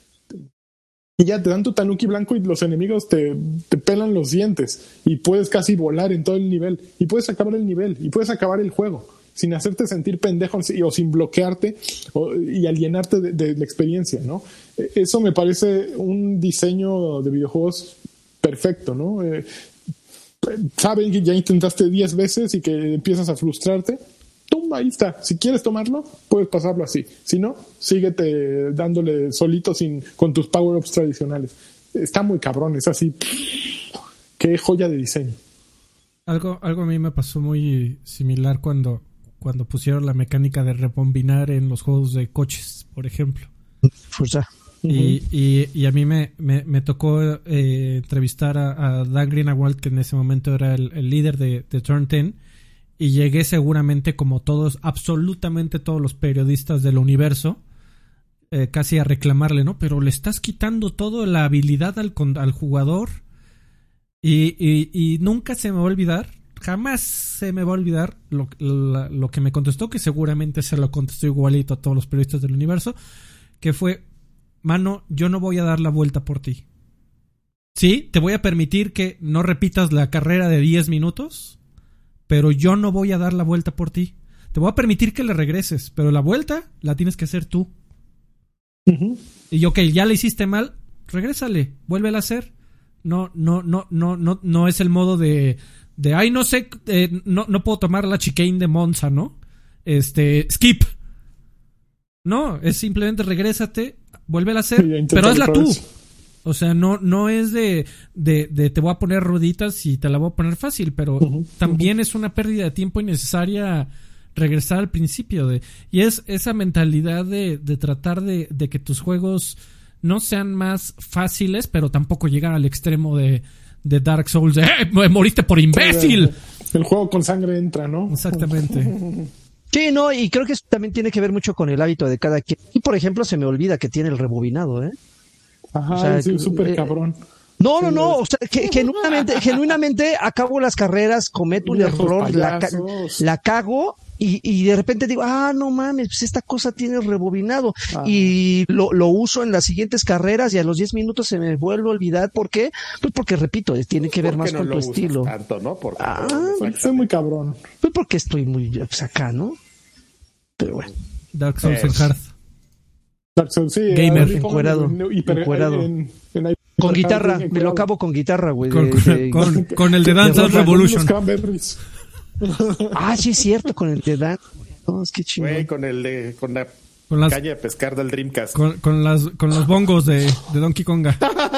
Y ya te dan tu tanuki blanco y los enemigos te, te pelan los dientes y puedes casi volar en todo el nivel. Y puedes acabar el nivel y puedes acabar el juego sin hacerte sentir pendejo o sin bloquearte o, y alienarte de, de la experiencia, ¿no? Eso me parece un diseño de videojuegos perfecto, ¿no? Eh, saben que ya intentaste diez veces y que empiezas a frustrarte. ¡Tum! Ahí está. Si quieres tomarlo, puedes pasarlo así. Si no, síguete dándole solito sin, con tus power-ups tradicionales. Está muy cabrón, es así. ¡Qué joya de diseño! Algo, algo a mí me pasó muy similar cuando, cuando pusieron la mecánica de rebombinar en los juegos de coches, por ejemplo. Forza. Y, y, y a mí me, me, me tocó eh, entrevistar a, a Dan Greenwald, que en ese momento era el, el líder de, de Turn diez, y llegué seguramente como todos, absolutamente todos los periodistas del universo, eh, casi a reclamarle, ¿no? Pero le estás quitando toda la habilidad al, al jugador y, y, y nunca se me va a olvidar, jamás se me va a olvidar lo, lo, lo que me contestó, que seguramente se lo contestó igualito a todos los periodistas del universo, que fue: mano, yo no voy a dar la vuelta por ti. Sí, te voy a permitir que no repitas la carrera de diez minutos, pero yo no voy a dar la vuelta por ti. Te voy a permitir que le regreses, pero la vuelta la tienes que hacer tú. Uh-huh. Y yo, ok, ya le hiciste mal, regrésale, vuélvela a hacer. No, no, no, no, no, no es el modo de, de ay, no sé, eh, no, no puedo tomar la chicane de Monza, ¿no? Este, skip. No, es simplemente regrésate, vuélvela a hacer, pero hazla tú. O sea, no, no es de, de, de te voy a poner rueditas y te la voy a poner fácil, pero uh-huh, también uh-huh. es una pérdida de tiempo innecesaria regresar al principio. De, y es esa mentalidad de, de tratar de, de que tus juegos no sean más fáciles, pero tampoco llegar al extremo de, de Dark Souls, de ¡eh! ¡Moriste por imbécil! El juego con sangre entra, ¿no? Exactamente. Sí, no, y creo que eso también tiene que ver mucho con el hábito de cada quien. Y por ejemplo, se me olvida que tiene el rebobinado, ¿eh? Ajá, o sea, sí, súper eh, cabrón. No, no, no, o sea, que, genuinamente, genuinamente acabo las carreras, cometo un error, la, la cago y, y de repente digo, ah, no mames, pues esta cosa tiene rebobinado. Ah. Y lo, lo uso en las siguientes carreras y a los diez minutos se me vuelve a olvidar. ¿Por qué? Pues porque, repito, tiene que ver más no con tu estilo. Tanto, ¿no? Porque ah, porque soy muy cabrón. Pues porque estoy muy pues, acá, ¿no? Pero bueno. Dark Souls en hard. Dark Souls, sí. Gamer, encuerado. encuerado. En, en, en, con guitarra, me lo acabo con guitarra, güey. Con, de, de, con, con el de Dance Dance Revolution. Ah, sí es cierto, con el de Dance. No, es que chingón. Güey, con el de, con la con las, caña de pescar del Dreamcast. Con, con las, con los bongos de, de Donkey Konga.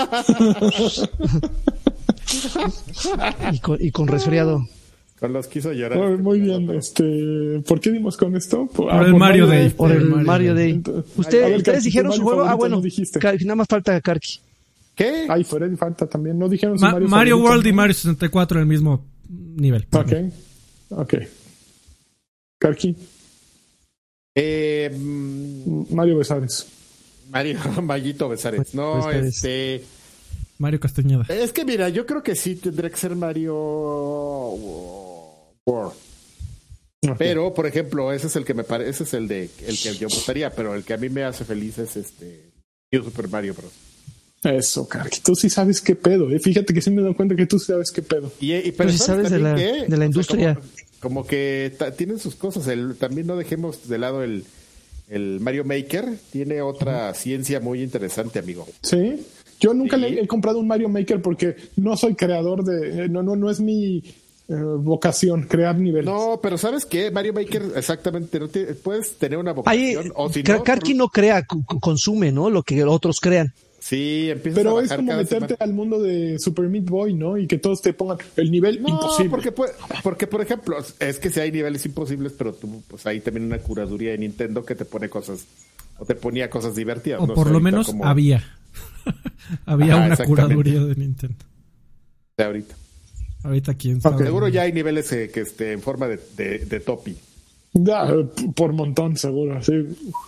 y, con, y con resfriado. Con los quiso llorar. Oh, muy bien, este, ¿por qué dimos con esto? Por, ah, el por Mario Day. Por el Mario, Mario Day. Day. Usted, ver, ¿Ustedes dijeron su juego? Ah, bueno, no nada más falta Karki. ¿Qué? Ay, Freddy falta también. No dijeron su Ma- Mario Mario favorito, World ¿no? y Mario sesenta y cuatro en el mismo nivel. Ok, ok. Karki. Eh, Mario Besares. Mario Mayito Besares. No, Besares. este... Mario Castañeda. Es que mira, yo creo que sí tendría que ser Mario World. Okay. Pero, por ejemplo, ese es el que me parece, ese es el de el que yo votaría, pero el que a mí me hace feliz es este New Super Mario Bros. Eso, Karki, tú sí sabes qué pedo, ¿eh? Fíjate que sí me doy cuenta que tú sabes qué pedo. Y, y pero tú sí sabes de la, que, de la industria. O sea, como, como que ta, tienen sus cosas. El, también no dejemos de lado el, el Mario Maker, tiene otra uh-huh. ciencia muy interesante, amigo. Sí. Yo nunca sí. le he comprado un Mario Maker porque no soy creador de... No, no, no es mi eh, vocación crear niveles. No, pero ¿sabes qué? Mario Maker exactamente, no te, puedes tener una vocación. Ahí, o si K- no, Karki no crea, c- consume, ¿no? Lo que otros crean. Sí, empiezas pero a es como meterte al mundo de Super Meat Boy, ¿no? Y que todos te pongan el nivel no, imposible. Porque, porque, por ejemplo, es que si hay niveles imposibles, pero tú, pues hay también una curaduría de Nintendo que te pone cosas, o te ponía cosas divertidas. O no por sé, lo menos como... había. había Ajá, una curaduría de Nintendo. De ahorita. Ahorita quién sabe. Okay. Seguro ya hay niveles eh, que esté en forma de, de, de topi. Ya, por montón, seguro, sí.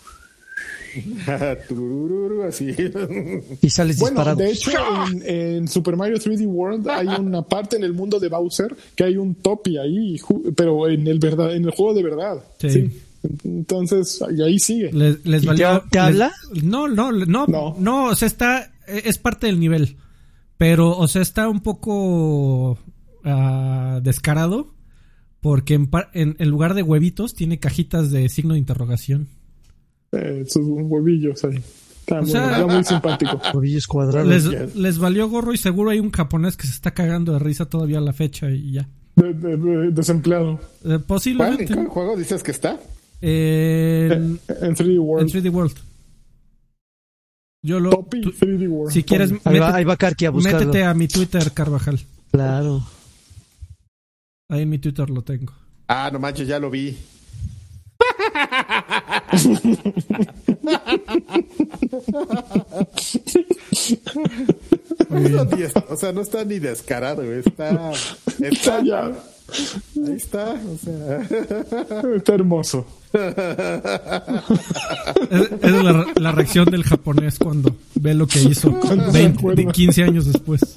Así. Y sales bueno, disparado. De hecho, en, en Super Mario tres D World hay una parte en el mundo de Bowser que hay un topi ahí, pero en el verdad, en el juego de verdad. Sí. sí. Entonces, y ahí sigue. Les, les valió, te, te habla? Les, no, no, no, no, no, o sea, está, es parte del nivel, pero, o sea, está un poco uh, descarado, porque en, en, en lugar de huevitos tiene cajitas de signo de interrogación. Eh, sus huevillos ahí. Está, o bueno, sea, está muy simpático. Huevillos cuadrados. Les, les valió gorro y seguro hay un japonés que se está cagando de risa todavía a la fecha y ya. De, de, de, desempleado. Eh, posiblemente. ¿Cuál, ¿En cuál juego dices que está? En, en tres D World. En tres D World. Yo lo. Topi tres D World. Si quieres, ahí, métete, va, ahí va Karki a buscarlo. Métete a mi Twitter, Carvajal. Claro. Ahí en mi Twitter lo tengo. Ah, no manches, ya lo vi. O sea, no está ni descarado, está, está ya. Ahí está, o sea. Está hermoso. Es, es la, la reacción del japonés cuando ve lo que hizo veinte, quince años después.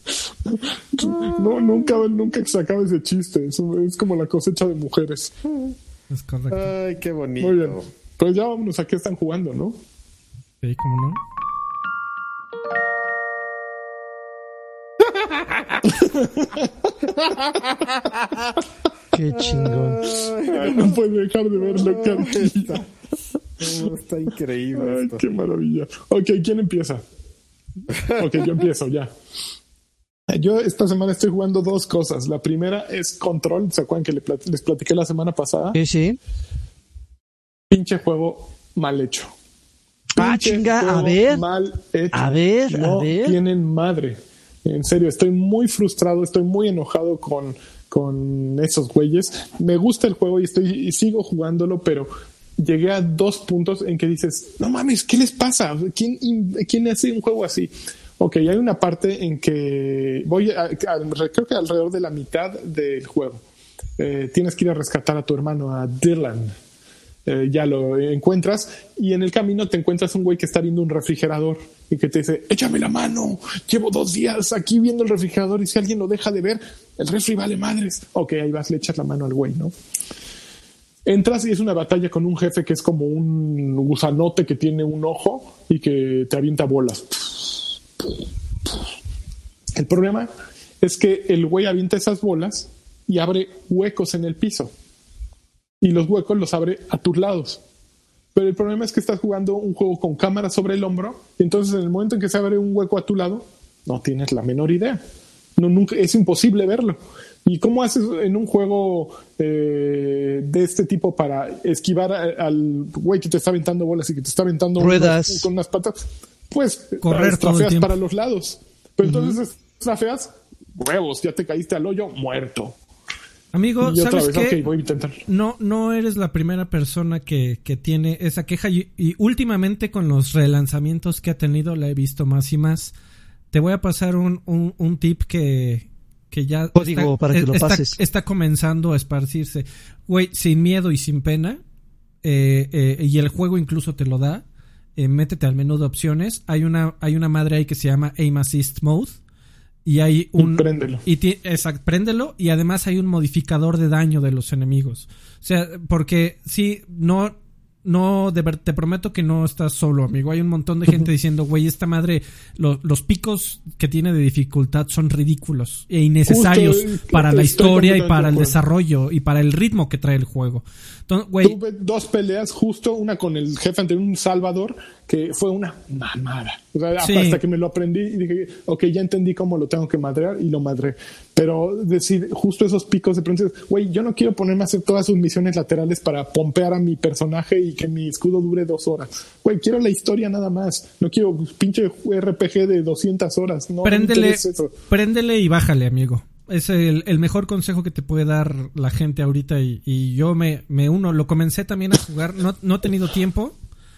No, nunca, nunca sacaba ese chiste. Eso es como la cosecha de mujeres. Es correcto. Ay, qué bonito. Muy bien. Pues ya vámonos a qué están jugando, ¿no? Sí, ¿cómo no? Qué chingón. Ay, no puedo dejar de verlo, Karki. Está, está increíble. Ay, esto. qué maravilla. Ok, ¿quién empieza? Ok, yo empiezo ya. Yo esta semana estoy jugando dos cosas. La primera es Control. ¿Se acuerdan que les platiqué la semana pasada? Sí, sí. Pinche juego mal hecho. Ah, chinga, a ver. Mal hecho. A ver, no a ver. Tienen madre. En serio, estoy muy frustrado, estoy muy enojado con, con esos güeyes. Me gusta el juego y estoy y sigo jugándolo, pero llegué a dos puntos en que dices, no mames, ¿qué les pasa? ¿Quién, quién hace un juego así? Ok, hay una parte en que voy a, a, creo que alrededor de la mitad del juego. Eh, tienes que ir a rescatar a tu hermano, a Dylan. Eh, ya lo encuentras y en el camino te encuentras un güey que está viendo un refrigerador y que te dice, échame la mano, llevo dos días aquí viendo el refrigerador y si alguien lo deja de ver, el refri vale madres. Ok, ahí vas, le echas la mano al güey, ¿no? entras y es una batalla con un jefe que es como un gusanote que tiene un ojo y que te avienta bolas. El problema es que el güey avienta esas bolas y abre huecos en el piso. Y los huecos los abre a tus lados. Pero el problema es que estás jugando un juego con cámara sobre el hombro y entonces en el momento en que se abre un hueco a tu lado, no tienes la menor idea. No, nunca, es imposible verlo. ¿Y cómo haces en un juego eh, de este tipo para esquivar a, al güey que te está aventando bolas y que te está aventando ruedas unos, con unas patas? Pues correr estrafeas para los lados. Pero uh-huh. entonces estrafeas, huevos, ya te caíste al hoyo, muerto. Amigo, ¿sabes vez, qué? Okay, voy a intentar. No, no eres la primera persona que, que tiene esa queja y, y últimamente con los relanzamientos que ha tenido la he visto más y más. Te voy a pasar un, un, un tip que, que ya Código está, para que lo está, pases. está comenzando a esparcirse. Güey, sin miedo y sin pena, eh, eh, y el juego incluso te lo da, eh, métete al menú de opciones. Hay una, hay una madre ahí que se llama Aim Assist Mode. Y hay un. Y préndelo. Y ti, exacto, préndelo. Y además hay un modificador de daño de los enemigos. O sea, porque sí, no. No, de ver, te prometo que no estás solo, amigo. Hay un montón de gente diciendo, güey, esta madre, lo, los picos que tiene de dificultad son ridículos e innecesarios Justo, para la historia y para el de desarrollo y para el ritmo que trae el juego. Entonces, güey, tuve dos peleas justo, una con el jefe ante un Salvador, que fue una mamada. O sea, sí. Hasta que me lo aprendí y dije, ok, ya entendí cómo lo tengo que madrear y lo madré. Pero decir, justo esos picos de pronto, güey, yo no quiero ponerme a hacer todas sus misiones laterales para pompear a mi personaje y que mi escudo dure dos horas. Güey, quiero la historia nada más. No quiero pinche R P G de doscientas horas. No, préndele, no eso. préndele y bájale, amigo. Es el, el mejor consejo que te puede dar la gente ahorita y, y yo me, me uno. Lo comencé también a jugar. No, no he tenido tiempo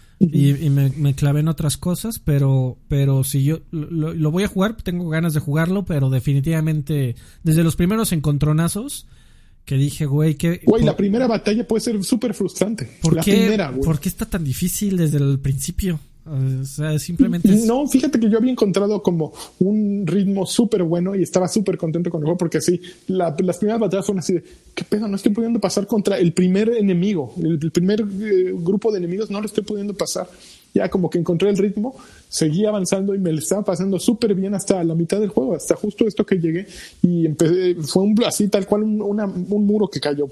y, y me, me clavé en otras cosas, pero pero si yo lo, lo voy a jugar, tengo ganas de jugarlo, pero definitivamente desde los primeros encontronazos que dije, güey, que... Güey, la primera batalla puede ser súper frustrante. ¿Por la qué, primera, güey. ¿Por qué está tan difícil desde el principio? O sea, simplemente... Es... No, fíjate que yo había encontrado como un ritmo súper bueno y estaba súper contento con el juego porque sí, la, las primeras batallas fueron así de, ¿qué pedo? No estoy pudiendo pasar contra el primer enemigo, el, el primer eh, grupo de enemigos no lo estoy pudiendo pasar. Ya como que encontré el ritmo, seguí avanzando y me lo estaba pasando súper bien hasta la mitad del juego, hasta justo esto que llegué y empecé, fue un, así tal cual un, una, un muro que cayó.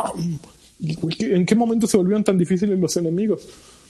Y, ¿en qué momento se volvieron tan difíciles los enemigos?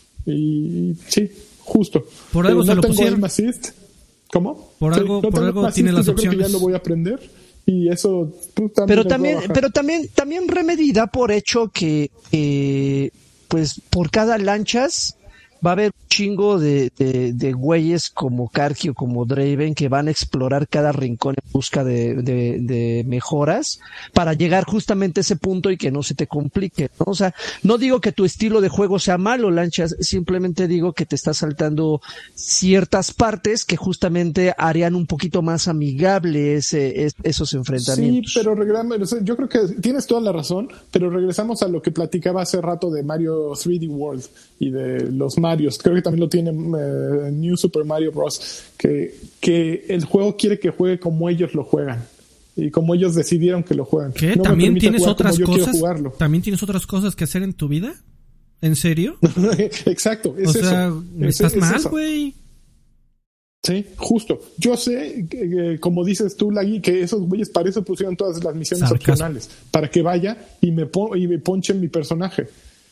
Y sí, justo. Por algo eh, se no lo tengo pusieron. Aim Assist. ¿Cómo? Por sí, algo, no por algo tiene las yo opciones. Creo que ya lo voy a aprender y eso pues, también pero también pero también también Remedy da por hecho que eh, pues por cada lanchas va a haber un chingo de, de, de güeyes como Karki o como Draven que van a explorar cada rincón en busca de, de, de mejoras para llegar justamente a ese punto y que no se te complique, ¿no? O sea, no digo que tu estilo de juego sea malo, Lanchas, simplemente digo que te estás saltando ciertas partes que justamente harían un poquito más amigables eh, esos enfrentamientos. Sí, pero regresamos, yo creo que tienes toda la razón, pero regresamos a lo que platicaba hace rato de Mario tres D World y de los Marios. Creo que también lo tiene eh, New Super Mario Bros. Que, que el juego quiere que juegue como ellos lo juegan y como ellos decidieron que lo juegan. ¿Qué? No ¿También tienes otras cosas? ¿También tienes otras cosas que hacer en tu vida? ¿En serio? Exacto. Es o sea, eso. estás es, mal, es güey. Sí, justo. Yo sé, que, como dices tú, Lagui, que esos güeyes para eso pusieron todas las misiones Sarcasmo. opcionales, para que vaya y me, pon, y me ponche mi personaje.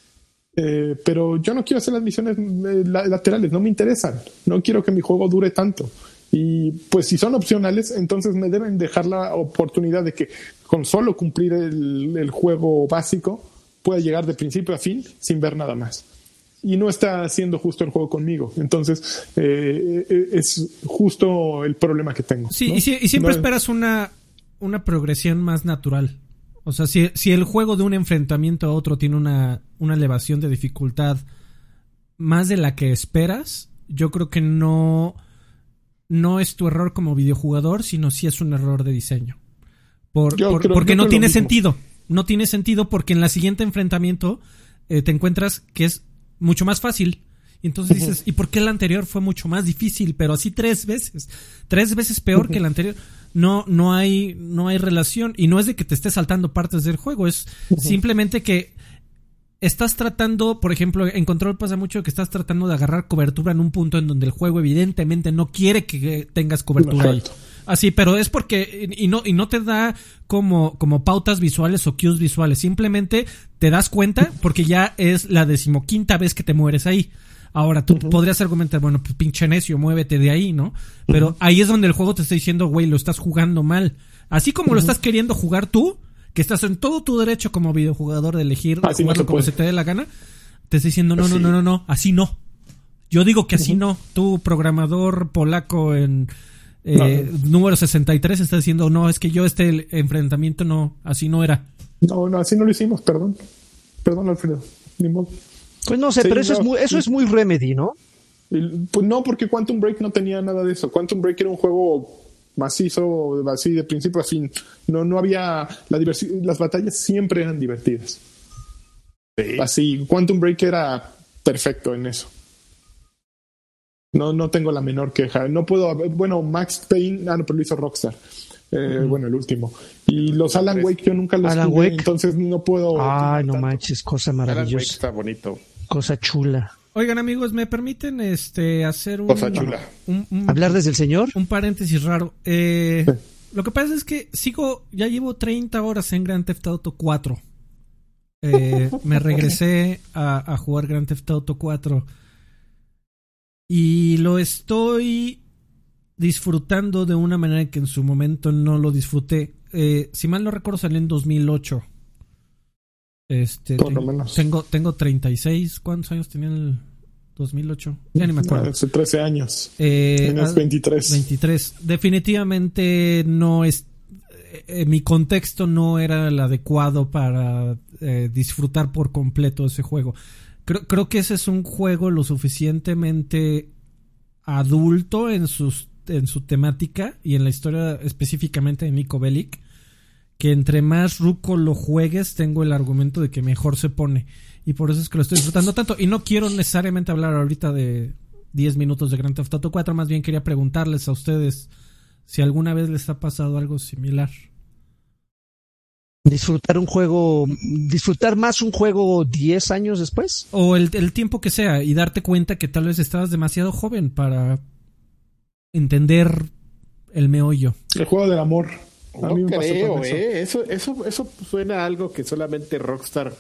Eh, pero yo no quiero hacer las misiones eh, laterales, no me interesan. No quiero que mi juego dure tanto. Y pues si son opcionales, entonces me deben dejar la oportunidad de que con solo cumplir el, el juego básico pueda llegar de principio a fin sin ver nada más. Y no está haciendo justo el juego conmigo. Entonces, eh, es justo el problema que tengo. Sí, ¿no? y, si, y siempre no, esperas una, una progresión más natural. O sea, si, si el juego de un enfrentamiento a otro tiene una, una elevación de dificultad más de la que esperas, yo creo que no, no es tu error como videojugador, sino sí es un error de diseño. Por, por, creo, porque no tiene sentido. No tiene sentido porque en la siguiente enfrentamiento eh, te encuentras que es mucho más fácil. Y entonces uh-huh. dices, ¿y por qué el anterior fue mucho más difícil? Pero así tres veces. Tres veces peor uh-huh. que el anterior. No, no hay, no hay relación. Y no es de que te estés saltando partes del juego. Es uh-huh. simplemente que estás tratando, por ejemplo, en Control pasa mucho que estás tratando de agarrar cobertura en un punto en donde el juego evidentemente no quiere que tengas cobertura ahí. Así, pero es porque, y no, y no te da como, como pautas visuales o cues visuales, simplemente te das cuenta porque ya es la decimoquinta vez que te mueres ahí. Ahora, tú uh-huh. podrías argumentar, bueno, pues pinche necio, muévete de ahí, ¿no? Pero uh-huh. ahí es donde el juego te está diciendo, güey, lo estás jugando mal. Así como uh-huh. lo estás queriendo jugar tú, que estás en todo tu derecho como videojugador de elegir así jugarlo no se como se te dé la gana, te está diciendo, no, no, no, no, no, así no. Yo digo que así uh-huh. no. Tú, programador polaco en eh, no. número sesenta y tres, está diciendo, no, es que yo este enfrentamiento no, así no era. No, no, así no lo hicimos, perdón. Perdón, Alfredo. Ni modo. Pues no sé, sí, pero eso, no, es muy, eso es muy Remedy, ¿no? Pues no, porque Quantum Break no tenía nada de eso. Quantum Break era un juego macizo, así de principio a fin. No, no había la diversi- las batallas siempre eran divertidas. Sí. Así, Quantum Break era perfecto en eso. No, no tengo la menor queja. No puedo, bueno, Max Payne, ah, no, pero lo hizo Rockstar. Eh, uh-huh. Bueno, el último. Y los Alan Wake yo nunca los jugué, entonces no puedo. Ay, no manches, cosa maravillosa. Alan Wake está bonito. Cosa chula. Oigan, amigos, ¿me permiten este hacer un... Cosa chula. Un, un, ¿Hablar desde el señor? Un paréntesis raro. Eh, sí. Lo que pasa es que sigo... Ya llevo treinta horas en Grand Theft Auto cuatro. Eh, me regresé a, a jugar Grand Theft Auto cuatro. Y lo estoy disfrutando de una manera que en su momento no lo disfruté. Eh, si mal no recuerdo, salió en dos mil ocho. Este, Por lo tengo, menos. Tengo, tengo treinta y seis. ¿Cuántos años tenía en el dos mil ocho? Ya ni me acuerdo. Hace trece años. Eh, Tienes veintitrés. veintitrés. Definitivamente no es... Eh, mi contexto no era el adecuado para eh, disfrutar por completo ese juego. Creo, creo que ese es un juego lo suficientemente adulto en, sus, en su temática y en la historia específicamente de Niko Bellic, que entre más ruco lo juegues, tengo el argumento de que mejor se pone. Y por eso es que lo estoy disfrutando tanto. Y no quiero necesariamente hablar ahorita de diez minutos de Grand Theft Auto cuatro. Más bien quería preguntarles a ustedes si alguna vez les ha pasado algo similar. Disfrutar un juego... Disfrutar más un juego diez años después. O el, el tiempo que sea. Y darte cuenta que tal vez estabas demasiado joven para entender el meollo. El juego del amor. A no mí me creo, pasó eh. Eso, eso, eso suena a algo que solamente Rockstar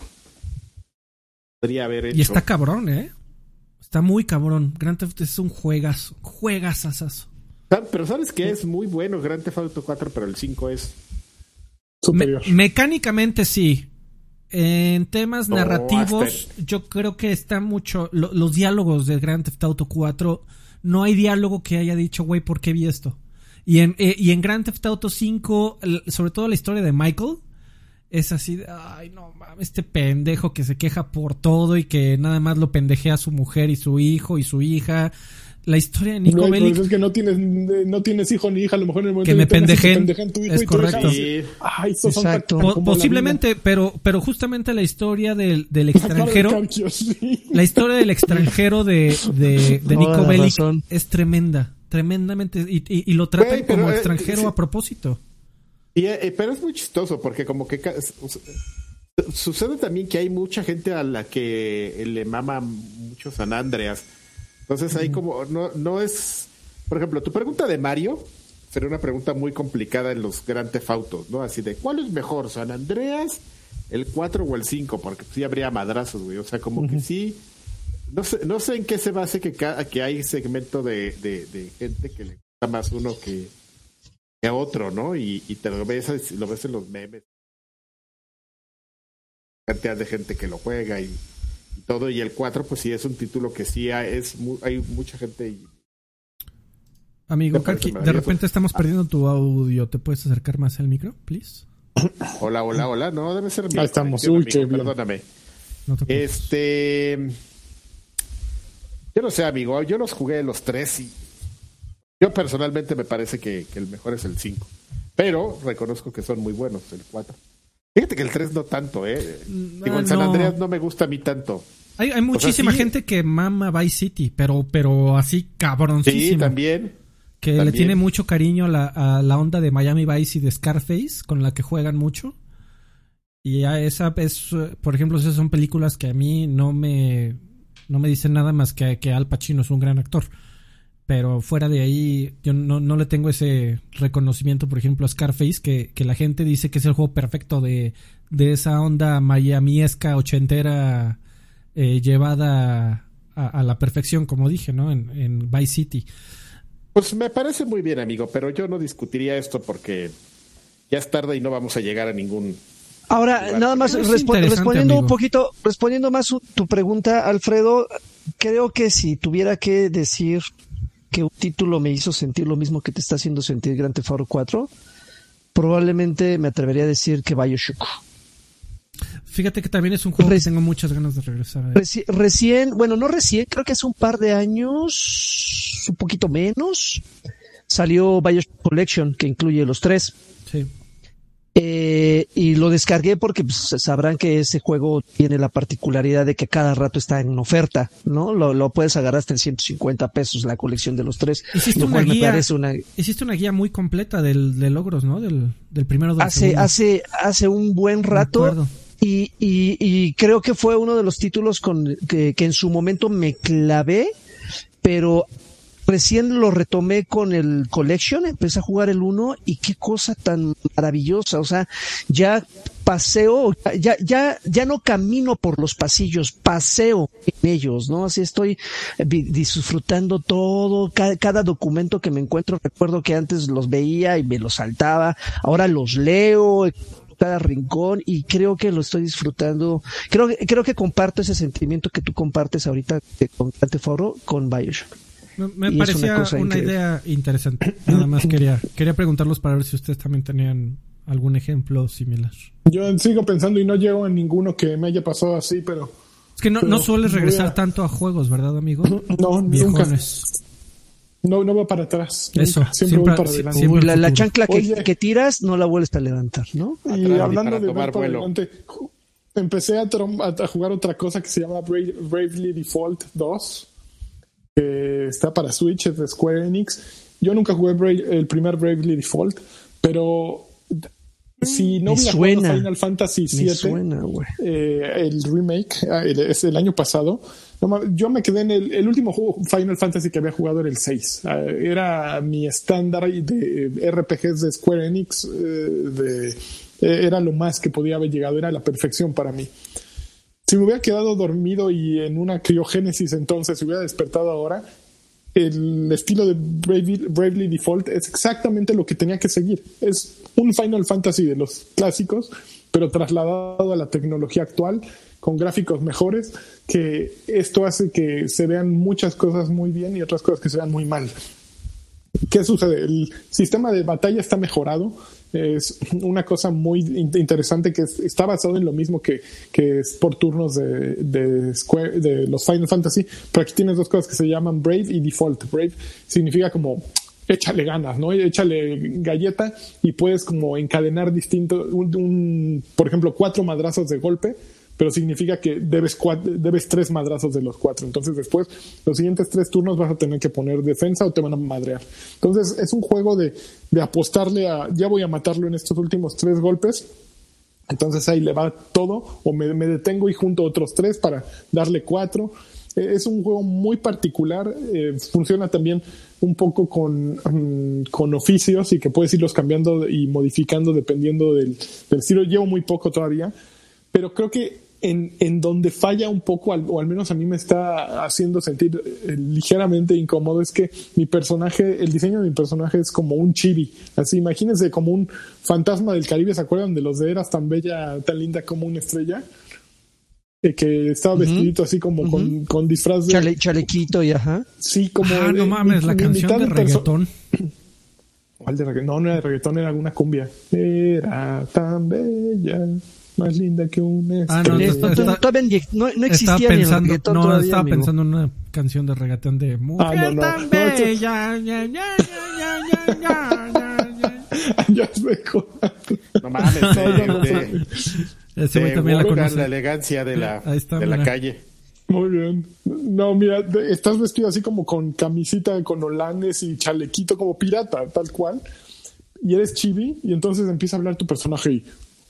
podría haber hecho. Y está cabrón, ¿eh? Está muy cabrón. Grand Theft es un juegazo. Juegazazazo. Pero ¿sabes qué? Es muy bueno Grand Theft Auto cuatro, pero el cinco es superior. Me- mecánicamente sí. En temas oh, narrativos, hasta... yo creo que está mucho... Lo, los diálogos de Grand Theft Auto cuatro, no hay diálogo que haya dicho, güey, ¿por qué vi esto? Y en, eh, y en Grand Theft Auto cinco, sobre todo la historia de Michael, es así de, ay, no mames, este pendejo que se queja por todo y que nada más lo pendejea a su mujer y su hijo y su hija. La historia de Niko no, Bellic... Es que no tienes, no tienes hijo ni hija, a lo mejor en el momento que me pendejen, pendejen tu hijo es y correcto. Tu hija, ay, estos exacto. son Po- posiblemente, pero, pero justamente la historia del, del extranjero... Carquio, sí. La historia del extranjero de, de, de Niko Bellic es tremenda. Tremendamente, y, y, y lo tratan Wey, pero, como extranjero eh, sí. a propósito. Y, eh, pero es muy chistoso porque como que ca- sucede también que hay mucha gente a la que le mama mucho San Andreas. Entonces hay como, no, no es, por ejemplo, tu pregunta de Mario sería una pregunta muy complicada en los Grand Theft Autos, ¿no? Así de, ¿cuál es mejor, San Andreas, el cuatro o el cinco? Porque sí habría madrazos, güey. O sea, como uh-huh. que sí. No sé, no sé en qué se base que, ca- que hay segmento de, de, de gente que le gusta más uno que, que a otro, ¿no? Y, y te lo ves, lo ves en los memes. Cantidad de gente que lo juega y, y todo. Y el cuatro, pues sí es un título que sí hay, es muy, hay mucha gente. Y... Amigo Karki, de repente estamos perdiendo tu audio. ¿Te puedes acercar más al micro, please? Hola, hola, hola. No, debe ser mi Ahí estamos. Uy, qué bien. Perdóname. No te este... Yo no sé, amigo, yo los jugué los tres y yo personalmente me parece que, que el mejor es el cinco. Pero reconozco que son muy buenos el cuatro. Fíjate que el tres no tanto, ¿eh? No, Digo, el San no. Andreas no me gusta a mí tanto. Hay, hay muchísima o sea, sí, gente que mama Vice City, pero, pero así cabroncísimo. Sí, también. Que también le tiene mucho cariño a la, a la onda de Miami Vice y de Scarface, con la que juegan mucho. Y ya esa es, por ejemplo, esas son películas que a mí no me, no me dicen nada más que, que Al Pacino es un gran actor. Pero fuera de ahí, yo no, no le tengo ese reconocimiento, por ejemplo, a Scarface, que, que la gente dice que es el juego perfecto de, de esa onda miamiesca ochentera eh, llevada a, a la perfección, como dije, ¿no? En, en Vice City. Pues me parece muy bien, amigo, pero yo no discutiría esto porque ya es tarde y no vamos a llegar a ningún... Ahora, lugar. Nada más respo- respondiendo amigo. un poquito, respondiendo más tu pregunta, Alfredo, creo que si tuviera que decir que un título me hizo sentir lo mismo que te está haciendo sentir Grand Theft Auto cuatro, probablemente me atrevería a decir que BioShock. Fíjate que también es un juego Reci- que tengo muchas ganas de regresar. A Reci- recién, bueno, no recién, creo que hace un par de años, un poquito menos, salió BioShock Collection, que incluye los tres. Sí. Eh, y lo descargué porque pues, sabrán que ese juego tiene la particularidad de que cada rato está en oferta, ¿no? Lo, lo puedes agarrar hasta en ciento cincuenta pesos la colección de los tres. Hiciste una guía, una... hiciste una guía muy completa del, de logros, ¿no? Del, del primero del hace, segundo. Hace, hace un buen rato. Y, y, y creo que fue uno de los títulos con que, que en su momento me clavé, pero recién lo retomé con el Collection, empecé a jugar el uno y qué cosa tan maravillosa, o sea, ya paseo, ya ya ya no camino por los pasillos, paseo en ellos, ¿no? Así estoy disfrutando todo, cada, cada documento que me encuentro, recuerdo que antes los veía y me los saltaba, ahora los leo, cada rincón, y creo que lo estoy disfrutando. Creo, creo que comparto ese sentimiento que tú compartes ahorita con Grand Theft Auto con BioShock. Me, me parecía una, una idea interesante. Nada más quería quería preguntarlos para ver si ustedes también tenían algún ejemplo similar. Yo sigo pensando y no llego a ninguno que me haya pasado así, pero... Es que no, pero no sueles regresar a... tanto a juegos, ¿verdad, amigo? No, Viejones. nunca. No, no va para atrás. Eso. Nunca. Siempre, siempre voy para adelante. Siempre Uy, la, la chancla que, Oye, que tiras no la vuelves a levantar, ¿no? Y atrás, hablando de tomar para adelante, empecé a, a jugar otra cosa que se llama Brave, Bravely Default dos, que está para Switch, es de Square Enix. Yo nunca jugué Brave, el primer Bravely Default, pero si no hubiera jugado Final Fantasy siete, suena, eh, el remake, el, es el año pasado, no, yo me quedé en el, el último juego Final Fantasy que había jugado era el seis. Uh, era mi estándar de R P Gs de Square Enix, uh, de, eh, era lo más que podía haber llegado, era la perfección para mí. Si me hubiera quedado dormido y en una criogénesis entonces, si hubiera despertado ahora, el estilo de Bravely, Bravely Default es exactamente lo que tenía que seguir. Es un Final Fantasy de los clásicos, pero trasladado a la tecnología actual, con gráficos mejores, que esto hace que se vean muchas cosas muy bien y otras cosas que se vean muy mal. ¿Qué sucede? El sistema de batalla está mejorado. Es una cosa muy interesante que es, está basado en lo mismo que, que es por turnos de, de, Square, de los Final Fantasy, pero aquí tienes dos cosas que se llaman Brave y Default. Brave significa como échale ganas, ¿no? Échale galleta y puedes como encadenar distinto, un, un, por ejemplo, cuatro madrazos de golpe, pero significa que debes, cuatro, debes tres madrazos de los cuatro. Entonces después, los siguientes tres turnos vas a tener que poner defensa o te van a madrear. Entonces es un juego de, de apostarle a, ya voy a matarlo en estos últimos tres golpes, entonces ahí le va todo, o me, me detengo y junto otros tres para darle cuatro. Eh, es un juego muy particular, eh, funciona también un poco con, um, con oficios y que puedes irlos cambiando y modificando dependiendo del, del estilo. Llevo muy poco todavía, pero creo que En, en donde falla un poco, o al menos a mí me está haciendo sentir eh, ligeramente incómodo, es que mi personaje, el diseño de mi personaje es como un chibi. Así, imagínense como un fantasma del Caribe, ¿se acuerdan de los de Eras tan bella, tan linda como una estrella? Eh, que estaba uh-huh. vestidito así como uh-huh. con, con disfraz de... Chale, chalequito y ajá. Sí, como... Ah, no mames, la canción de reggaetón. ¿Cuál de reggaetón? No, no era de reggaetón, era alguna cumbia. Era tan bella... más linda que una ah, no, está, está, no, no existía pensando, ni el reggaetón no, todavía, estaba amigo. pensando en una canción de reggaetón de mujer ah, no, no, tan no, bella, no, ya, ya, ya, ya, ya, ya, ya. ya se no mames, no, no, no, de, ese güey también la conoce. La elegancia de la, está, de la calle. Muy bien. No, mira, estás vestido así como con camisita, con holanes y chalequito como pirata, tal cual. Y eres chibi, y entonces empieza a hablar tu personaje y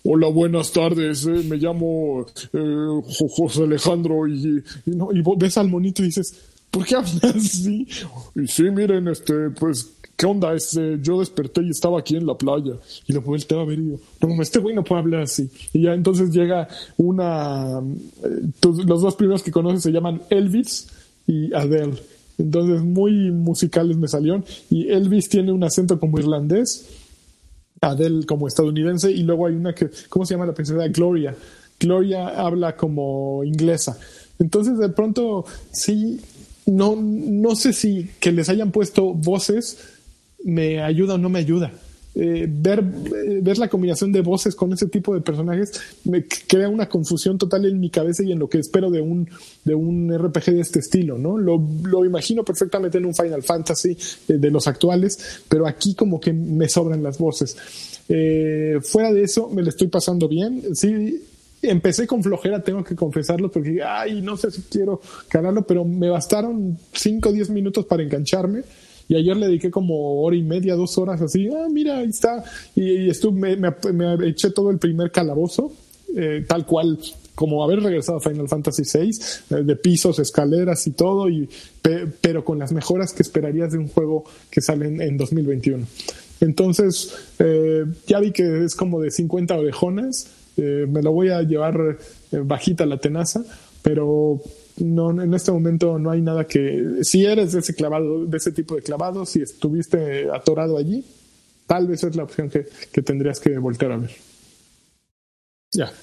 hola, buenas tardes, eh, me llamo eh, José Alejandro y, y, no, y ves al monito y dices, ¿por qué hablas así? Y sí, miren, este, pues, ¿qué onda? Este, yo desperté y estaba aquí en la playa y lo volteaba a ver y digo, no, este güey no puede hablar así. Y ya entonces llega una, eh, tus, los dos primeros que conoces se llaman Elvis y Adele. Entonces muy musicales me salieron y Elvis tiene un acento como irlandés, Adele como estadounidense y luego hay una que, ¿cómo se llama la princesa? Gloria. Gloria habla como inglesa. Entonces de pronto sí, no, no sé si que les hayan puesto voces me ayuda o no me ayuda. Eh, ver, eh, ver la combinación de voces con ese tipo de personajes me crea una confusión total en mi cabeza y en lo que espero de un, de un R P G de este estilo, ¿no? Lo, lo imagino perfectamente en un Final Fantasy eh, de los actuales, pero aquí como que me sobran las voces. Eh, fuera de eso, me lo estoy pasando bien. Sí, empecé con flojera, tengo que confesarlo, porque ay, no sé si quiero calarlo, pero me bastaron cinco o diez minutos para engancharme. Y ayer le dediqué como hora y media, dos horas así. Ah, mira, ahí está. Y, y estuve, me, me, me eché todo el primer calabozo, eh, tal cual como haber regresado a Final Fantasy seis, eh, de pisos, escaleras y todo, y, pe, pero con las mejoras que esperarías de un juego que sale en, en dos mil veintiuno. Entonces, eh, ya vi que es como de cincuenta orejonas. Eh, me lo voy a llevar eh, bajita la tenaza, pero no, en este momento no hay nada que, si eres de ese clavado, de ese tipo de clavado, si estuviste atorado allí, tal vez es la opción que, que tendrías que voltear a ver. Ya.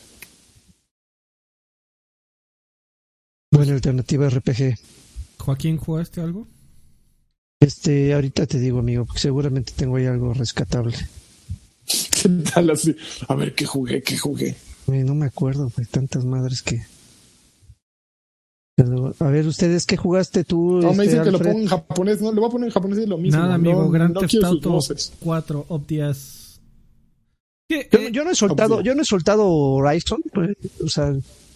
Buena alternativa R P G. Joaquín, ¿jugaste algo? Este, ahorita te digo, amigo, porque seguramente tengo ahí algo rescatable. ¿Qué tal así? A ver, ¿qué jugué? ¿Qué jugué? Ay, no me acuerdo, pues tantas madres que... A ver, ¿ustedes qué jugaste tú? No, me dicen este, que Alfred? lo pongo en japonés. No, lo voy a poner en japonés y es lo mismo. Nada, amigo, no, Grand no Theft Auto cuatro, Obvious. ¿Qué? Yo, yo no he soltado, Obvio. yo no he soltado Horizon, pues, o sea...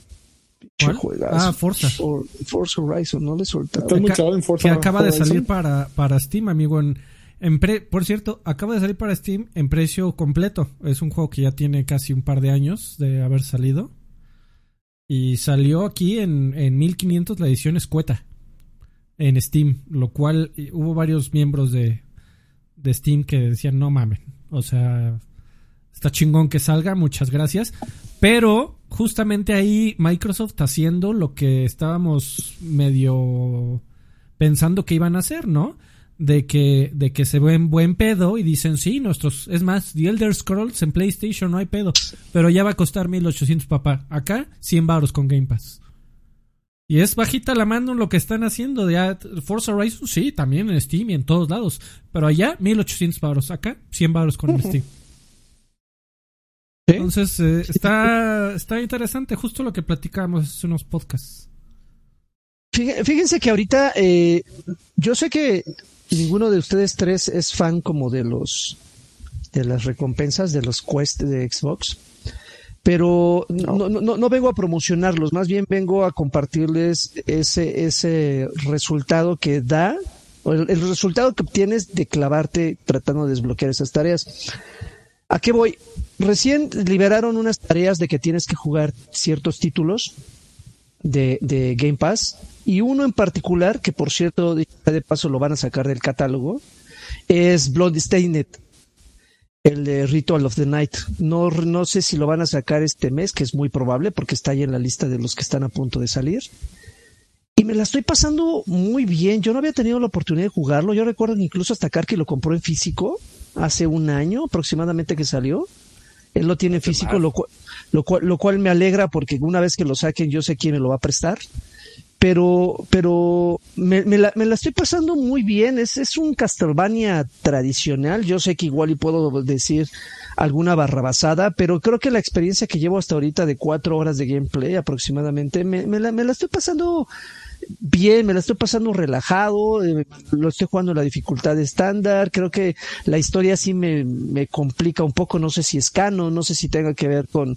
Ah, Forza. For, Forza Horizon, no le he soltado. Está muy chavado en Forza que acaba Horizon. de salir para, para Steam, amigo. En, en pre, por cierto, acaba de salir para Steam en precio completo. Es un juego que ya tiene casi un par de años de haber salido. Y salió aquí en, en mil quinientos la edición escueta en Steam, lo cual hubo varios miembros de, de Steam que decían, no mamen, o sea, está chingón que salga, muchas gracias. Pero justamente ahí Microsoft haciendo lo que estábamos medio pensando que iban a hacer, ¿no? De que, de que se ven buen pedo y dicen, sí, nuestros, es más, The Elder Scrolls en PlayStation no hay pedo, pero ya va a costar mil ochocientos, papá. Acá, cien baros con Game Pass. Y es bajita la mano lo que están haciendo. De Forza Horizon, sí, también en Steam y en todos lados. Pero allá, mil ochocientos baros. Acá, cien baros con el Steam. ¿Sí? Entonces, eh, está, está interesante, justo lo que platicábamos hace unos podcasts. Fíjense que ahorita, eh, yo sé que ninguno de ustedes tres es fan como de los de las recompensas de los Quest de Xbox, pero no, no, no, no vengo a promocionarlos, más bien vengo a compartirles ese ese resultado que da, o el, el resultado que obtienes de clavarte tratando de desbloquear esas tareas. ¿A qué voy? Recién liberaron unas tareas de que tienes que jugar ciertos títulos de, de Game Pass, y uno en particular, que por cierto, de paso lo van a sacar del catálogo, es Bloodstained, el de Ritual of the Night. No, no sé si lo van a sacar este mes, que es muy probable, porque está ahí en la lista de los que están a punto de salir. Y me la estoy pasando muy bien. Yo no había tenido la oportunidad de jugarlo. Yo recuerdo que incluso hasta Karki lo compró en físico, hace un año aproximadamente que salió. Él lo tiene en físico, lo cual, lo, cual, lo cual me alegra, porque una vez que lo saquen yo sé quién me lo va a prestar. Pero pero me, me, la, me la estoy pasando muy bien. Es, es un Castlevania tradicional. Yo sé que igual y puedo decir alguna barrabasada, pero creo que la experiencia que llevo hasta ahorita de cuatro horas de gameplay aproximadamente, me, me, la, me la estoy pasando bien, me la estoy pasando relajado, eh, lo estoy jugando en la dificultad estándar. Creo que la historia sí me, me complica un poco, no sé si es canon, no sé si tenga que ver con,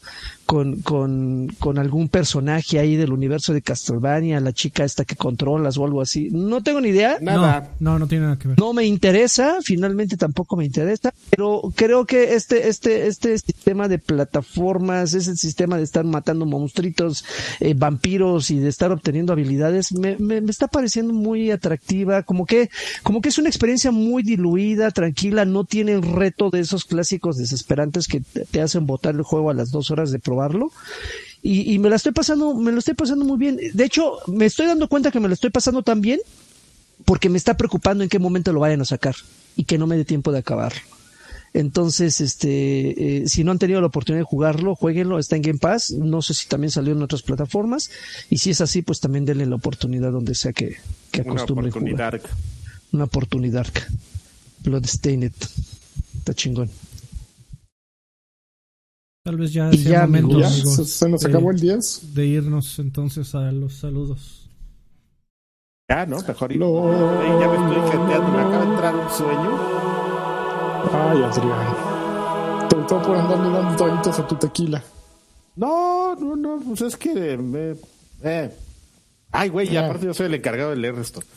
con, con, con algún personaje ahí del universo de Castlevania, la chica esta que controlas o algo así. No tengo ni idea. Nada. No, no, no tiene nada que ver. No me interesa, finalmente tampoco me interesa, pero creo que este, este, este sistema de plataformas, ese sistema de estar matando monstruitos, eh, vampiros y de estar obteniendo habilidades, me, me, me está pareciendo muy atractiva, como que, como que es una experiencia muy diluida, tranquila, no tiene el reto de esos clásicos desesperantes que te, te hacen botar el juego a las dos horas de probarlo. Y, y me la estoy pasando, me lo estoy pasando muy bien. De hecho, me estoy dando cuenta que me lo estoy pasando tan bien porque me está preocupando en qué momento lo vayan a sacar y que no me dé tiempo de acabarlo. Entonces, este, eh, si no han tenido la oportunidad de jugarlo, jueguenlo, está en Game Pass. No sé si también salió en otras plataformas. Y si es así, pues también denle la oportunidad donde sea que, que acostumbren jugar. Una oportunidad. Una oportunidad. Bloodstained. Está chingón. Tal vez ya sea ya, momento, ya, amigo, se, se nos de, acabó el diez. De irnos entonces a los saludos. Ya, ¿no? Mejor ir. No. Ya me estoy genteando, me acaba de entrar un sueño. Ay, Adrián. Sobre todo por andarle dando traguitos a tu tequila. No, no, no, pues es que... Me, eh. Ay, güey, ya, aparte yo soy el encargado de leer esto.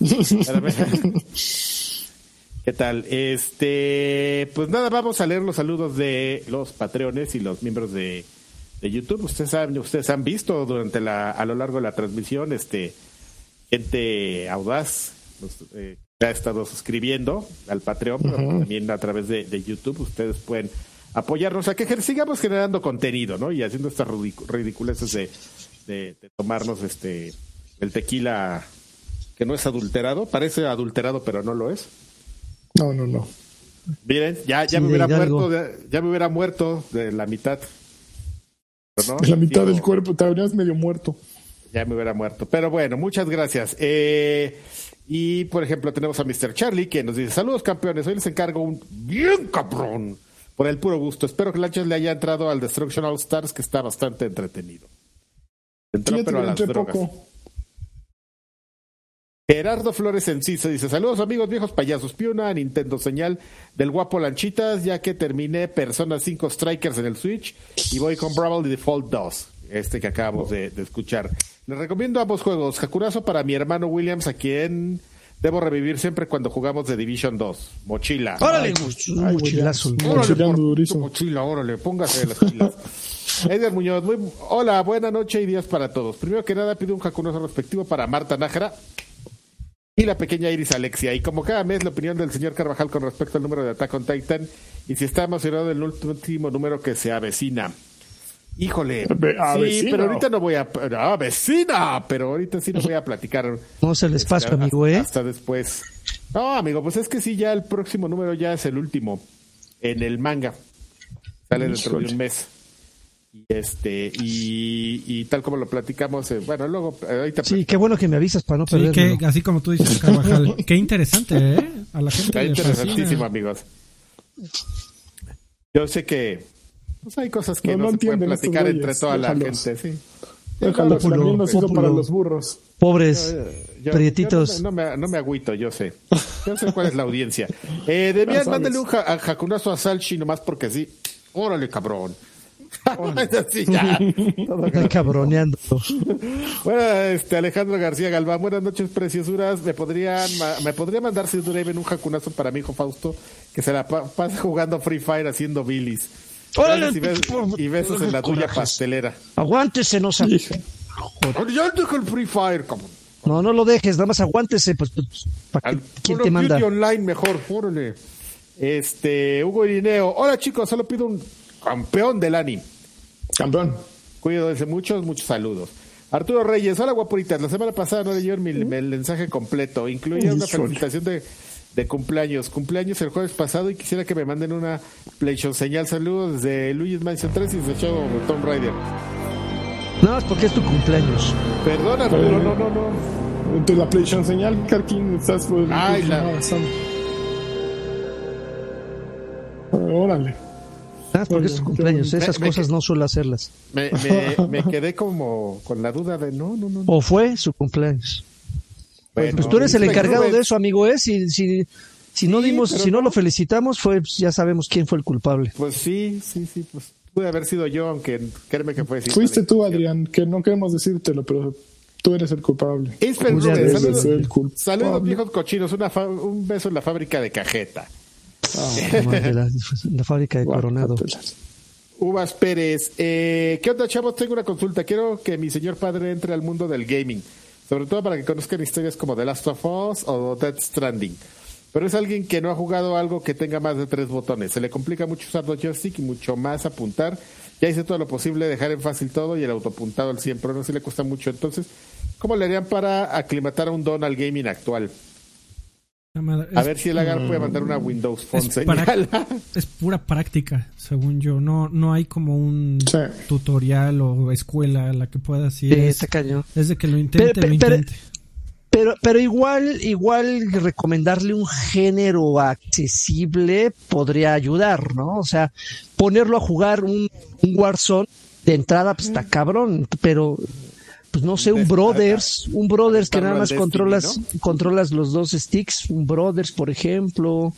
¿Qué tal? Este, pues nada, vamos a leer los saludos de los patreones y los miembros de, de YouTube. Ustedes saben, ustedes han visto durante la, a lo largo de la transmisión, este, gente audaz, los, eh, que ha estado suscribiendo al Patreon, uh-huh. pero también a través de, de YouTube. Ustedes pueden apoyarnos a que sigamos generando contenido, ¿no? Y haciendo estas ridiculeces de, de, de tomarnos este el tequila que no es adulterado, parece adulterado, pero no lo es. No, no, no. Miren, ya, ya sí, me hubiera muerto, de, ya me hubiera muerto de la mitad. ¿No? De la mitad Digo, del cuerpo, te habrías medio muerto. Ya me hubiera muerto. Pero bueno, muchas gracias. Eh, y por ejemplo, tenemos a mister Charlie que nos dice: saludos campeones, hoy les encargo un bien cabrón por el puro gusto. Espero que Lanchas le haya entrado al Destruction All Stars, que está bastante entretenido. Entró, sí, pero a las drogas. Poco. Gerardo Flores Enciso dice: saludos amigos viejos payasos, pido una Nintendo señal del guapo Lanchitas, ya que terminé Persona cinco Strikers en el Switch y voy con Bravely Default dos, este que acabamos de, de escuchar. Les recomiendo ambos juegos. Hakurazo para mi hermano Williams, a quien debo revivir siempre cuando jugamos de Division dos. Mochila. ¡Órale! Ay, mochilazo. Órale, por mochila, órale, póngase las pilas. Edgar Muñoz, muy, hola, buena noche y días para todos. Primero que nada pido un Hakurazo respectivo para Marta Nájera y la pequeña Iris Alexia. Y como cada mes, la opinión del señor Carvajal con respecto al número de Attack on Titan y si está emocionado del último número que se avecina. Híjole, sí, pero ahorita no voy a... ¡Ah, vecina! Pero ahorita sí no voy a platicar. No se les pasa, este, amigo, ¿eh? Hasta después. No, amigo, pues es que sí, ya el próximo número ya es el último en el manga. Sale dentro de un mes. Y este y, y tal como lo platicamos, eh, bueno, luego ahorita sí, qué bueno que me avisas para no perderlo. Sí, que, así como tú dices, Carvajal, qué interesante, ¿eh? A la gente está le interesantísimo, fascina. Amigos. Yo sé que pues hay cosas que no, no, no se pueden platicar entre toda la déjalos. gente, sí. Déjalos, también no sirve para los burros. Pobres yo, yo, prietitos. Yo no, me, no, me, no me agüito, yo sé. Yo sé cuál es la audiencia. Eh, Demian, no mándale un ja, a Hakunazo a Salchi nomás porque sí. Órale, cabrón. Así ya. Están cabroneando. Bueno, este Alejandro García Galván, buenas noches, preciosuras. Me podrían me podría mandar si Draven un jacunazo para mi hijo Fausto, que se la pasa jugando Free Fire haciendo bilis. Y, bes y besos en la tuya pastelera. Aguántese, no sabe. Ya dejo el Free Fire, cabrón. No, no lo dejes, nada más aguántese, pues, pues ¿para qué, ¿quién te manda? Online mejor, órale. Este, Hugo Irineo, hola chicos, solo pido un campeón del anime. Campeón. Cuídense muchos, muchos saludos. Arturo Reyes, hola guapuritas. La semana pasada no leyeron mi, mi mensaje completo. Incluye una felicitación de, de cumpleaños. Cumpleaños el jueves pasado y quisiera que me manden una PlayStation señal. Saludos desde Luigi's Mansion tres y desde Shadow Tomb Raider. No, es porque es tu cumpleaños. Perdona, Arturo, no, no, no. De la PlayStation señal, Karkin, estás por el... Ay, la... Órale. Ah, porque es tu cumpleaños, esas me, cosas me, no suelo hacerlas. Me, me, me quedé como con la duda de no, no, no. O fue su cumpleaños. Bueno, pues tú eres el encargado de eso, amigo, ¿eh? Si, si, si no sí, dimos, si no, no lo felicitamos, fue, ya sabemos quién fue el culpable. Pues sí, sí, sí, pues Pude haber sido yo, aunque créeme que fue... Fuiste tú, Adrián, que no queremos decírtelo, pero tú eres el culpable. Isper Rubén, saludos, saludos viejos cochinos, una fa- un beso en la fábrica de cajeta. Oh, de la, la fábrica de Coronado. Uvas Pérez, eh, ¿qué onda, chavos? Tengo una consulta. Quiero que mi señor padre entre al mundo del gaming, sobre todo para que conozcan historias como The Last of Us o Death Stranding. Pero es alguien que no ha jugado algo que tenga más de tres botones. Se le complica mucho usar dos joystick y mucho más apuntar. Ya hice todo lo posible, dejar en fácil todo y el autoapuntado al cien, pero no se le cuesta mucho. Entonces, ¿cómo le harían para aclimatar a un don al gaming actual? A ver si el Agar puede mandar una Windows Phone señal. Es pura práctica, según yo. No no hay como un sí. tutorial o escuela a la que puedas ir. Sí, está cañón. Es de que lo intente, pero, lo intente. Pero, pero igual, igual recomendarle un género accesible podría ayudar, ¿no? O sea, ponerlo a jugar un, un Warzone de entrada, pues está cabrón, pero... Pues no sé, un Brothers, un Brothers que nada más controlas, controlas los dos sticks, un Brothers, por ejemplo,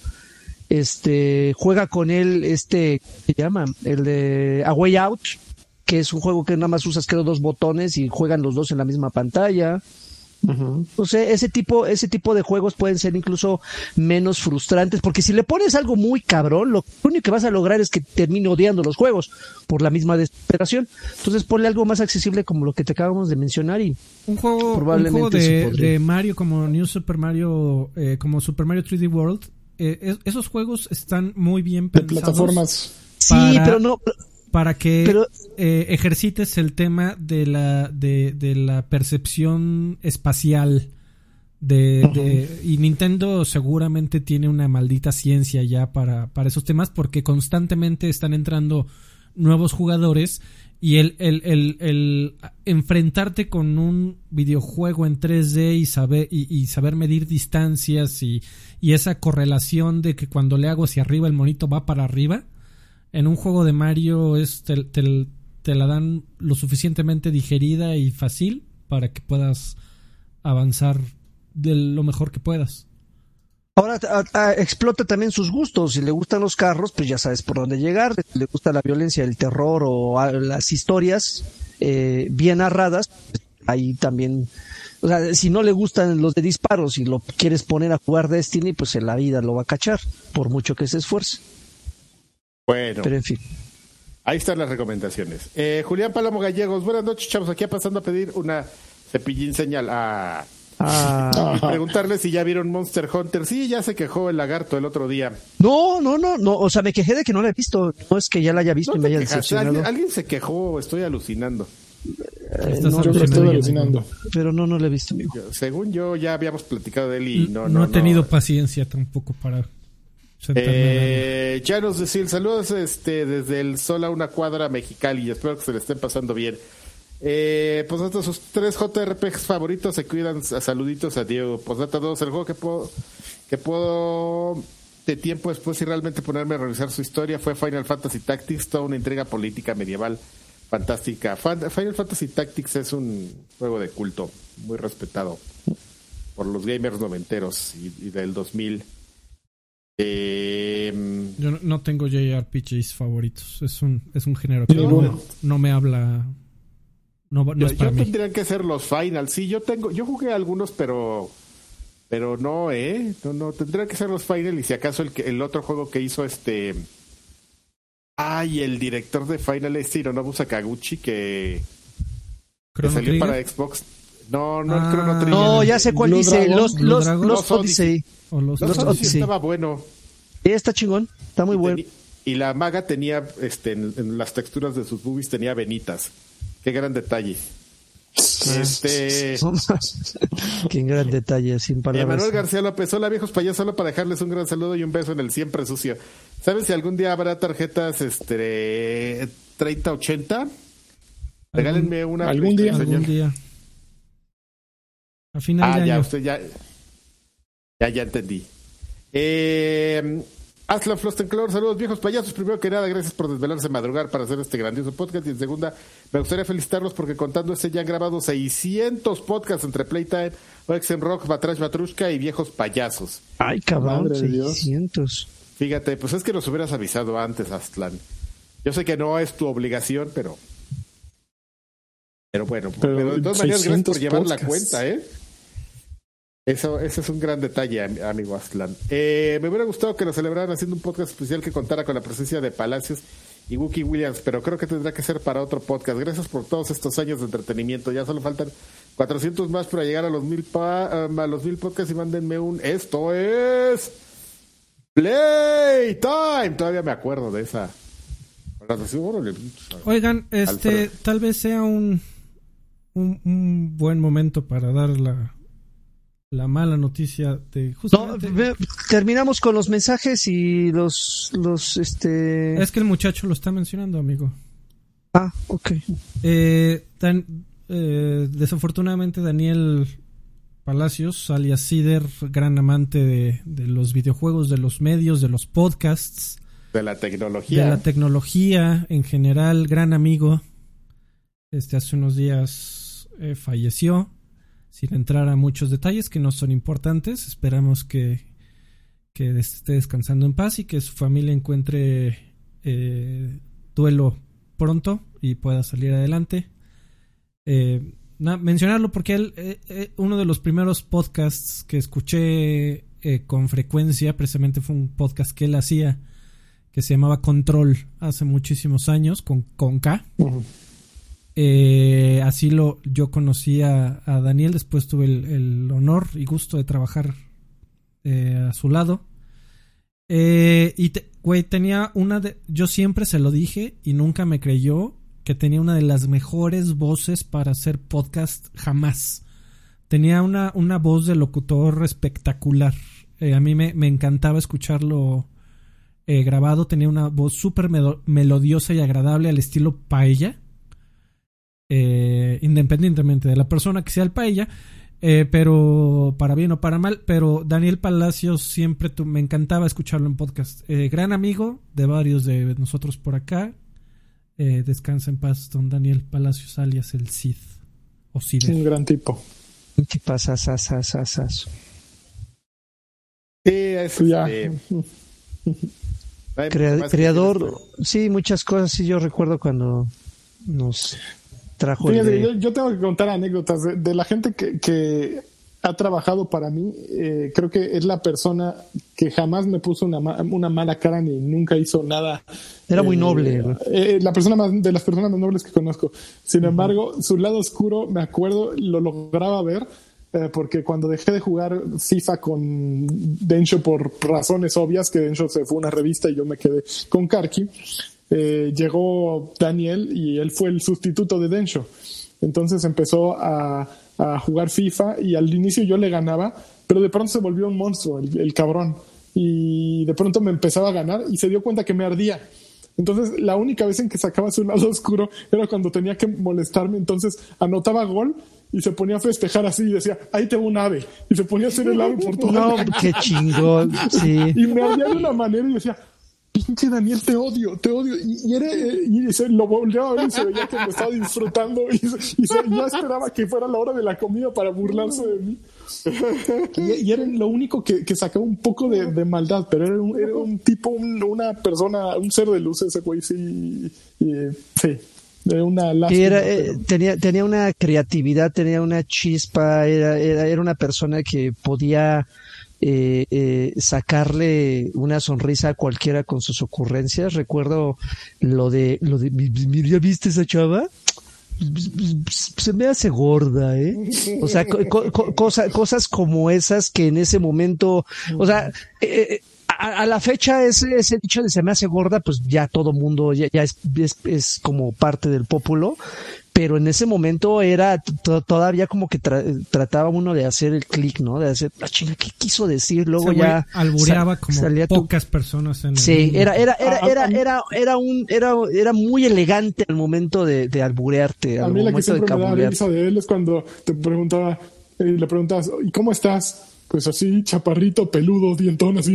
este, juega con él, este, ¿qué se llama? El de A Way Out, que es un juego que nada más usas, creo, dos botones y juegan los dos en la misma pantalla. Uh-huh. O sea, ese tipo, ese tipo de juegos pueden ser incluso menos frustrantes, porque si le pones algo muy cabrón, lo único que vas a lograr es que termine odiando los juegos por la misma desesperación. Entonces ponle algo más accesible como lo que te acabamos de mencionar y un juego, probablemente un juego de, de Mario como New Super Mario, eh, como Super Mario tres D World. Eh, es, esos juegos están muy bien pensados. De plataformas. Sí, pero no. Para que Pero, eh, ejercites el tema de la de, de la percepción espacial de, uh-huh. de y Nintendo seguramente tiene una maldita ciencia ya para, para esos temas porque constantemente están entrando nuevos jugadores y el, el, el, el enfrentarte con un videojuego en tres D y saber y, y saber medir distancias y, y esa correlación de que cuando le hago hacia arriba el monito va para arriba. En un juego de Mario es te, te, te la dan lo suficientemente digerida y fácil para que puedas avanzar de lo mejor que puedas. Ahora a, a, explota también sus gustos. Si le gustan los carros, pues ya sabes por dónde llegar. Si le gusta la violencia, el terror o a, las historias eh, bien narradas, pues ahí también... O sea, si no le gustan los de disparos y lo quieres poner a jugar Destiny, pues en la vida lo va a cachar, por mucho que se esfuerce. Bueno, pero en fin. Ahí están las recomendaciones. Eh, Julián Palomo Gallegos, buenas noches, chavos. Aquí pasando a pedir una cepillín señal. Ah. Ah. Y preguntarle si ya vieron Monster Hunter. Sí, ya se quejó el lagarto el otro día. No, no, no, no. O sea, me quejé de que no la he visto. No es que ya la haya visto no y me haya decepcionado. ¿Alguien, alguien se quejó, estoy alucinando. Eh, no, yo estoy alucinando. Pero no, no la he visto, amigo. Según yo, ya habíamos platicado de él y no, no. No, no he tenido no. paciencia tampoco para. Eh, ya nos decía saludos este, desde el Sol a una cuadra Mexicali. Espero que se le estén pasando bien. Eh, pues hasta sus tres J R P Gs favoritos se cuidan. Saluditos a Diego. Pues data dos, el juego que puedo que puedo de tiempo después y realmente ponerme a revisar su historia fue Final Fantasy Tactics, toda una intriga política medieval fantástica. Final Fantasy Tactics es un juego de culto muy respetado por los gamers noventeros y, y del dos mil. Eh, Yo no, no tengo J R P Gs favoritos. Es un es un género que no, no, no me habla. No, no yo, es para yo mí. Tendrían que ser los Final. Sí, yo tengo, yo jugué algunos, pero pero no, eh, no, no tendrían que ser los Final y si acaso el el otro juego que hizo este, ay, el director de Final es Hironobu Sakaguchi que, que salió Trigger? Para Xbox. No, no, ah, el Chrono Trigger. No, ya sé cuál dice. Los, los, los, los Odyssey. O los, los Odyssey estaba bueno. Está chingón, está muy bueno. Y la maga tenía, este, en, en las texturas de sus boobies tenía venitas. Qué gran detalle. Este. Qué gran detalle, sin palabras. Emanuel García López, hola viejos payasos, solo para dejarles un gran saludo y un beso en el siempre sucio. ¿Saben si algún día habrá tarjetas, este, treinta ochenta? Regálenme una. ¿Algún día? Algún día. A final ah, de ya, año. usted ya. Ya, ya entendí. Eh, Aslan Flostenclor, saludos viejos payasos. Primero que nada, gracias por desvelarse madrugar para hacer este grandioso podcast. Y en segunda, me gustaría felicitarlos porque contando este ya han grabado seiscientos podcasts entre Playtime, Oxen Rock, Batrash Batrushka y viejos payasos. Ay, cabrón, seiscientos. Fíjate, pues es que nos hubieras avisado antes, Aslan. Yo sé que no es tu obligación, pero... Pero bueno, pero, pero de todas maneras, gracias por llevar podcasts. La cuenta, ¿eh? Eso, ese es un gran detalle, amigo Aslan. Eh, me hubiera gustado que lo celebraran haciendo un podcast especial que contara con la presencia de Palacios y Wookie Williams, pero creo que tendrá que ser para otro podcast. Gracias por todos estos años de entretenimiento. Ya solo faltan cuatrocientos más para llegar a los mil pa, um, a los mil podcasts y mándenme un... Esto es... Playtime. Todavía me acuerdo de esa... Oigan, este, Alfred. Tal vez sea un, un un buen momento para dar la, la mala noticia de justamente... No, ve, terminamos con los mensajes y los los este. Es que el muchacho lo está mencionando, amigo. Ah, ok. Eh, tan, eh, desafortunadamente Daniel Palacios, alias Cider, gran amante de, de los videojuegos, de los medios, de los podcasts. De la tecnología. De la tecnología en general, gran amigo. Este hace unos días eh, falleció, sin entrar a muchos detalles que no son importantes. Esperamos que, que esté descansando en paz y que su familia encuentre eh, duelo pronto y pueda salir adelante. Eh, na, mencionarlo porque él, eh, eh, uno de los primeros podcasts que escuché eh, con frecuencia, precisamente fue un podcast que él hacía, que se llamaba Control, hace muchísimos años, con, con K. Uh-huh. Eh, así lo yo conocí a, a Daniel, después tuve el, el honor y gusto de trabajar eh, a su lado. Eh, y, te, güey, tenía una de... Yo siempre se lo dije y nunca me creyó que tenía una de las mejores voces para hacer podcast jamás. Tenía una, una voz de locutor espectacular. Eh, a mí me, me encantaba escucharlo... Eh, grabado, tenía una voz súper medo- melodiosa y agradable al estilo Paella, eh, independientemente de la persona que sea el Paella, eh, pero para bien o para mal. Pero Daniel Palacios siempre tu- me encantaba escucharlo en podcast, eh, gran amigo de varios de nosotros por acá. Eh, descansa en paz don Daniel Palacios, alias el Cid o Cid. Un gran tipo. ¿Qué pasa? Sas, sas, sas, sas. Sí, eso ya. Eh... Crea- creador, sí, muchas cosas. Sí, yo recuerdo cuando nos trajo. Fíjate, el de... yo, yo tengo que contar anécdotas de, de la gente que, que ha trabajado para mí. Eh, creo que es la persona que jamás me puso una, una mala cara ni nunca hizo nada. Era muy eh, noble. Eh, la persona más, de las personas más nobles que conozco. Sin uh-huh. embargo, su lado oscuro, me acuerdo, lo lograba ver. Eh, porque cuando dejé de jugar FIFA con Densho por razones obvias, que Densho se fue a una revista y yo me quedé con Karki, eh, llegó Daniel y él fue el sustituto de Densho. Entonces empezó a, a jugar FIFA y al inicio yo le ganaba, pero de pronto se volvió un monstruo, el, el cabrón. Y de pronto me empezaba a ganar y se dio cuenta que me ardía. Entonces la única vez en que sacaba su lado oscuro era cuando tenía que molestarme. Entonces anotaba gol y se ponía a festejar así y decía, ahí te va un ave, y se ponía a hacer el ave por todo. No, qué chingón, sí. Y me ardía de una manera y decía, pinche Daniel, te odio, te odio. Y, y, era, y se lo volteaba a ver y se veía que me estaba disfrutando y, y se, ya esperaba que fuera la hora de la comida para burlarse de mí. Y, y era lo único que, que sacaba un poco de, de maldad, pero era un, era un tipo, un, una persona, un ser de luz ese güey, sí. Y, sí. De una lástima, era, pero... eh, tenía, tenía una creatividad, tenía una chispa, era, era, era una persona que podía eh, eh, sacarle una sonrisa a cualquiera con sus ocurrencias. Recuerdo lo de, lo de, ¿ya viste esa chava? Se me hace gorda, ¿eh? O sea, co- co- cosa, cosas como esas que en ese momento, o sea, eh, A, a la fecha ese, ese dicho de se me hace gorda, pues ya todo mundo ya, ya es, es, es como parte del populo, pero en ese momento era t- todavía como que tra- trataba uno de hacer el clic, ¿no? De hacer, la chinga, ¿qué quiso decir? Luego ya albureaba sa- como pocas tu... personas en el sí, mundo. era era era era era era un era era muy elegante al momento de, de alburearte, a al mí la que momento de siempre me da cabulear. risa de él es cuando te preguntaba y le preguntabas, ¿y cómo estás? Pues así, chaparrito, peludo, dientón, así.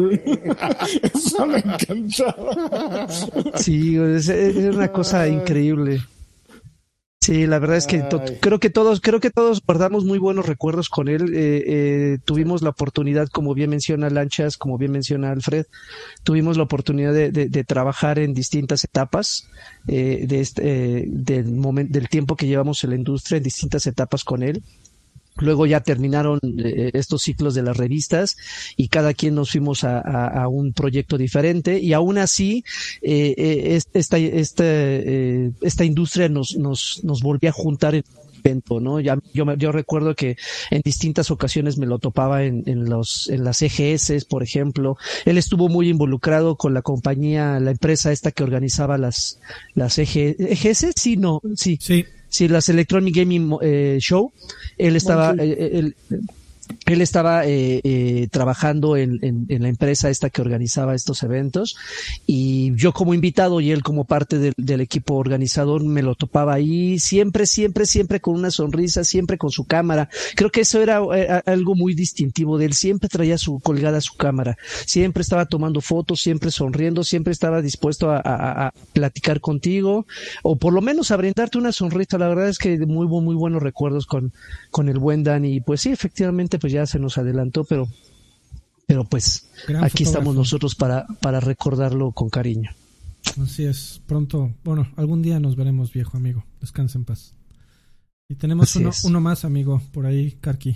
Eso me encantaba. Sí, es, es una cosa increíble. Sí, la verdad es que to- creo que todos, creo que todos guardamos muy buenos recuerdos con él. Eh, eh, tuvimos la oportunidad, como bien menciona Lanchas, como bien menciona Alfred, tuvimos la oportunidad de, de, de trabajar en distintas etapas eh, de este, eh, del momento, del tiempo que llevamos en la industria, en distintas etapas con él. Luego ya terminaron eh, estos ciclos de las revistas y cada quien nos fuimos a, a, a un proyecto diferente, y aún así eh, eh, esta esta eh, esta industria nos nos nos volvió a juntar en evento, ¿no? Ya, yo, yo recuerdo que en distintas ocasiones me lo topaba en, en los en las E G S, por ejemplo. Él estuvo muy involucrado con la compañía, la empresa esta que organizaba las las E G S, sí, no, sí. Sí. Sí, las Electronic Gaming eh, Show. Él estaba, Okay. eh, él, él estaba eh, eh, trabajando en, en, en la empresa esta que organizaba estos eventos, y yo como invitado y él como parte del, del equipo organizador me lo topaba ahí, siempre, siempre, siempre con una sonrisa, siempre con su cámara. Creo que eso era eh, algo muy distintivo de él. Siempre traía su colgada su cámara, siempre estaba tomando fotos, siempre sonriendo, siempre estaba dispuesto a, a, a platicar contigo, o por lo menos a brindarte una sonrisa. La verdad es que muy, muy buenos recuerdos con, con el buen Dani. Y pues sí, efectivamente, pues ya se nos adelantó, pero pero pues Gran aquí fotógrafo. estamos nosotros para para recordarlo con cariño. Así es, pronto, bueno, algún día nos veremos, viejo amigo. Descansa en paz. Y tenemos uno, uno más, amigo, por ahí, Karki.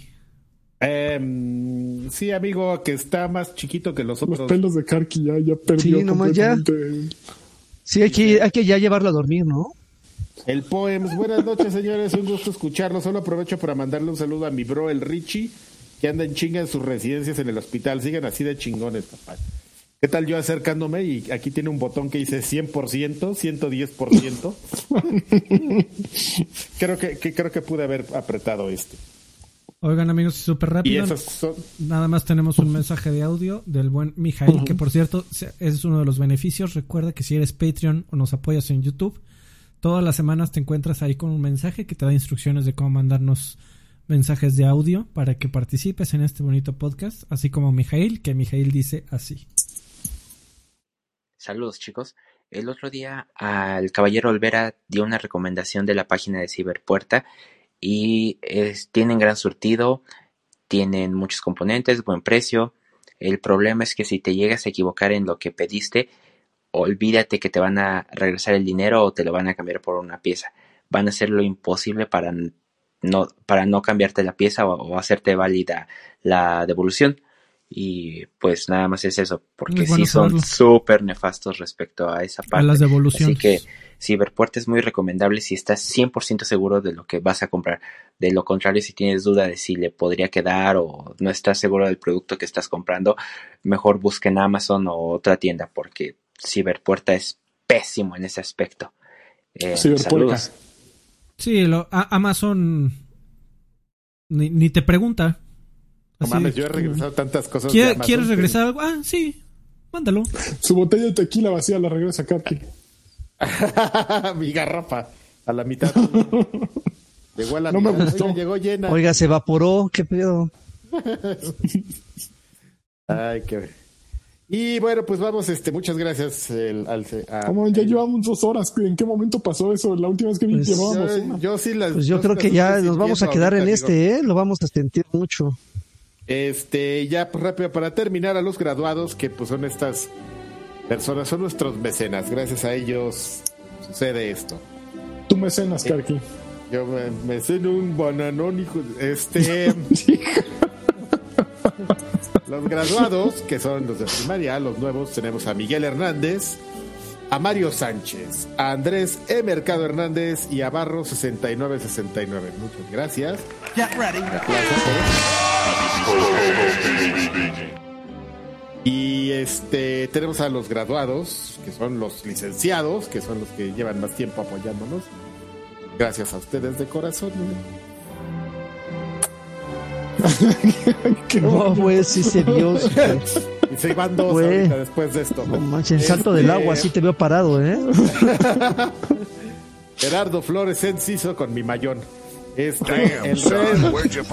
Eh, sí, amigo, que está más chiquito que los otros. Los pelos de Karki ya, ya perdió Sí, nomás ya. completamente. Sí, hay que, hay que ya llevarlo a dormir, ¿no? El Poems, buenas noches, señores, un gusto escucharlo. Solo aprovecho para mandarle un saludo a mi bro, el Richie, que anda en chinga en sus residencias en el hospital. Sigan así de chingones, papá. ¿Qué tal yo acercándome? Y aquí tiene un botón que dice cien por ciento, ciento diez por ciento. creo que, que creo que pude haber apretado este. Oigan, amigos, súper rápido. Y esos son... Nada más tenemos un mensaje de audio del buen Mijail, uh-huh. que por cierto es uno de los beneficios. Recuerda que si eres Patreon o nos apoyas en YouTube, todas las semanas te encuentras ahí con un mensaje que te da instrucciones de cómo mandarnos mensajes de audio para que participes en este bonito podcast, así como Mijail, que Mijail dice así. Saludos, chicos. El otro día al caballero Olvera dio una recomendación de la página de Ciberpuerta y es, tienen gran surtido, tienen muchos componentes, buen precio. El problema es que si te llegas a equivocar en lo que pediste, olvídate que te van a regresar el dinero o te lo van a cambiar por una pieza. Van a hacer lo imposible para no, para no cambiarte la pieza o, o hacerte válida la devolución. Y pues nada más es eso, porque es bueno sí saberlo. Son súper nefastos respecto a esa parte. A las devoluciones. Así que Ciberpuerta es muy recomendable si estás cien por ciento seguro de lo que vas a comprar. De lo contrario, si tienes duda de si le podría quedar o no estás seguro del producto que estás comprando, mejor busca en Amazon o otra tienda, porque Ciberpuerta es pésimo en ese aspecto. Eh, saludos. Sí, lo, a, Amazon ni, ni te pregunta. No mames, yo he regresado tantas cosas. ¿Quiere, de Amazon, ¿Quieres regresar pero... algo? Ah, sí, mándalo. Su botella de tequila vacía la regresa a Karki. Mi garrafa a la mitad. Llegó a la no mitad. me gustó. Oiga, llegó llena. Oiga, se evaporó, qué pedo. Ay, qué. Y bueno, pues vamos, este, muchas gracias el, al, a, Como ya el... llevamos dos horas. ¿En qué momento pasó eso? La última vez que vi pues, llevábamos yo, una. yo sí las, pues yo creo que ya nos vamos a quedar en este, digo. ¿eh? Lo vamos a sentir mucho. Este, ya pues rápido para terminar, a los graduados, que pues son estas personas, son nuestros mecenas. Gracias a ellos sucede esto. Tu mecenas, Karki. Eh, yo me meceno un bananón, hijo. Este. Los graduados, que son los de primaria, los nuevos, tenemos a Miguel Hernández, a Mario Sánchez, a Andrés E. Mercado Hernández y a Barro sesenta y nueve sesenta y nueve. Muchas gracias. Get ready. Y este tenemos a los graduados, que son los licenciados, que son los que llevan más tiempo apoyándonos. Gracias a ustedes de corazón. No, pues sí se vio. Y se van dos ahorita después de esto. No manches, el salto este... del agua, así te veo parado, ¿eh? Gerardo Flores Enciso con mi mayón. Este, Damn, el son,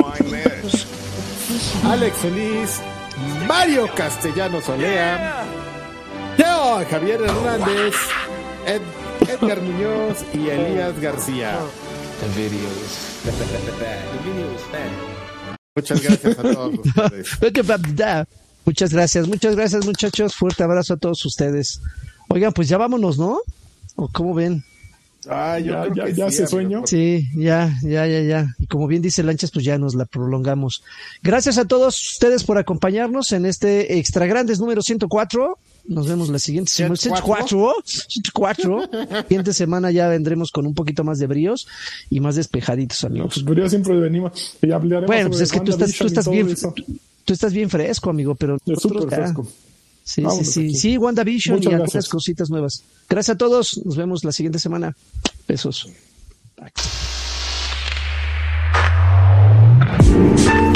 Alex Feliz, Mario Castellanos Olea, yo, Javier Hernández, Ed, Edgar Muñoz y Elías García. The videos. The videos, man. Muchas gracias a todos ustedes. Muchas gracias, muchas gracias, muchachos. Fuerte abrazo a todos ustedes. Oigan, pues ya vámonos, ¿no? ¿O cómo ven? Ah, yo ya, creo ya, que ya sí, se amigo, sueño. porque... Sí, ya, ya, ya, ya. Y como bien dice Lanchas, pues ya nos la prolongamos. Gracias a todos ustedes por acompañarnos en este Extra Grandes número ciento cuatro. Nos vemos la siguiente semana. ciento cuatro. ciento cuatro. Siguiente semana ya vendremos con un poquito más de bríos y más despejaditos, amigos. Pues bríos siempre venimos. Y hablaremos bueno, pues es que tú estás, tú estás bien, eso. tú estás bien fresco, amigo, pero es súper fresco. Sí, sí, sí, aquí. Sí, WandaVision Muchas y gracias. Algunas cositas nuevas. Gracias a todos. Nos vemos la siguiente semana. Besos. Bye.